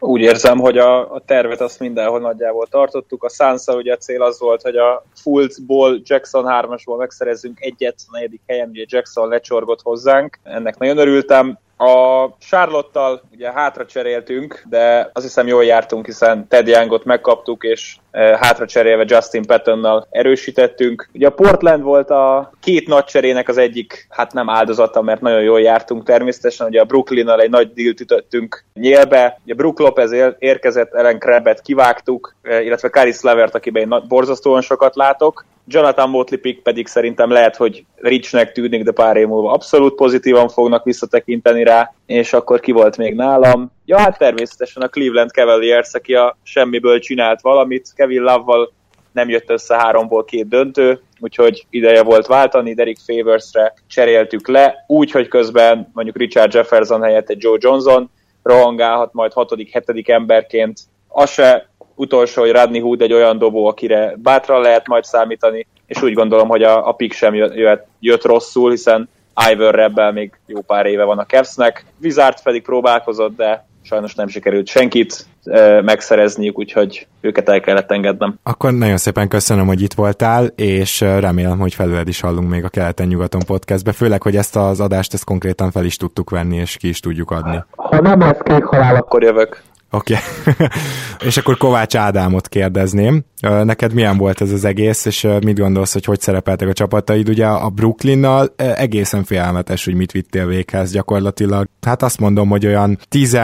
D: Úgy érzem, hogy a tervet azt mindenhol nagyjából tartottuk. A Suns-szal ugye a cél az volt, hogy a Fultzból, Jackson 3-asból megszerezzünk egyet a 4. helyen, ugye Jackson lecsorgott hozzánk. Ennek nagyon örültem. A Charlotte-tal ugye hátra cseréltünk, de azt hiszem jól jártunk, hiszen Ted Youngot megkaptuk, és hátra cserélve Justin Pattonnal erősítettünk. Ugye a Portland volt a két nagy cserének az egyik, hát nem áldozata, mert nagyon jól jártunk természetesen. Ugye a Brooklynnal egy nagy dílt ütöttünk nyélbe. Ugye Brook Lopez érkezett, Ellen Crabbet kivágtuk, illetve Caris Levert, akiben én borzasztóan sokat látok. Jonathan Motley pick pedig szerintem lehet, hogy Richnek tűnik, de pár év múlva abszolút pozitívan fognak visszatekinteni rá, és akkor ki volt még nálam? Ja, hát természetesen a Cleveland Cavaliers, aki a semmiből csinált valamit, Kevin Love-val nem jött össze 3-ból 2 döntő, úgyhogy ideje volt váltani, Derek Favorsre cseréltük le, úgyhogy közben mondjuk Richard Jefferson helyett egy Joe Johnson rohangálhat majd 6.-7. emberként. Az se utolsó, hogy Rodney Hood egy olyan dobó, akire bátran lehet majd számítani, és úgy gondolom, hogy a pick sem jött rosszul, hiszen Ivor Rebbel még jó pár éve van a Cavsnek. Wizards pedig próbálkozott, de sajnos nem sikerült senkit megszerezniük, úgyhogy őket el kellett engednem.
A: Akkor nagyon szépen köszönöm, hogy itt voltál, és remélem, hogy felőled is hallunk még a Keleten-nyugaton podcastbe, főleg, hogy ezt az adást konkrétan fel is tudtuk venni, és ki is tudjuk adni.
F: Ha nem lesz kék halál,
D: akkor jövök.
A: Oké. És akkor Kovács Ádámot kérdezném. Neked milyen volt ez az egész, és mit gondolsz, hogy szerepeltek a csapataid? Ugye a Brooklynnal egészen félelmetes, hogy mit vittél véghez gyakorlatilag. Hát azt mondom, hogy olyan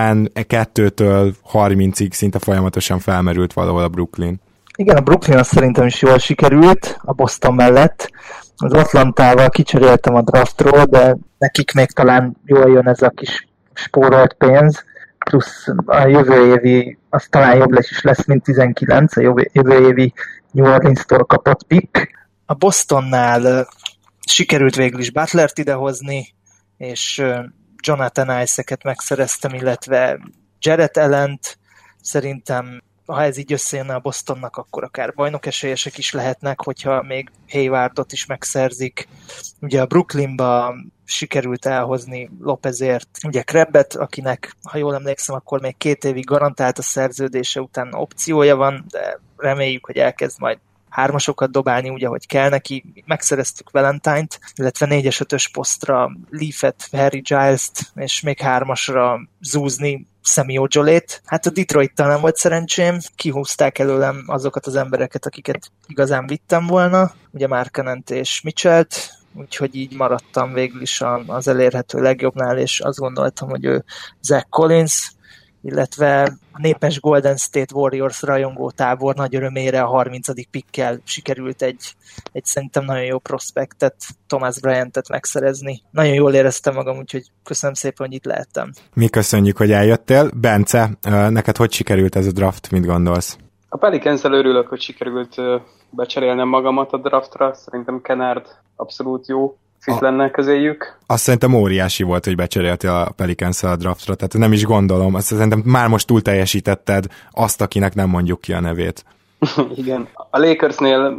A: 12-től 30-ig szinte folyamatosan felmerült valahol a Brooklyn.
E: Igen, a Brooklyn azt szerintem is jól sikerült a Boston mellett. Az Atlantával kicseréltem a draftról, de nekik még talán jól jön ez a kis spórolt pénz, plusz a jövő évi, az talán jobb is lesz, mint 19, a jövő évi New Orleans-tól kapott pick. A Bostonnál sikerült végül is Butlert idehozni, és Jonathan Isaac-et megszereztem, illetve Jarrett Allent. Szerintem, ha ez így összejönne a Bostonnak, akkor akár bajnokesélyesek is lehetnek, hogyha még Haywardot is megszerzik. Ugye a Brooklynba sikerült elhozni Lopezért ugye Crabbet, akinek, ha jól emlékszem, akkor még 2 évig garantált a szerződése, után opciója van, de reméljük, hogy elkezd majd 3-asokat dobálni, úgy, ahogy kell neki. Megszereztük Valentine-t, illetve 4-es 5-ös posztra Leafet, Harry Giles-t, és még 3-asra zúzni Semi Ojelét. Hát a Detroit-tal nem volt szerencsém, kihúzták előlem azokat az embereket, akiket igazán vittem volna, ugye Markkanent és Mitchellt, úgyhogy így maradtam végül is az elérhető legjobbnál, és azt gondoltam, hogy ő Zach Collins, illetve a népes Golden State Warriors rajongó tábor nagy örömére a 30. pickkel sikerült egy szerintem nagyon jó prospektet, Thomas Bryantet megszerezni. Nagyon jól éreztem magam, úgyhogy köszönöm szépen, hogy itt lehettem.
A: Mi köszönjük, hogy eljöttél. Bence, neked hogy sikerült ez a draft, mit gondolsz?
F: A Pelicans-el örülök, hogy sikerült becserélnem magamat a draftra. Szerintem Kennard abszolút jó fit lenne közéjük.
A: Azt szerintem óriási volt, hogy becseréltél a Pelicans-el a draftra, tehát nem is gondolom. Azt szerintem már most túl teljesítetted azt, akinek nem mondjuk ki a nevét.
F: Igen. A Lakersnél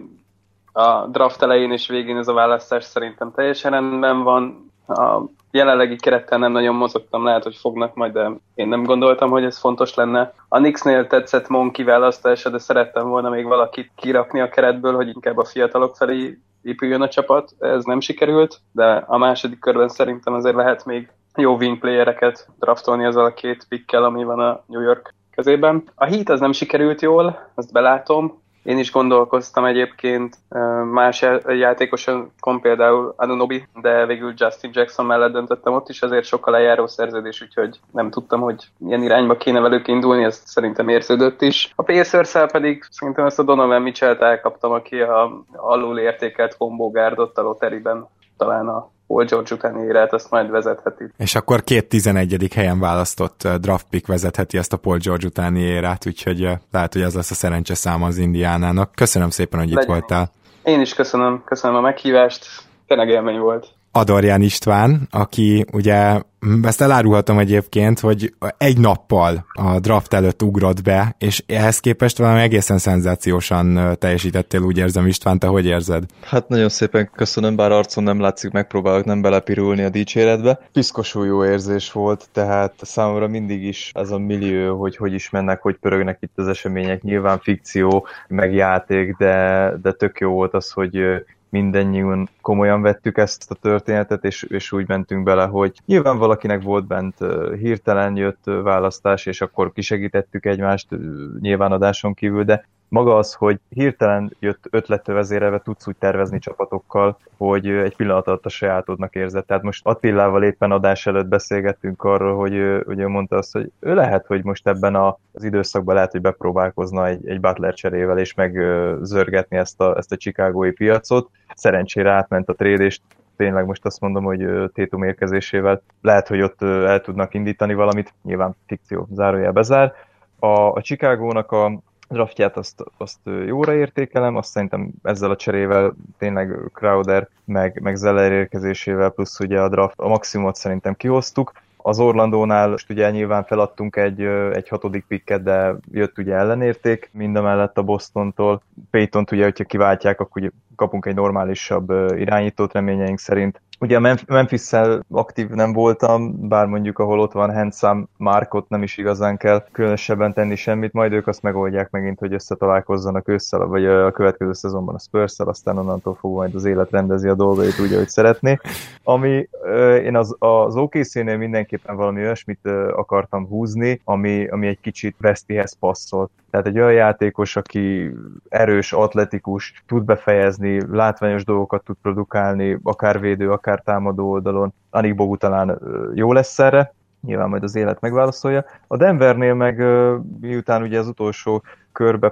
F: a draft elején és végén ez a választás szerintem teljesen rendben van. A jelenlegi kerettel nem nagyon mozogtam, lehet, hogy fognak majd, de én nem gondoltam, hogy ez fontos lenne. A Knicksnél tetszett Monk kiválasztása, de szerettem volna még valakit kirakni a keretből, hogy inkább a fiatalok felé épüljön a csapat. Ez nem sikerült, de a második körben szerintem azért lehet még jó wing playereket draftolni azzal a 2 pickkel, ami van a New York kezében. A Heat az nem sikerült jól, azt belátom. Én is gondolkoztam egyébként más játékoson, például Anunoby, de végül Justin Jackson mellett döntöttem, ott is azért sokkal lejáró szerződés, úgyhogy nem tudtam, hogy milyen irányba kéne velük indulni, ezt szerintem érződött is. A Pacers-szel pedig szerintem ezt a Donovan Mitchellt elkaptam, aki a alul értékelt combo guardot a lotteriben, talán a Paul George utáni érát, azt majd vezetheti.
A: És akkor 2 11. helyen választott draft pick vezetheti ezt a Paul George utáni érát, úgyhogy lehet, hogy ez lesz a szerencse száma az Indiánának. Köszönöm szépen, hogy itt voltál.
F: Én is köszönöm a meghívást, tényleg élmény volt.
A: Adorján István, aki ugye, ezt elárulhatom egyébként, hogy egy nappal a draft előtt ugrott be, és ehhez képest valami egészen szenzációsan teljesítettél, úgy érzem. István, te hogy érzed?
G: Hát nagyon szépen köszönöm, bár arcon nem látszik, megpróbálok nem belepirulni a dicséretbe. Piszkosul jó érzés volt, tehát számomra mindig is ez a millió, hogy is mennek, hogy pörögnek itt az események, nyilván fikció, meg játék, de tök jó volt az, hogy mindennyian komolyan vettük ezt a történetet, és úgy mentünk bele, hogy nyilván valakinek volt bent hirtelen jött választás, és akkor kisegítettük egymást nyilván adáson kívül, de maga az, hogy hirtelen jött ötlettől vezérelve, tudsz úgy tervezni csapatokkal, hogy egy pillanat alatt a sajátodnak érzed. Tehát most Attilával éppen adás előtt beszélgettünk arról, hogy ő mondta azt, hogy ő lehet, hogy most ebben az időszakban lehet, hogy bepróbálkozna egy Butler cserével, és megzörgetni ezt a chicagói piacot. Szerencsére átment a trade, és tényleg most azt mondom, hogy Tatum érkezésével lehet, hogy ott el tudnak indítani valamit, nyilván fikció, zárójel bezár. A Chicagónak a draftját azt jóra értékelem, azt szerintem ezzel a cserével tényleg Crowder meg Zeller érkezésével plusz ugye a draft a maximumot szerintem kihoztuk. Az Orlandónál most ugye nyilván feladtunk egy 6. picket, de jött ugye ellenérték mindamellett a Bostontól. Paytont ugye, hogyha kiváltják, akkor ugye kapunk egy normálisabb irányítót reményeink szerint. Ugye a Memphis-szel aktív nem voltam, bár mondjuk ahol ott van Handsome Markot nem is igazán kell különösebben tenni semmit, majd ők azt megoldják megint, hogy összetalálkozzanak ősszel, vagy a következő szezonban a Spurs-szel, aztán onnantól fog majd az élet rendezi a dolgait úgy, ahogy szeretné. Ami én az OKC-nél mindenképpen valami olyasmit akartam húzni, ami egy kicsit Westihez passzol. Tehát egy olyan játékos, aki erős, atletikus, tud befejezni, látványos dolgokat tud produkálni, akár védő, akár támadó oldalon. Anik Bogu talán jó lesz erre, nyilván majd az élet megválaszolja. A Denvernél meg miután ugye az utolsó körbe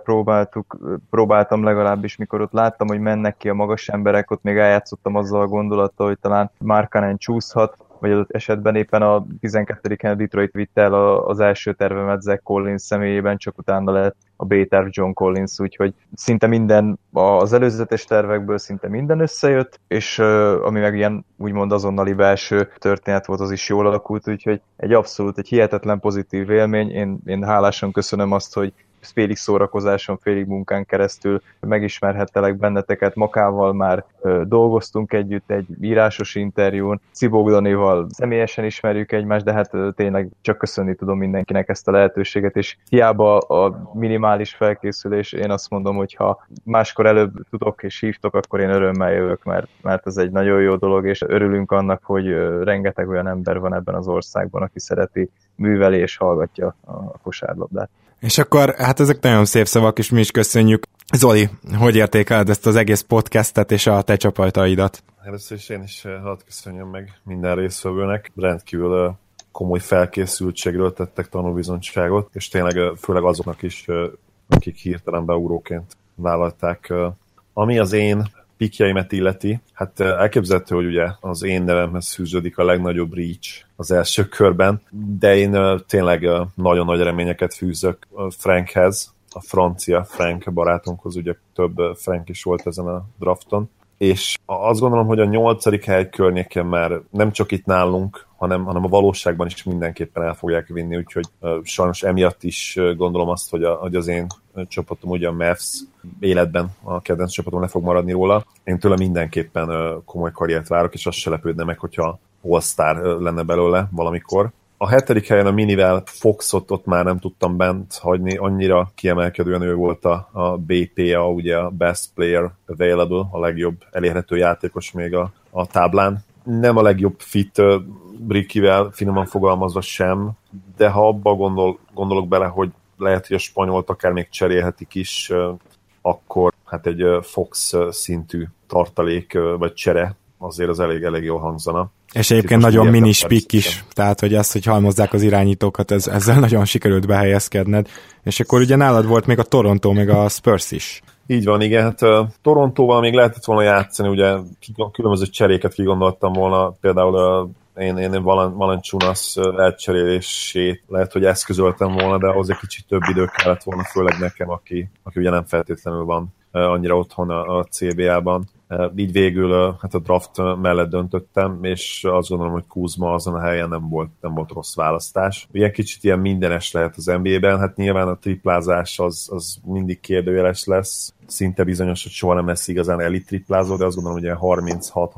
G: próbáltam legalábbis, mikor ott láttam, hogy mennek ki a magas emberek, ott még eljátszottam azzal a gondolattal, hogy talán Markkanen csúszhat, vagy adott esetben éppen a 12-en a Detroit vitte el az első tervemet Zach Collins személyében, csak utána lett a B-terv John Collins, úgyhogy szinte minden, az előzetes tervekből szinte minden összejött, és ami meg ilyen úgymond azonnali belső történet volt, az is jól alakult, úgyhogy egy hihetetlen pozitív élmény. Én hálásan köszönöm azt, hogy félig szórakozáson, félig munkán keresztül megismerhettelek benneteket. Makával már dolgoztunk együtt egy írásos interjún, Cibók Danival személyesen ismerjük egymást, de hát tényleg csak köszönni tudom mindenkinek ezt a lehetőséget, és hiába a minimális felkészülés, én azt mondom, hogy ha máskor előbb tudok és hívtok, akkor én örömmel jövök, mert ez egy nagyon jó dolog, és örülünk annak, hogy rengeteg olyan ember van ebben az országban, aki szereti műveli és hallgatja a kosárlabdát.
A: És akkor, hát ezek nagyon szép szavak, és mi is köszönjük. Zoli, hogy értékeled ezt az egész podcastet és a te csapataidat?
B: Először is én is hadd köszönjön meg minden résztvevőnek. Rendkívül komoly felkészültségről tettek tanúbizonyságot, és tényleg főleg azoknak is, akik hirtelen beugróként vállalták. Ami az én pikjeimet illeti, hát elképzelhető, hogy ugye az én nevemhez fűződik a legnagyobb reach az első körben, de én tényleg nagyon nagy reményeket fűzök Frankhez, a francia Frank barátunkhoz, ugye több Frank is volt ezen a drafton, és azt gondolom, hogy a 8. hely környéken már nem csak itt nálunk, hanem a valóságban is mindenképpen el fogják vinni, úgyhogy sajnos emiatt is gondolom azt, hogy az én csapatom, ugye a Mavs életben a kedvenc csapatom le fog maradni róla. Én tőle mindenképpen komoly karriert várok, és azt se lepődne meg, hogyha All-Star lenne belőle valamikor. A 7. helyen a Minivel Foxot ott már nem tudtam bent hagyni, annyira kiemelkedően ő volt a BPA, ugye a Best Player Available, a legjobb elérhető játékos még a táblán. Nem a legjobb fit Brickivel, finoman fogalmazva sem, de ha abba gondolok bele, hogy lehet, hogy a spanyolt akár még cserélhetik is, akkor hát egy Fox szintű tartalék vagy csere azért az elég jól hangzana.
A: És egyébként nagyon minis pick is, tehát hogy ezt, hogy halmozzák az irányítókat, ezzel nagyon sikerült behelyezkedned. És akkor ugye nálad volt még a Toronto, meg a Spurs is.
B: Így van, igen, hát Torontóval még lehetett volna játszani, ugye különböző cseréket kigondoltam volna, például én Valanciunas elcserélését lehet, hogy eszközöltem volna, de ahhoz egy kicsit több idő kellett volna, főleg nekem, aki ugye nem feltétlenül van annyira otthon a CBA-ban. így végül hát a draft mellett döntöttem, és azt gondolom, hogy Kuzma azon a helyen nem volt rossz választás. Ilyen kicsit ilyen mindenes lehet az NBA-ben, hát nyilván a triplázás az mindig kérdőjeles lesz, szinte bizonyos, hogy soha nem lesz igazán elit triplázó, de azt gondolom, hogy ilyen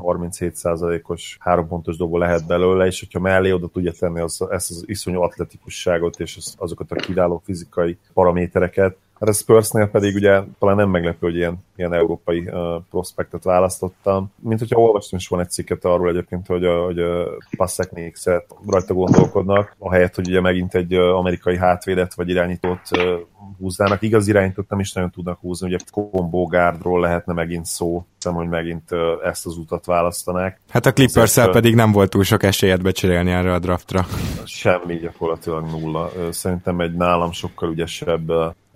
B: 36-37%-os 3 pontos dobó lehet belőle, és hogyha mellé oda tudja tenni ezt az iszonyú atletikusságot, és azokat a kiváló fizikai paramétereket. Hát a Spursnél pedig ugye talán nem meglepő, hogy ilyen európai prospektet választottam. Mint hogyha olvastam is van egy cikket arról egyébként, hogy a Passeknék-et rajta gondolkodnak, ahelyett, hogy ugye megint egy amerikai hátvédet vagy irányítót húznának. Igaz irányítót nem is nagyon tudnak húzni, ugye combo guardról lehetne megint szó, hiszem, hogy megint ezt az utat választanák.
A: Hát a Clippers-szel pedig nem volt túl sok esélyed becserélni erre a draftra.
B: Semmi, gyakorlatilag nulla. Szerintem egy nálam sokkal ügyesebb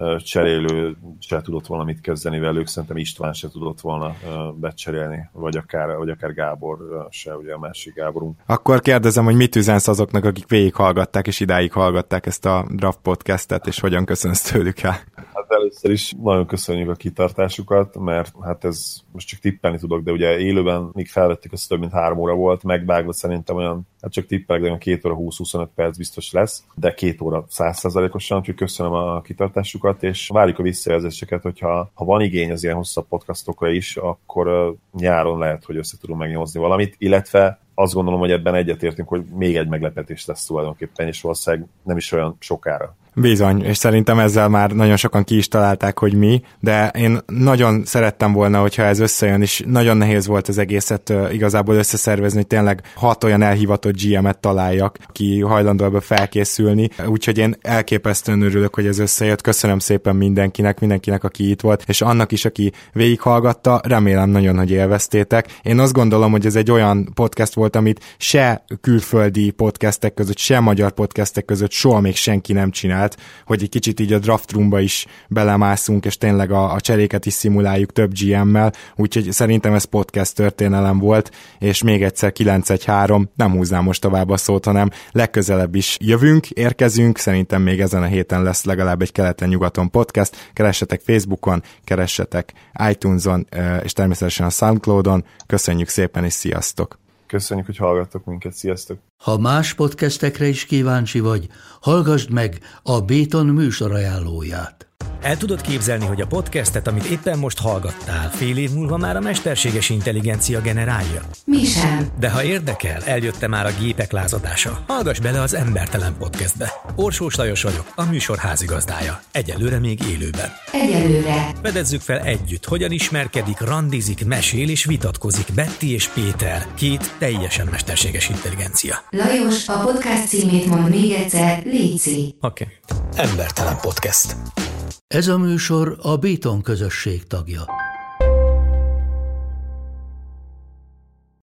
B: cserélő se tudott volna mit kezdeni velük, szerintem István se tudott volna becserélni, vagy akár Gábor se, ugye a másik Gáborunk.
A: Akkor kérdezem, hogy mit üzensz azoknak, akik végighallgatták és idáig hallgatták ezt a Draft podcastet, és hogyan köszönsz tőlük el?
B: Hát először is nagyon köszönjük a kitartásukat, mert hát ez most csak tippelni tudok, de ugye élőben még felvettük, az több mint 3 óra volt, megvágva szerintem olyan, hát csak tippelek, de olyan 2 óra 20-25 perc biztos lesz, de 2 óra 100%-osan, úgyhogy köszönöm a kitartásukat, és várjuk a visszajelzéseket, hogyha van igény az ilyen hosszabb podcastokra is, akkor nyáron lehet, hogy össze tudunk megnyomni valamit, illetve azt gondolom, hogy ebben egyetértünk, hogy még egy meglepetés lesz tulajdonképpen, és valószínűleg nem is olyan sokára.
A: Bizony, és szerintem ezzel már nagyon sokan ki is találták, hogy mi, de én nagyon szerettem volna, hogyha ez összejön, és nagyon nehéz volt az egészet igazából összeszervezni, hogy tényleg 6 olyan elhivatott GM-et találjak, ki hajlandó ebbe felkészülni, úgyhogy én elképesztően örülök, hogy ez összejött. Köszönöm szépen mindenkinek, aki itt volt, és annak is, aki végighallgatta, remélem nagyon, hogy élveztétek. Én azt gondolom, hogy ez egy olyan podcast volt, amit se külföldi podcastek között, se magyar podcastek között soha még senki nem csinált, hogy egy kicsit így a draft roomba is belemászunk, és tényleg a cseréket is szimuláljuk több GM-mel, úgyhogy szerintem ez podcast történelem volt, és még egyszer 9-1-3, nem húznám most tovább a szót, hanem legközelebb is jövünk, érkezünk, szerintem még ezen a héten lesz legalább egy keleten-nyugaton podcast, keressetek Facebookon, keressetek iTunes-on, és természetesen a SoundCloud-on. Köszönjük szépen, és sziasztok!
B: Köszönjük, hogy hallgattok minket, sziasztok!
H: Ha más podcastekre is kíváncsi vagy, hallgassd meg a Béton műsor ajánlóját.
I: El tudod képzelni, hogy a podcastet, amit éppen most hallgattál, fél év múlva már a mesterséges intelligencia generálja?
J: Mi sem.
I: De ha érdekel, eljött már a gépek lázadása. Hallgass bele az Embertelen podcastbe. Orsós Lajos vagyok, a műsor házigazdája. Egyelőre még élőben.
J: Egyelőre.
I: Fedezzük fel együtt, hogyan ismerkedik, randizik, mesél és vitatkozik Betty és Péter, 2 teljesen mesterséges intelligencia.
J: Lajos, a podcast címét mond még egyszer, léci.
I: Oké. Embertelen podcast.
H: Ez a műsor a Béton közösség tagja.